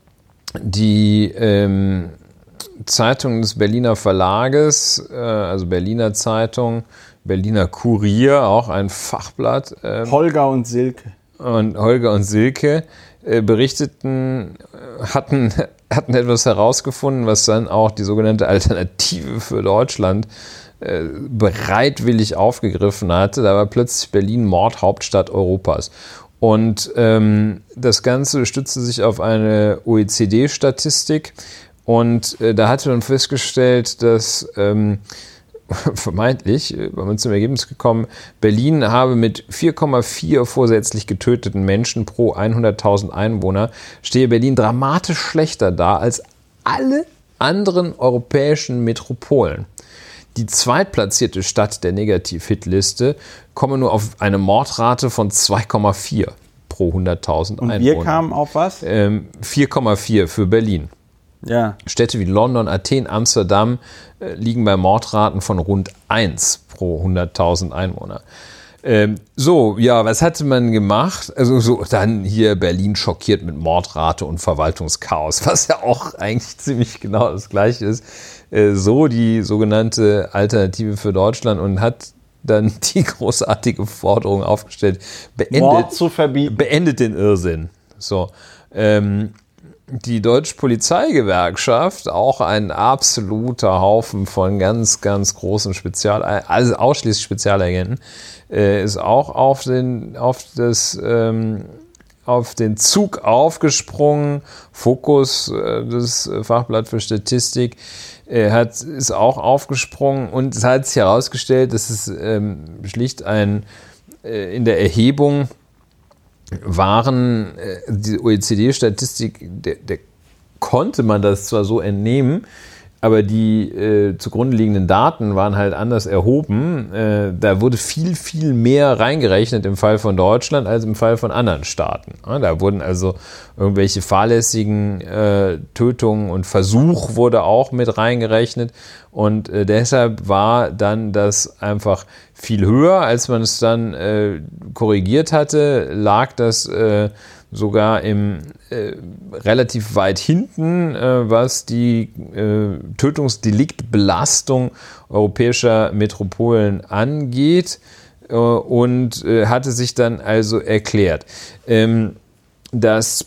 die ähm, Zeitung des Berliner Verlages, äh, also Berliner Zeitung, Berliner Kurier, auch ein Fachblatt. Ähm, Holger und Silke. Und Holger und Silke äh, berichteten, hatten, hatten etwas herausgefunden, was dann auch die sogenannte Alternative für Deutschland äh, bereitwillig aufgegriffen hatte. Da war plötzlich Berlin Mordhauptstadt Europas. Und ähm, das Ganze stützte sich auf eine O E C D-Statistik. Und äh, da hatte man festgestellt, dass ähm, vermeintlich, war man zum Ergebnis gekommen, Berlin habe mit vier Komma vier vorsätzlich getöteten Menschen pro hunderttausend Einwohner, stehe Berlin dramatisch schlechter da als alle anderen europäischen Metropolen. Die zweitplatzierte Stadt der Negativ-Hit-Liste komme nur auf eine Mordrate von zwei Komma vier pro hunderttausend Einwohner. Und wir kamen auf was? Ähm, vier Komma vier für Berlin. Ja. Städte wie London, Athen, Amsterdam äh, liegen bei Mordraten von rund eins pro hunderttausend Einwohner. Ähm, so, ja, was hatte man gemacht? Also so dann hier Berlin schockiert mit Mordrate und Verwaltungschaos, was ja auch eigentlich ziemlich genau das Gleiche ist. Äh, so die sogenannte Alternative für Deutschland und hat dann die großartige Forderung aufgestellt, beendet, Mord zu verbieten. Beendet den Irrsinn. So, ähm, die Deutsche Polizeigewerkschaft, auch ein absoluter Haufen von ganz, ganz großen Spezial, also ausschließlich Spezialagenten, äh, ist auch auf den, auf das, ähm, auf den Zug aufgesprungen. Fokus, äh, das Fachblatt für Statistik, äh, hat, ist auch aufgesprungen und es hat sich herausgestellt, dass es ähm, schlicht ein, äh, in der Erhebung waren, äh, die O E C D-Statistik, der, der konnte man das zwar so entnehmen, aber die äh, zugrunde liegenden Daten waren halt anders erhoben. Äh, da wurde viel, viel mehr reingerechnet im Fall von Deutschland als im Fall von anderen Staaten. Ja, da wurden also irgendwelche fahrlässigen äh, Tötungen und Versuch wurde auch mit reingerechnet. Und äh, deshalb war dann das einfach viel höher, als man es dann äh, korrigiert hatte, lag das äh, sogar im äh, relativ weit hinten, äh, was die äh, Tötungsdeliktbelastung europäischer Metropolen angeht äh, und äh, hatte sich dann also erklärt. Ähm, das,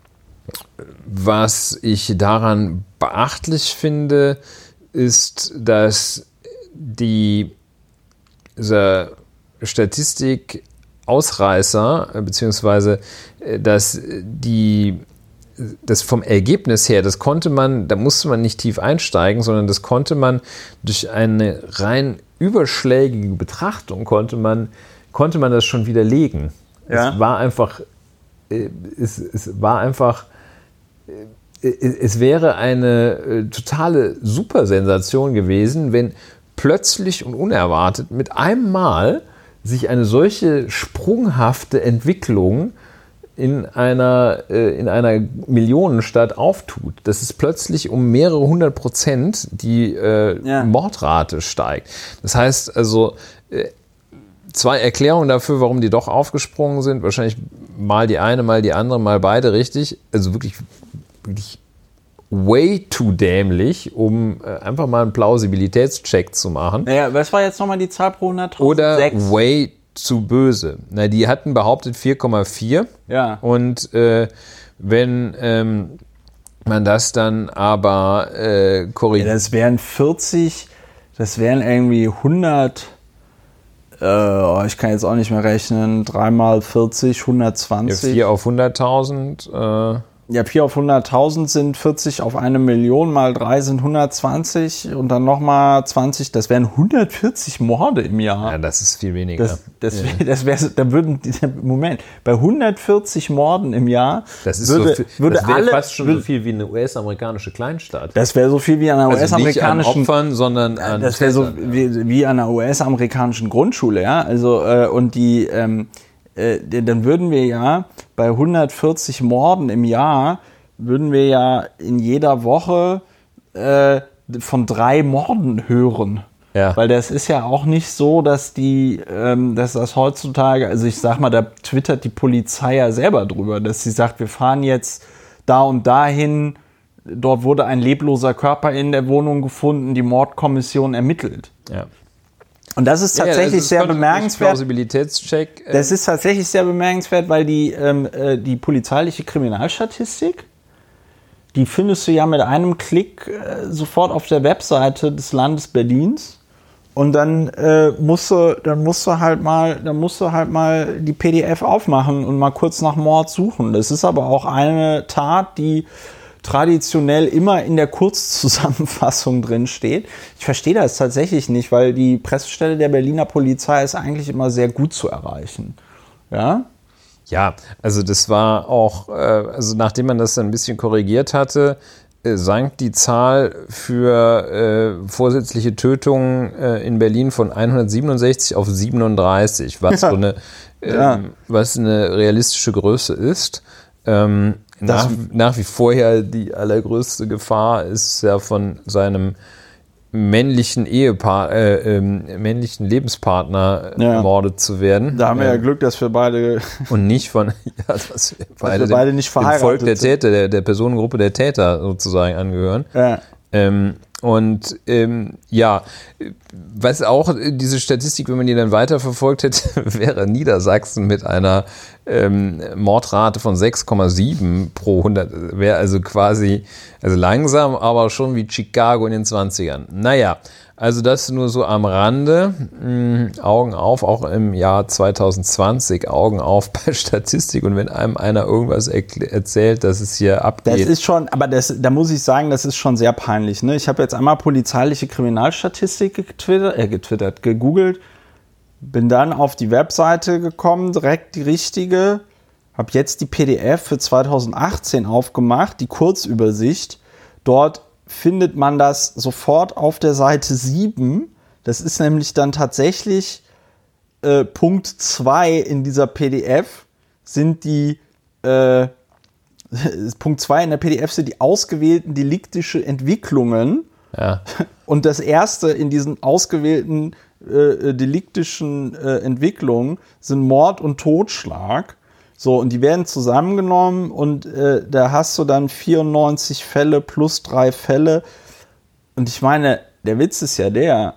was ich daran beachtlich finde, ist, dass die dieser Statistik Ausreißer, beziehungsweise dass die, das vom Ergebnis her, das konnte man, da musste man nicht tief einsteigen, sondern das konnte man durch eine rein überschlägige Betrachtung, konnte man, konnte man das schon widerlegen. Ja. Es war einfach, es, es war einfach, es wäre eine totale Supersensation gewesen, wenn plötzlich und unerwartet mit einem Mal sich eine solche sprunghafte Entwicklung in einer, äh, in einer Millionenstadt auftut, dass es plötzlich um mehrere hundert Prozent die äh, ja. Mordrate steigt. Das heißt also, äh, zwei Erklärungen dafür, warum die doch aufgesprungen sind, wahrscheinlich mal die eine, mal die andere, mal beide richtig, also wirklich, wirklich way too dämlich, um äh, einfach mal einen Plausibilitätscheck zu machen. Naja, was war jetzt nochmal die Zahl pro hunderttausend? Oder sechs. Way zu böse. Na, die hatten behauptet vier Komma vier. Ja. Und äh, wenn ähm, man das dann aber äh, korrigiert. Ja, das wären vierzig, das wären irgendwie hundert, äh, ich kann jetzt auch nicht mehr rechnen, drei mal vierzig, hundertzwanzig. Ja, vier auf hunderttausend. Äh, Ja, vier auf hunderttausend sind vierzig auf eine Million, mal drei sind hundertzwanzig und dann nochmal zwanzig, das wären hundertvierzig Morde im Jahr. Ja, das ist viel weniger. Das, das, ja. das wäre, da würden, Moment, bei hundertvierzig Morden im Jahr das ist würde, so viel, würde das wäre alle, fast schon würde, so viel wie eine U S-amerikanische Kleinstadt. Das wäre so viel wie an einer also US-amerikanischen, nicht an Opfern, sondern an das wäre so Tätern, wie, ja. wie an einer U S-amerikanischen Grundschule, ja, also, äh, und die, ähm, äh, dann würden wir ja bei hundertvierzig Morden im Jahr würden wir ja in jeder Woche äh, von drei Morden hören. Ja. Weil das ist ja auch nicht so, dass die, ähm, dass das heutzutage, also ich sag mal, da twittert die Polizei ja selber drüber, dass sie sagt, wir fahren jetzt da und dahin, dort wurde ein lebloser Körper in der Wohnung gefunden, die Mordkommission ermittelt. Ja. Und das ist tatsächlich ja, das sehr bemerkenswert. Plausibilitätscheck. Äh Das ist tatsächlich sehr bemerkenswert, weil die, ähm, äh, die polizeiliche Kriminalstatistik, die findest du ja mit einem Klick äh, sofort auf der Webseite des Landes Berlins. Und dann äh, musst du, dann musst du halt mal, dann musst du halt mal die P D F aufmachen und mal kurz nach Mord suchen. Das ist aber auch eine Tat, die traditionell immer in der Kurzzusammenfassung drin steht. Ich verstehe das tatsächlich nicht, weil die Pressestelle der Berliner Polizei ist eigentlich immer sehr gut zu erreichen. Ja? Ja, also das war auch, äh, also nachdem man das dann ein bisschen korrigiert hatte, äh, sank die Zahl für äh, vorsätzliche Tötungen äh, in Berlin von hundertsiebenundsechzig auf siebenunddreißig, was ja. so eine, äh, ja. was eine realistische Größe ist. Ähm, nach, nach wie vor ja die allergrößte Gefahr ist ja von seinem männlichen Ehepaar, äh, ähm, männlichen Lebenspartner ja. ermordet zu werden. Da haben wir ähm, ja Glück, dass wir beide und nicht von ja, dass wir beide, dass wir beide dem, nicht verheiratet dem Volk der sind. Täter, der, der Personengruppe der Täter sozusagen angehören. Ja. Ähm, und ähm, ja, was auch diese Statistik, wenn man die dann weiterverfolgt hätte, wäre Niedersachsen mit einer ähm, Mordrate von sechs Komma sieben pro hundert, wäre also quasi, also langsam, aber schon wie Chicago in den zwanzigern. Naja, also das nur so am Rande. Mhm, Augen auf, auch im Jahr zwanzig zwanzig, Augen auf bei Statistik. Und wenn einem einer irgendwas erkl- erzählt, dass es hier abgeht. Das ist schon, aber das, da muss ich sagen, das ist schon sehr peinlich. Ne? Ich habe jetzt einmal polizeiliche Kriminalstatistik getwittert, äh, getwittert, gegoogelt, bin dann auf die Webseite gekommen, direkt die richtige, habe jetzt die P D F für zwanzig achtzehn aufgemacht, die Kurzübersicht. Dort findet man das sofort auf der Seite sieben. Das ist nämlich dann tatsächlich äh, Punkt zwei in dieser P D F sind die äh, Punkt zwei in der P D F sind die ausgewählten deliktische Entwicklungen. Ja. Und das erste in diesen ausgewählten äh, deliktischen äh, Entwicklungen sind Mord und Totschlag. So, und die werden zusammengenommen und äh, da hast du dann vierundneunzig Fälle plus drei Fälle. Und ich meine, der Witz ist ja der,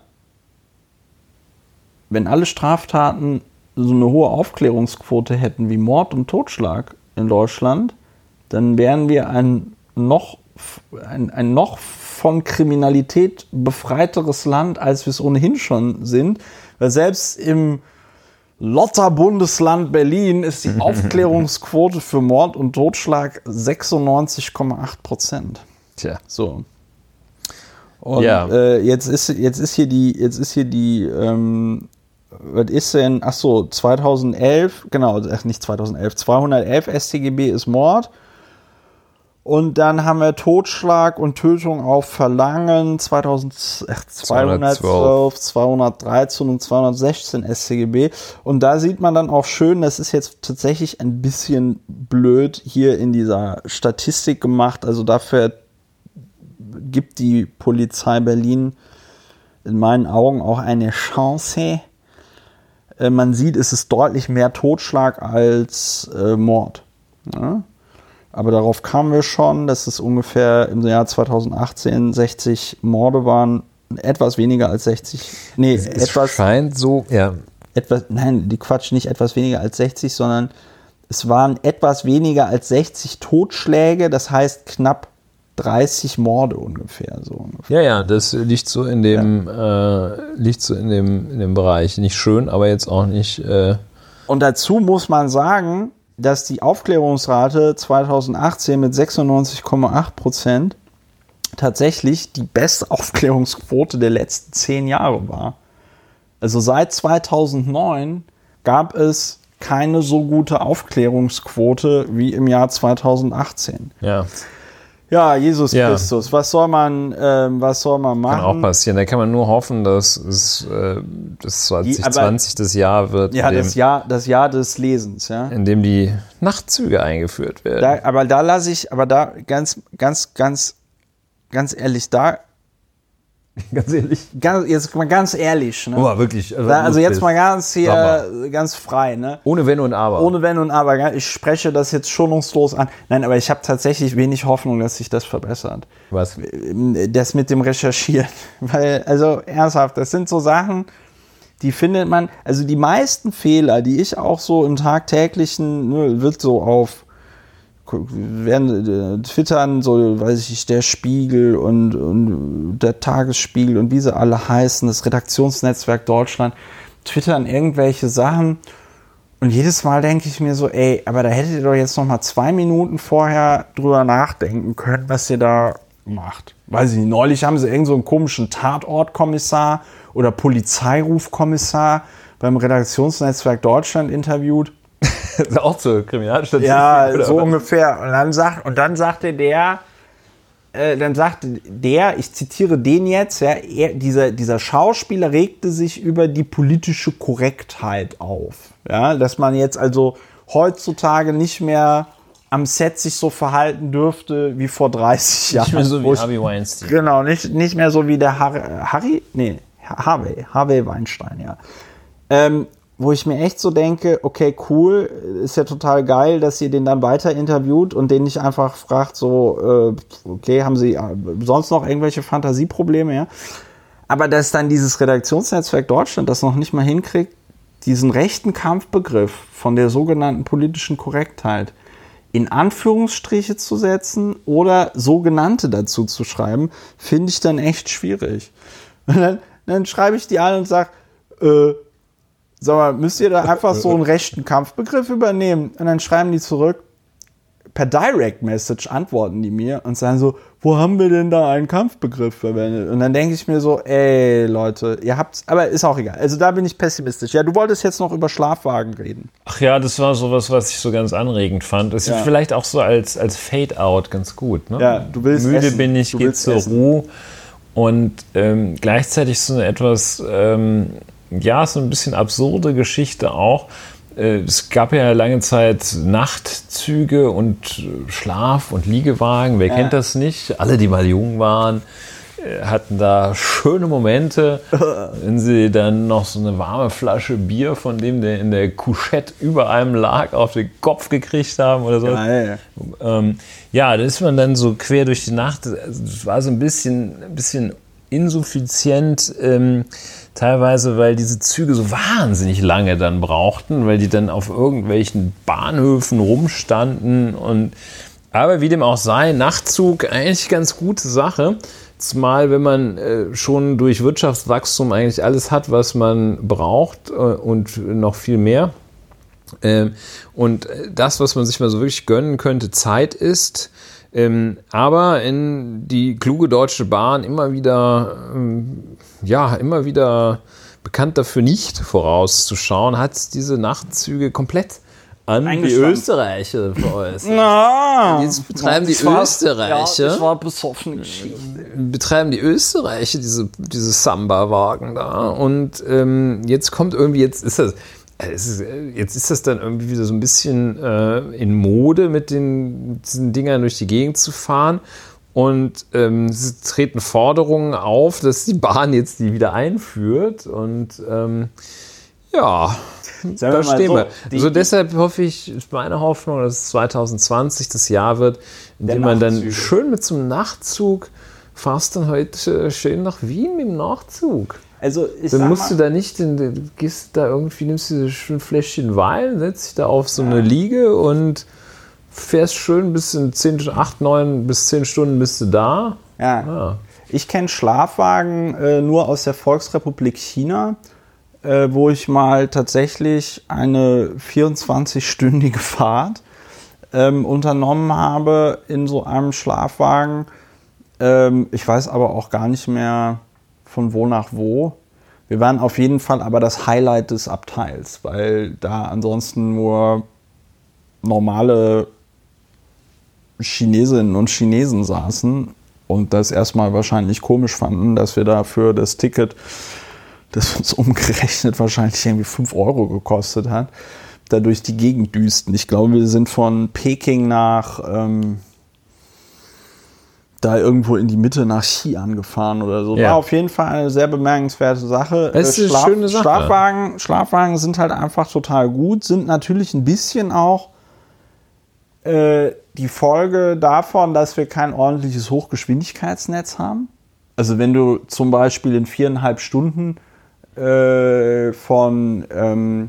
wenn alle Straftaten so eine hohe Aufklärungsquote hätten wie Mord und Totschlag in Deutschland, dann wären wir ein noch, ein, ein noch von Kriminalität befreiteres Land, als wir es ohnehin schon sind. Weil selbst im Lotterbundesland Berlin ist die Aufklärungsquote für Mord und Totschlag sechsundneunzig Komma acht Prozent. Tja. So. Und ja. äh, jetzt ist jetzt ist hier die jetzt ist hier die ähm, was ist denn? Ach so, zweitausendelf, genau, ach nicht zweitausendelf, zweihundertelf S t G B ist Mord. Und dann haben wir Totschlag und Tötung auf Verlangen zweitausendzweihundertzwölf, zweihundertdreizehn und zweihundertsechzehn S t G B. Und da sieht man dann auch schön, das ist jetzt tatsächlich ein bisschen blöd hier in dieser Statistik gemacht. Also dafür gibt die Polizei Berlin in meinen Augen auch eine Chance. Äh, man sieht, es ist deutlich mehr Totschlag als äh, Mord. Ja? Aber darauf kamen wir schon, dass es ungefähr im Jahr zweitausendachtzehn sechzig Morde waren, etwas weniger als sechzig. Nee, es etwas. scheint so, ja. Etwas, nein, die Quatsch, nicht etwas weniger als sechzig, sondern es waren etwas weniger als sechzig Totschläge, das heißt knapp dreißig Morde ungefähr. So ungefähr. Ja, ja, das liegt so in dem, ja. äh, liegt so in dem, in dem Bereich. Nicht schön, aber jetzt auch nicht. Äh Und dazu muss man sagen, dass die Aufklärungsrate zweitausendachtzehn mit sechsundneunzig Komma acht Prozent tatsächlich die beste Aufklärungsquote der letzten zehn Jahre war. Also seit zweitausendneun gab es keine so gute Aufklärungsquote wie im Jahr zweitausendachtzehn. Ja. Ja, Jesus Ja. Christus, was soll man, ähm, was soll man machen? Kann auch passieren. Da kann man nur hoffen, dass es äh, das zwanzig zwanzig das Jahr wird, Ja, in, dem, das Jahr, das Jahr des Lesens, ja. in dem die Nachtzüge eingeführt werden. Da, aber da lasse ich, aber da ganz, ganz, ganz, ganz ehrlich, da, Ganz ehrlich. ganz, jetzt mal ganz ehrlich, ne? Oh, wirklich. Also, Da, also jetzt mal ganz hier, Hammer. ganz frei, ne? Ohne Wenn und Aber. Ohne Wenn und Aber. gell? Ich spreche das jetzt schonungslos an. Nein, aber ich habe tatsächlich wenig Hoffnung, dass sich das verbessert. Was? Das mit dem Recherchieren. Weil, also ernsthaft, das sind so Sachen, die findet man, also die meisten Fehler, die ich auch so im tagtäglichen, ne, wird so auf, werden äh, twittern, so, weiß ich nicht, der Spiegel und, und der Tagesspiegel und wie sie alle heißen, das Redaktionsnetzwerk Deutschland, twittern irgendwelche Sachen und jedes Mal denke ich mir so, ey, aber da hättet ihr doch jetzt noch mal zwei Minuten vorher drüber nachdenken können, was ihr da macht. Weiß ich nicht, neulich haben sie irgend so einen komischen Tatortkommissar oder Polizeirufkommissar beim Redaktionsnetzwerk Deutschland interviewt. Das ist auch zur Kriminalstatistik. Ja, oder so was? ungefähr. Und dann, sagt, und dann sagte der, äh, dann sagte der, ich zitiere den jetzt, ja, er, dieser, dieser Schauspieler regte sich über die politische Korrektheit auf. Ja, dass man jetzt also heutzutage nicht mehr am Set sich so verhalten dürfte wie vor dreißig Jahren. Nicht mehr so Wo wie ich- Harvey Weinstein. Genau, nicht, nicht mehr so wie der Harry, Harry? Nee, Harvey, Harvey Weinstein, ja. Ähm, wo ich mir echt so denke, okay, cool, ist ja total geil, dass ihr den dann weiter interviewt und den nicht einfach fragt, so, äh, okay, haben sie äh, sonst noch irgendwelche Fantasieprobleme, ja? Aber dass dann dieses Redaktionsnetzwerk Deutschland das noch nicht mal hinkriegt, diesen rechten Kampfbegriff von der sogenannten politischen Korrektheit in Anführungsstriche zu setzen oder sogenannte dazu zu schreiben, finde ich dann echt schwierig. Und dann, dann schreibe ich die an und sage, äh, sag mal, müsst ihr da einfach so einen rechten Kampfbegriff übernehmen? Und dann schreiben die zurück, per Direct Message antworten die mir und sagen so, wo haben wir denn da einen Kampfbegriff verwendet? Und dann denke ich mir so, ey Leute, ihr habt's, aber ist auch egal. Also da bin ich pessimistisch. Ja, du wolltest jetzt noch über Schlafwagen reden. Ach ja, das war sowas, was ich so ganz anregend fand. Das ist Ja. vielleicht auch so als, als Fade-out ganz gut. Ne? Ja, du willst Müde essen. bin ich, Du geht willst zur essen. Ruhe. Und ähm, gleichzeitig so eine etwas, ähm, ja, so ein bisschen absurde Geschichte auch. Äh, es gab ja lange Zeit Nachtzüge und äh, Schlaf- und Liegewagen. Wer Ja. kennt das nicht? Alle, die mal jung waren, äh, hatten da schöne Momente, wenn sie dann noch so eine warme Flasche Bier, von dem der in der Couchette über einem lag, auf den Kopf gekriegt haben oder so. Geil. Ähm, ja, da ist man dann so quer durch die Nacht. Also, das war so ein bisschen, ein bisschen insuffizient, ähm, teilweise, weil diese Züge so wahnsinnig lange dann brauchten, weil die dann auf irgendwelchen Bahnhöfen rumstanden. Und, aber wie dem auch sei, Nachtzug eigentlich ganz gute Sache. Zumal, wenn man äh, schon durch Wirtschaftswachstum eigentlich alles hat, was man braucht äh, und noch viel mehr. Ähm, und das, was man sich mal so wirklich gönnen könnte, Zeit ist. Ähm, aber in die kluge Deutsche Bahn immer wieder, ähm, ja, immer wieder bekannt dafür nicht vorauszuschauen, hat diese Nachtzüge komplett an die Eingespannt. Österreicher veräußert. Na, Jetzt betreiben die das war- Österreicher- Ja, das war besoffene Geschichte. betreiben die Österreicher diese, diese Samba-Wagen da. Und ähm, jetzt kommt irgendwie, jetzt ist das, äh, es ist, äh, jetzt ist das dann irgendwie wieder so ein bisschen äh, in Mode, mit den, diesen Dingern durch die Gegend zu fahren. Und ähm, es treten Forderungen auf, dass die Bahn jetzt die wieder einführt. Und ähm, ja, Sagen da wir mal stehen so, wir. die- So deshalb hoffe ich, ist meine Hoffnung, dass es zwanzig zwanzig das Jahr wird, in Der dem man dann Nachtzüge. schön mit so einem Nachtzug fahrst dann heute äh, schön nach Wien mit dem Nachtzug. Also ich Dann sag musst mal, du da nicht, in, du gehst da irgendwie, nimmst dir ein Fläschchen Wein, setzt dich da auf so eine Liege und fährst schön bis in zehn, acht, neun bis zehn Stunden bist du da. ja. Ja. Ich kenne Schlafwagen äh, nur aus der Volksrepublik China. äh, wo ich mal tatsächlich eine vierundzwanzig-stündige Fahrt ähm, unternommen habe in so einem Schlafwagen. Ähm, ich weiß aber auch gar nicht mehr von wo nach wo. Wir waren auf jeden Fall aber das Highlight des Abteils, weil da ansonsten nur normale Chinesinnen und Chinesen saßen und das erstmal wahrscheinlich komisch fanden, dass wir dafür das Ticket, das uns umgerechnet wahrscheinlich irgendwie fünf Euro gekostet hat, da durch die Gegend düsten. Ich glaube, wir sind von Peking nach ähm, da irgendwo in die Mitte nach Xi'an gefahren oder so. Ja. War auf jeden Fall eine sehr bemerkenswerte Sache. Das ist Schlaf- eine schöne Sache. Schlafwagen, Schlafwagen sind halt einfach total gut, sind natürlich ein bisschen auch äh, die Folge davon, dass wir kein ordentliches Hochgeschwindigkeitsnetz haben. Also wenn du zum Beispiel in viereinhalb Stunden äh, von, ähm,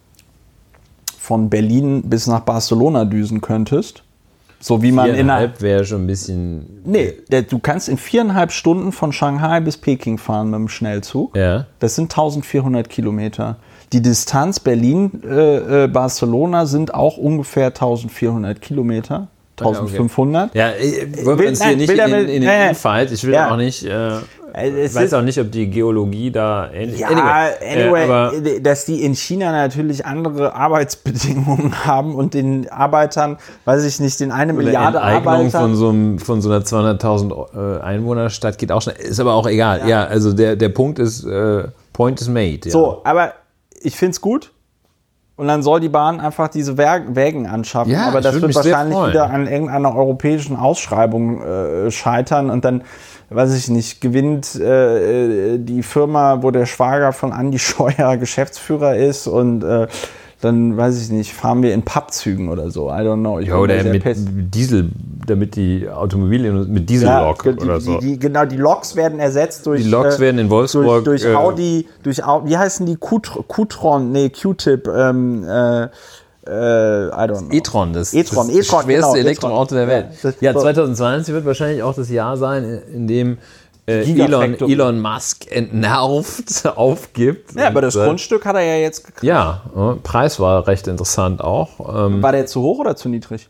von Berlin bis nach Barcelona düsen könntest, so wie man in einer... Viereinhalb wäre schon ein bisschen... Nee, der, du kannst in viereinhalb Stunden von Shanghai bis Peking fahren mit dem Schnellzug. Ja. Das sind eintausendvierhundert Kilometer. Die Distanz Berlin-Barcelona äh, sind auch ungefähr eintausendvierhundert Kilometer. eintausendfünfhundert. Ja, wir wollen Will- uns hier nein, nicht will in, damit- in den äh, Infight. Ich will ja. auch nicht... Äh, Es ich weiß ist- auch nicht, ob die Geologie da ähnlich... Ja, anyway, anyway, äh, aber dass die in China natürlich andere Arbeitsbedingungen haben und den Arbeitern, weiß ich nicht, den eine eine Milliarde Enteignung Arbeiter... von so, einem, von so einer zweihunderttausend äh, Einwohnerstadt geht auch schnell. Ist aber auch egal. Ja, Ja. also der, der Punkt ist... Äh, Point is made. Ja. So, aber ich finde es gut. Und dann soll die Bahn einfach diese Wäg- Wägen anschaffen. Ja, aber ich das würd wird mich sehr wahrscheinlich freuen. wieder an irgendeiner europäischen Ausschreibung äh, scheitern. Und dann, weiß ich nicht, gewinnt äh, die Firma, wo der Schwager von Andi Scheuer Geschäftsführer ist. Und äh, dann, weiß ich nicht, fahren wir in Pappzügen oder so. I don't know. Ich Ja, bin da oder sehr mit pes- Diesel, damit die Automobilindustrie mit Diesellok Ja, die, oder so. Die, die, genau, die Loks werden ersetzt durch... Die Loks äh, werden in Wolfsburg... Durch, durch äh, Audi, durch Au- wie heißen die? Qt- Qtron, nee, Q-Tip, ähm, äh, äh, I don't know. E-Tron, das, E-Tron, das E-Tron, schwerste genau, Elektroauto der Welt. Ja, das- Ja, zwanzig zwanzig wird wahrscheinlich auch das Jahr sein, in dem äh, Elon, Gigafactory. Elon Musk entnervt aufgibt. Ja, aber das Und, äh, Grundstück hat er ja jetzt gekriegt. Ja, äh, Preis war recht interessant auch. Ähm, War der zu hoch oder zu niedrig?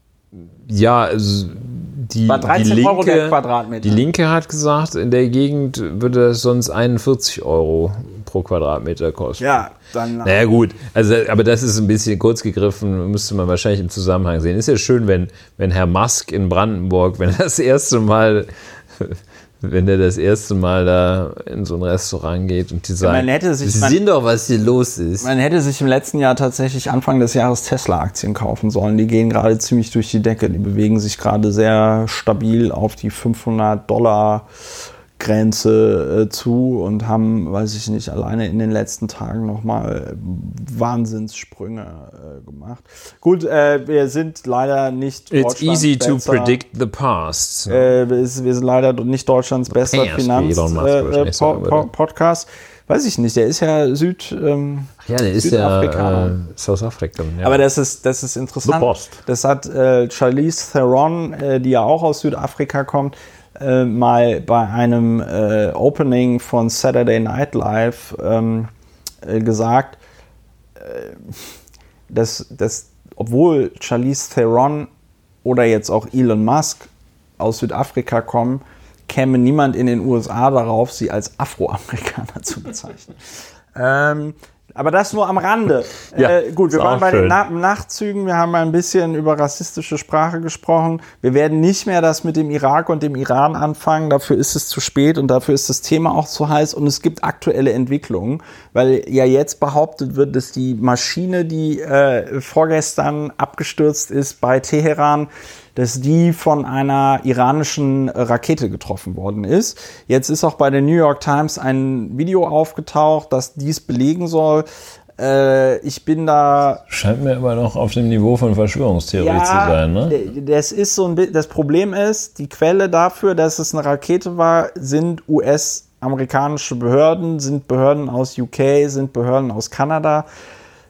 ja, also die, War die dreizehn Linke, Euro der Quadratmeter. Die Linke hat gesagt, in der Gegend würde das sonst einundvierzig Euro pro Quadratmeter kosten. Ja, dann... Naja gut, also, aber das ist ein bisschen kurz gegriffen, müsste man wahrscheinlich im Zusammenhang sehen. Ist ja schön, wenn, wenn Herr Musk in Brandenburg, wenn er das erste Mal, wenn er das erste Mal da in so ein Restaurant geht und die sagen, man hätte sich- Sie man- sehen doch, was hier los ist. Man hätte sich im letzten Jahr tatsächlich Anfang des Jahres Tesla-Aktien kaufen sollen. Die gehen gerade ziemlich durch die Decke. Die bewegen sich gerade sehr stabil auf die fünfhundert Dollar Grenze äh, zu und haben, weiß ich nicht, alleine in den letzten Tagen nochmal Wahnsinnssprünge äh, gemacht. Gut, äh, wir sind leider nicht It's easy to bester, predict the past. Äh, wir sind leider nicht Deutschlands bester Past, wie Elon Musk wahrscheinlich sagen würde. Finanz-Podcast. Weiß ich nicht, der ist ja Süd... Ähm, ja, der ist Südafrikaner. ja äh, South Africa. Ja. Aber das ist, das ist interessant. The Post. Das hat äh, Charlize Theron, äh, die ja auch aus Südafrika kommt, äh, mal bei einem äh, Opening von Saturday Night Live ähm, äh, gesagt, äh, dass, dass obwohl Charlize Theron oder jetzt auch Elon Musk aus Südafrika kommen, käme niemand in den U S A darauf, sie als Afroamerikaner zu bezeichnen. ähm, aber das nur am Rande. Ja, äh, gut, wir ist waren auch bei schön. den Na- Nachtzügen, wir haben mal ein bisschen über rassistische Sprache gesprochen. Wir werden nicht mehr das mit dem Irak und dem Iran anfangen, dafür ist es zu spät und dafür ist das Thema auch zu heiß und es gibt aktuelle Entwicklungen, weil ja jetzt behauptet wird, dass die Maschine, die äh, vorgestern abgestürzt ist bei Teheran, dass die von einer iranischen Rakete getroffen worden ist. Jetzt ist auch bei der New York Times ein Video aufgetaucht, das dies belegen soll. Äh, ich bin da... Scheint mir aber noch auf dem Niveau von Verschwörungstheorie Ja, zu sein, ne? das ist so ein bi- das Problem ist, die Quelle dafür, dass es eine Rakete war, sind U S-amerikanische Behörden, sind Behörden aus U K, sind Behörden aus Kanada.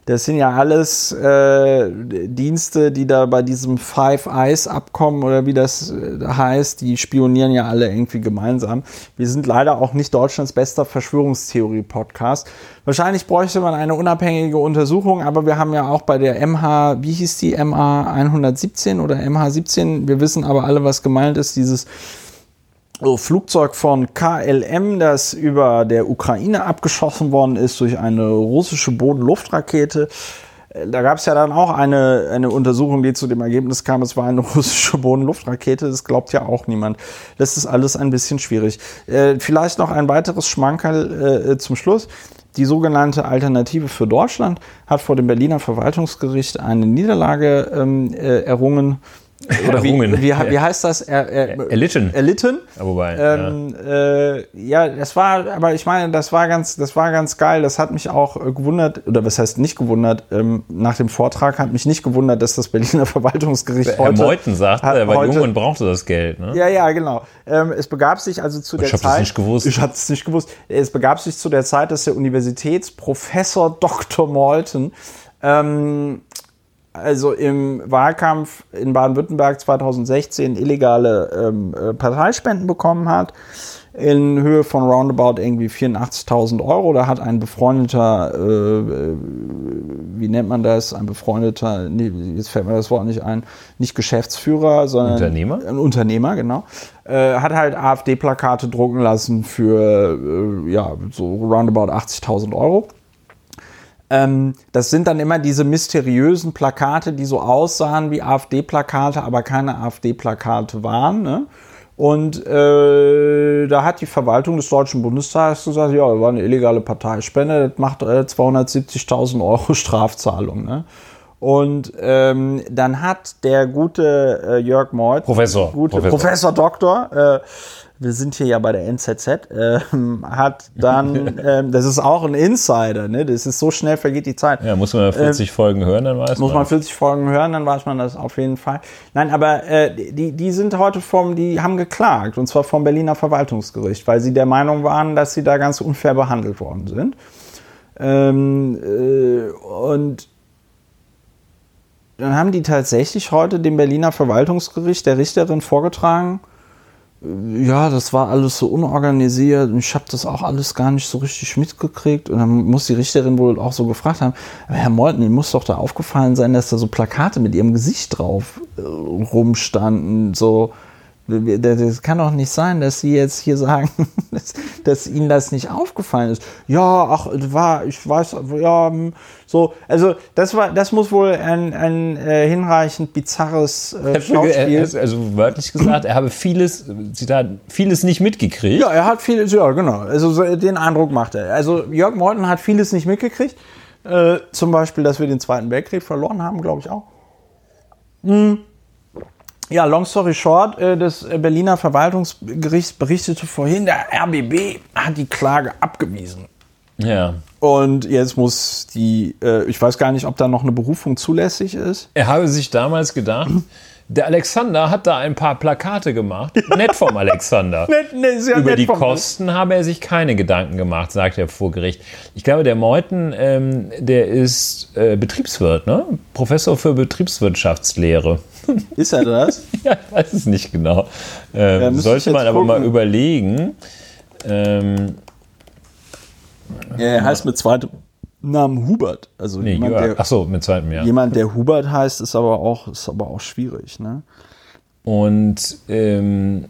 Das sind ja alles äh, Dienste, die da bei diesem Five Eyes Abkommen oder wie das äh, heißt, die spionieren ja alle irgendwie gemeinsam. Wir sind leider auch nicht Deutschlands bester Verschwörungstheorie-Podcast. Wahrscheinlich bräuchte man eine unabhängige Untersuchung, aber wir haben ja auch bei der M H, wie hieß die, M H hundertsiebzehn oder M H siebzehn, wir wissen aber alle, was gemeint ist, dieses Flugzeug von K L M, das über der Ukraine abgeschossen worden ist durch eine russische Boden-Luft-Rakete. Da gab es ja dann auch eine, eine Untersuchung, die zu dem Ergebnis kam, es war eine russische Boden-Luft-Rakete. Das glaubt ja auch niemand. Das ist alles ein bisschen schwierig. Äh, vielleicht noch ein weiteres Schmankerl äh, zum Schluss. Die sogenannte Alternative für Deutschland hat vor dem Berliner Verwaltungsgericht eine Niederlage ähm, äh, errungen. Oder wie, wie, wie heißt das? Er, er, erlitten. Erlitten. Ja, wobei, ähm, ja. Äh, ja, das war, aber ich meine, das war ganz, das war ganz geil. Das hat mich auch äh, gewundert, oder was heißt nicht gewundert? Ähm, nach dem Vortrag hat mich nicht gewundert, dass das Berliner Verwaltungsgericht Herr heute. Herr Meuthen sagt, hat, weil heute, Jungen brauchte das Geld. Ne? Ja, ja, genau. Ähm, es begab sich also zu ich der hab Zeit. Das nicht gewusst. Ich hatte es nicht gewusst. Es begab sich zu der Zeit, dass der Universitätsprofessor Doktor Meuthen ähm, also im Wahlkampf in Baden-Württemberg zweitausendsechzehn illegale ähm, Parteispenden bekommen hat, in Höhe von roundabout irgendwie vierundachtzigtausend Euro. Da hat ein befreundeter, äh, wie nennt man das, ein befreundeter, nee, jetzt fällt mir das Wort nicht ein, nicht Geschäftsführer, sondern Unternehmer? Ein Unternehmer, genau, äh, hat halt AfD-Plakate drucken lassen für, äh, ja, so roundabout achtzigtausend Euro. Das sind dann immer diese mysteriösen Plakate, die so aussahen wie AfD-Plakate, aber keine AfD-Plakate waren. Ne? Und äh, da hat die Verwaltung des Deutschen Bundestags gesagt, ja, das war eine illegale Parteispende, das macht äh, zweihundertsiebzigtausend Euro Strafzahlung. Ne? Und ähm, dann hat der gute äh, Jörg Meuthen, Professor, gute Professor. Professor Doktor, äh, wir sind hier ja bei der N Z Z, äh, hat dann, äh, das ist auch ein Insider, ne? Das ist so schnell vergeht die Zeit. Ja, muss man vierzig äh, Folgen hören, dann weiß muss man. Muss man vierzig Folgen hören, dann weiß man das auf jeden Fall. Nein, aber äh, die, die sind heute vom, die haben geklagt, und zwar vom Berliner Verwaltungsgericht, weil sie der Meinung waren, dass sie da ganz unfair behandelt worden sind. Ähm, äh, und dann haben die tatsächlich heute dem Berliner Verwaltungsgericht der Richterin vorgetragen, ja, das war alles so unorganisiert und ich habe das auch alles gar nicht so richtig mitgekriegt. Und dann muss die Richterin wohl auch so gefragt haben, aber Herr Meuthen, Ihnen muss doch da aufgefallen sein, dass da so Plakate mit Ihrem Gesicht drauf äh, rumstanden, so. Das kann doch nicht sein, dass Sie jetzt hier sagen, dass, dass Ihnen das nicht aufgefallen ist. Ja, ach, war, ich weiß, ja, so, also das war, das muss wohl ein, ein äh, hinreichend bizarres äh, Schauspiel. Er, also wörtlich gesagt, er habe vieles, Zitat, vieles nicht mitgekriegt. Ja, er hat vieles, ja, genau. Also so, den Eindruck macht er. Also Jörg Meuthen hat vieles nicht mitgekriegt. Äh, zum Beispiel, dass wir den Zweiten Weltkrieg verloren haben, glaube ich auch. Hm. Ja, long story short, das Berliner Verwaltungsgericht berichtete vorhin, der R B B hat die Klage abgewiesen. Ja. Und jetzt muss die, ich weiß gar nicht, ob da noch eine Berufung zulässig ist. Er habe sich damals gedacht, der Alexander hat da ein paar Plakate gemacht. Nett vom Alexander. nett, nee, sehr Über nett die Kosten Mann. Habe er sich keine Gedanken gemacht, sagt er vor Gericht. Ich glaube, der Meuthen, ähm, der ist äh, Betriebswirt, ne? Professor für Betriebswirtschaftslehre. Ist er das? Ja, ich weiß es nicht genau. Ähm, ja, sollte man aber gucken. mal überlegen. Ähm, ja, er heißt mit zweitem Namen Hubert. Also nee, jemand, der, ach so, mit zweitem, ja. Jemand, der Hubert heißt, ist aber auch, ist aber auch schwierig. Ne? Und ähm,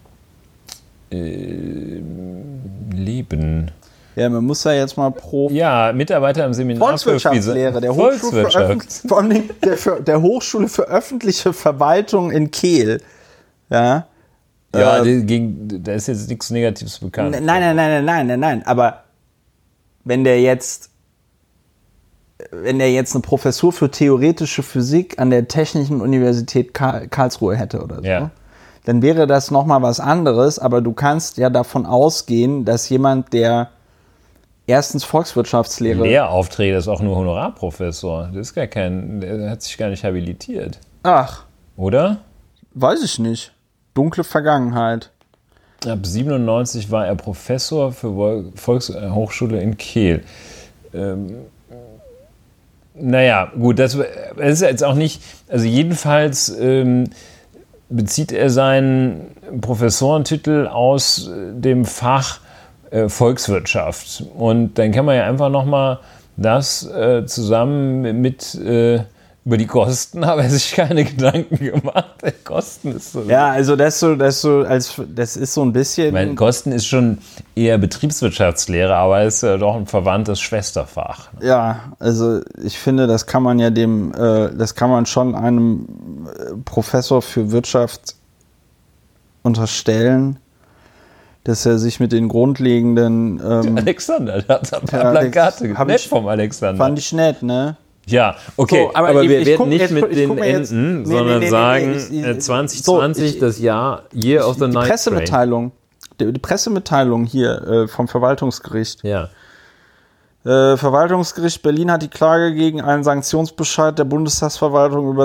äh, Leben... Ja, man muss ja jetzt mal pro... Ja, Mitarbeiter im Seminar Volkswirtschaftslehre, der Hochschule für, vor allem der, für, der Hochschule für öffentliche Verwaltung in Kehl. Ja, ja äh, gegen, da ist jetzt nichts Negatives bekannt. Nein, nein, nein, nein, nein, nein, nein, aber wenn der jetzt wenn der jetzt eine Professur für theoretische Physik an der Technischen Universität Karl- Karlsruhe hätte oder so, ja. dann wäre das nochmal was anderes, aber du kannst ja davon ausgehen, dass jemand, der erstens Volkswirtschaftslehre... Lehraufträge, das ist auch nur Honorarprofessor. Das ist gar kein... Der hat sich gar nicht habilitiert. Ach. Oder? Weiß ich nicht. Dunkle Vergangenheit. Ab siebenundneunzig war er Professor für Volkshochschule in Kehl. Ähm, naja, gut, das, das ist jetzt auch nicht, also jedenfalls ähm, bezieht er seinen Professorentitel aus dem Fach äh, Volkswirtschaft. Und dann kann man ja einfach nochmal das äh, zusammen mit äh, über die Kosten habe er sich keine Gedanken gemacht. Der Kosten ist so. Ja, also das ist so, das ist so, als, das ist so ein bisschen. Ich meine, Kosten ist schon eher Betriebswirtschaftslehre, aber ist ja doch ein verwandtes Schwesterfach. Ja, also ich finde, das kann man ja dem, äh, das kann man schon einem Professor für Wirtschaft unterstellen, dass er sich mit den grundlegenden. Ähm, Alexander, der hat ein paar Plakate. Nett vom Alexander. Fand ich nett, ne? Ja, okay, so, aber, aber wir ich, werden ich guck, nicht jetzt, mit den Enden, nee, sondern nee, nee, sagen nee, nee, ich, zwanzig zwanzig, so, ich, das Jahr Year of the Night. Die Pressemitteilung, die, die Pressemitteilung hier äh, vom Verwaltungsgericht. Ja. Äh, Verwaltungsgericht Berlin hat die Klage gegen einen Sanktionsbescheid der Bundestagsverwaltung über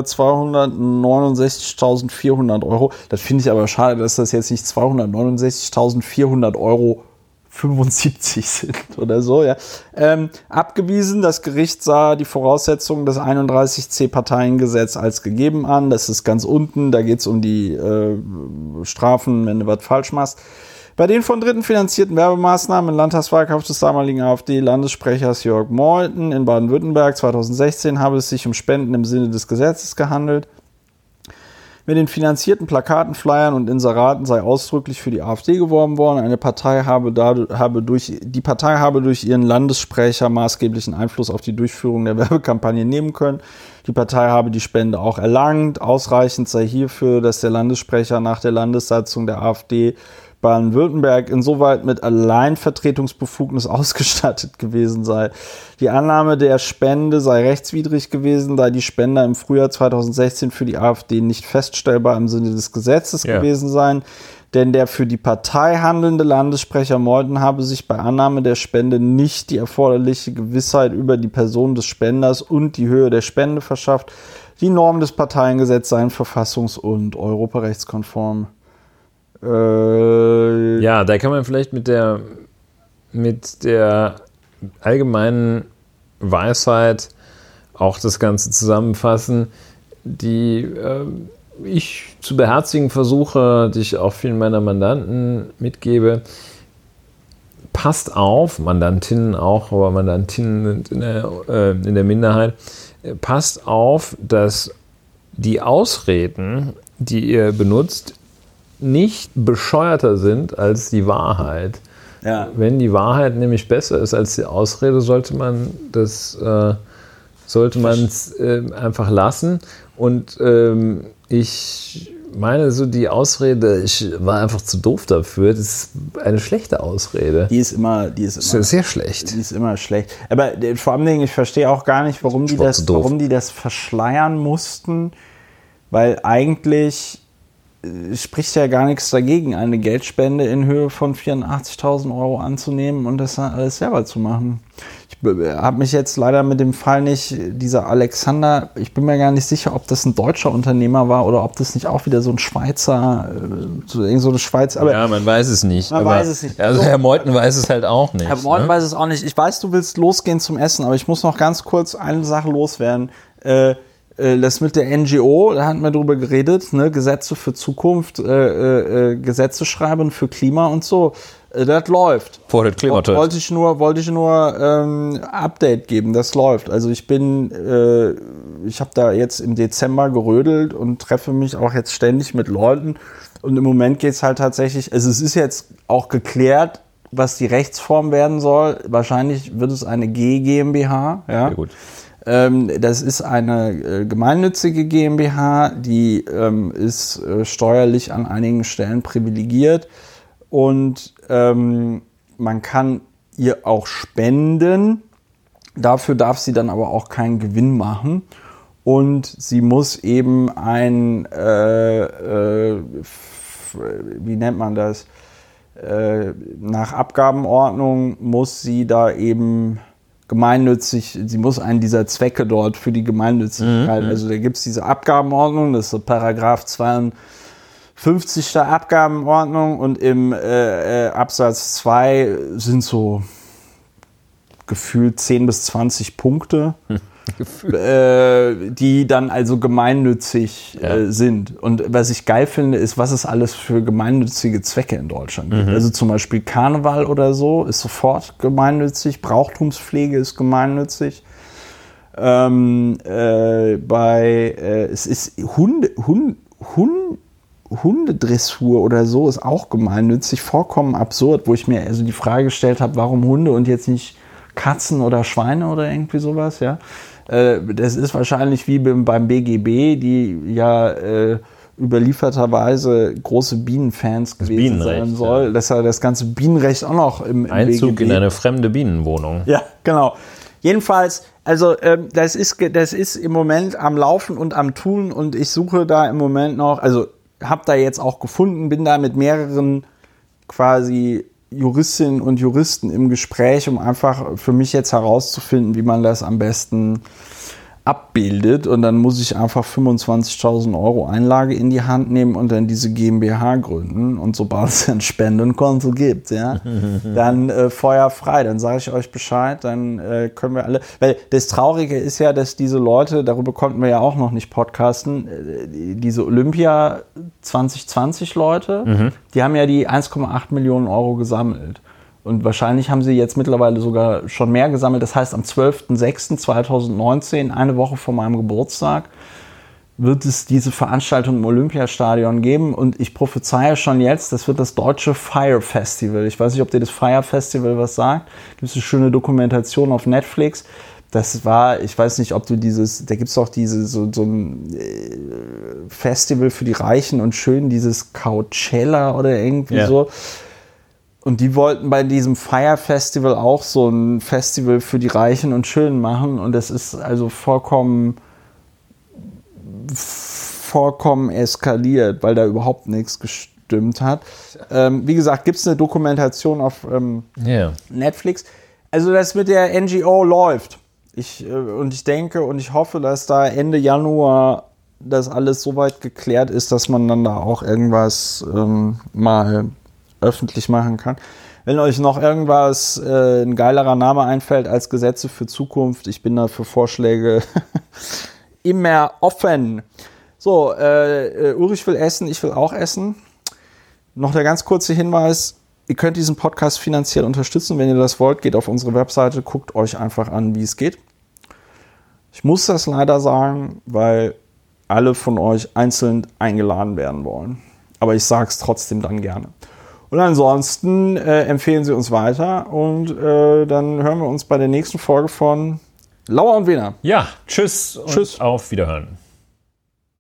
zweihundertneunundsechzigtausendvierhundert Euro. Das finde ich aber schade, dass das jetzt nicht zweihundertneunundsechzigtausendvierhundert Euro fünfundsiebzig sind oder so, ja. Ähm, abgewiesen, das Gericht sah die Voraussetzungen des einunddreißig c Parteiengesetz als gegeben an. Das ist ganz unten, da geht es um die äh, Strafen, wenn du was falsch machst. Bei den von Dritten finanzierten Werbemaßnahmen im Landtagswahlkampf des damaligen AfD-Landessprechers Jörg Meuthen in Baden-Württemberg zweitausendsechzehn habe es sich um Spenden im Sinne des Gesetzes gehandelt. Mit den finanzierten Plakaten, Flyern und Inseraten sei ausdrücklich für die AfD geworben worden. Eine Partei habe, dadurch, habe durch, die Partei habe durch ihren Landessprecher maßgeblichen Einfluss auf die Durchführung der Werbekampagne nehmen können. Die Partei habe die Spende auch erlangt. Ausreichend sei hierfür, dass der Landessprecher nach der Landessatzung der AfD Baden-Württemberg insoweit mit Alleinvertretungsbefugnis ausgestattet gewesen sei. Die Annahme der Spende sei rechtswidrig gewesen, da die Spender im Frühjahr zweitausendsechzehn für die AfD nicht feststellbar im Sinne des Gesetzes ja. gewesen seien, denn der für die Partei handelnde Landessprecher Meuthen habe sich bei Annahme der Spende nicht die erforderliche Gewissheit über die Person des Spenders und die Höhe der Spende verschafft. Die Normen des Parteiengesetzes seien verfassungs- und europarechtskonform. Ja, da kann man vielleicht mit der, mit der allgemeinen Weisheit auch das Ganze zusammenfassen, die äh, ich zu beherzigen versuche, die ich auch vielen meiner Mandanten mitgebe. Passt auf, Mandantinnen auch, aber Mandantinnen sind in der, äh, in der Minderheit, passt auf, dass die Ausreden, die ihr benutzt, nicht bescheuerter sind als die Wahrheit. Ja. Wenn die Wahrheit nämlich besser ist als die Ausrede, sollte man das äh, sollte man es äh, einfach lassen. Und ähm, ich meine, so die Ausrede, ich war einfach zu doof dafür, das ist eine schlechte Ausrede. Die ist immer, die ist immer sehr schlecht. Die ist immer schlecht. Aber vor allem, ich verstehe auch gar nicht, warum die das, warum die das verschleiern mussten, weil eigentlich spricht ja gar nichts dagegen, eine Geldspende in Höhe von vierundachtzigtausend Euro anzunehmen und das alles selber zu machen. Ich habe mich jetzt leider mit dem Fall nicht, dieser Alexander, ich bin mir gar nicht sicher, ob das ein deutscher Unternehmer war oder ob das nicht auch wieder so ein Schweizer, so, so eine Schweiz. Aber ja, man weiß es nicht. Man aber, weiß es nicht. Also Herr Meuthen weiß es halt auch nicht. Herr Meuthen ne? weiß es auch nicht. Ich weiß, du willst losgehen zum Essen, aber ich muss noch ganz kurz eine Sache loswerden. Äh, Das mit der N G O, da hatten wir drüber geredet, ne, Gesetze für Zukunft, äh, äh, Gesetze schreiben für Klima und so. Äh, das läuft. Vor dem Klimatöt. Wollte ich nur, wollte ich nur ähm, Update geben, das läuft. Also ich bin, äh, ich habe da jetzt im Dezember gerödelt und treffe mich auch jetzt ständig mit Leuten. Und im Moment geht es halt tatsächlich, also es ist jetzt auch geklärt, was die Rechtsform werden soll. Wahrscheinlich wird es eine G GmbH. Ja, sehr gut. Das ist eine äh, gemeinnützige GmbH, die ähm, ist äh, steuerlich an einigen Stellen privilegiert und ähm, man kann ihr auch spenden. Dafür darf sie dann aber auch keinen Gewinn machen und sie muss eben ein, äh, äh, wie nennt man das, äh, nach Abgabenordnung muss sie da eben gemeinnützig, sie muss einen dieser Zwecke dort für die Gemeinnützigkeit, mhm. also da gibt es diese Abgabenordnung, das ist so Paragraph zweiundfünfzig der Abgabenordnung und im äh, äh, Absatz zwei sind so gefühlt zehn bis zwanzig Punkte. Hm. äh, die dann also gemeinnützig Ja. äh, sind. Und was ich geil finde, ist, was es alles für gemeinnützige Zwecke in Deutschland gibt. Mhm. Also zum Beispiel Karneval oder so ist sofort gemeinnützig, Brauchtumspflege ist gemeinnützig. Ähm, äh, bei äh, es ist Hunde, Hund, Hund, Hundedressur oder so ist auch gemeinnützig, vollkommen absurd, wo ich mir also die Frage gestellt habe, warum Hunde und jetzt nicht Katzen oder Schweine oder irgendwie sowas, ja. Äh, das ist wahrscheinlich wie beim B G B, die ja äh, überlieferterweise große Bienenfans Das gewesen sein Bienenrecht, soll, ja. dass er das ganze Bienenrecht auch noch im, im Einzug B G B in eine fremde Bienenwohnung. ja, genau. Jedenfalls, also ähm, das ist das ist im Moment am Laufen und am Tun und ich suche da im Moment noch, also habe da jetzt auch gefunden, bin da mit mehreren quasi Juristinnen und Juristen im Gespräch, um einfach für mich jetzt herauszufinden, wie man das am besten abbildet. Und dann muss ich einfach fünfundzwanzigtausend Euro Einlage in die Hand nehmen und dann diese GmbH gründen. Und sobald es ein Spendenkonto gibt, ja, dann äh, Feuer frei. Dann sage ich euch Bescheid, dann äh, können wir alle. Weil das Traurige ist ja, dass diese Leute, darüber konnten wir ja auch noch nicht podcasten, äh, diese Olympia zwanzig zwanzig Leute, mhm. die haben ja die eins Komma acht Millionen Euro gesammelt. Und wahrscheinlich haben sie jetzt mittlerweile sogar schon mehr gesammelt. Das heißt, am zwölften sechsten zweitausendneunzehn, eine Woche vor meinem Geburtstag, wird es diese Veranstaltung im Olympiastadion geben. Und ich prophezeie schon jetzt, das wird das deutsche Fire Festival. Ich weiß nicht, ob dir das Fire Festival was sagt. Da gibt es eine schöne Dokumentation auf Netflix. Das war, ich weiß nicht, ob du dieses, da gibt es auch diese, so, so ein äh, Festival für die Reichen und Schönen, dieses Coachella oder irgendwie ja. so. Und die wollten bei diesem Fire Festival auch so ein Festival für die Reichen und Schönen machen. Und das ist also vollkommen, vollkommen eskaliert, weil da überhaupt nichts gestimmt hat. Ähm, wie gesagt, gibt es eine Dokumentation auf ähm, yeah. Netflix. Also das mit der N G O läuft. Ich, äh, und ich denke und ich hoffe, dass da Ende Januar das alles so weit geklärt ist, dass man dann da auch irgendwas ähm, mal öffentlich machen kann. Wenn euch noch irgendwas, äh, ein geilerer Name einfällt als Gesetze für Zukunft, ich bin da für Vorschläge immer offen. So, äh, Ulrich will essen, ich will auch essen. Noch der ganz kurze Hinweis, ihr könnt diesen Podcast finanziell unterstützen. Wenn ihr das wollt, geht auf unsere Webseite, guckt euch einfach an, wie es geht. Ich muss das leider sagen, weil alle von euch einzeln eingeladen werden wollen. Aber ich sage es trotzdem dann gerne. Und ansonsten äh, empfehlen Sie uns weiter und äh, dann hören wir uns bei der nächsten Folge von Lauer und Wiener. Ja, tschüss und tschüss. Auf Wiederhören.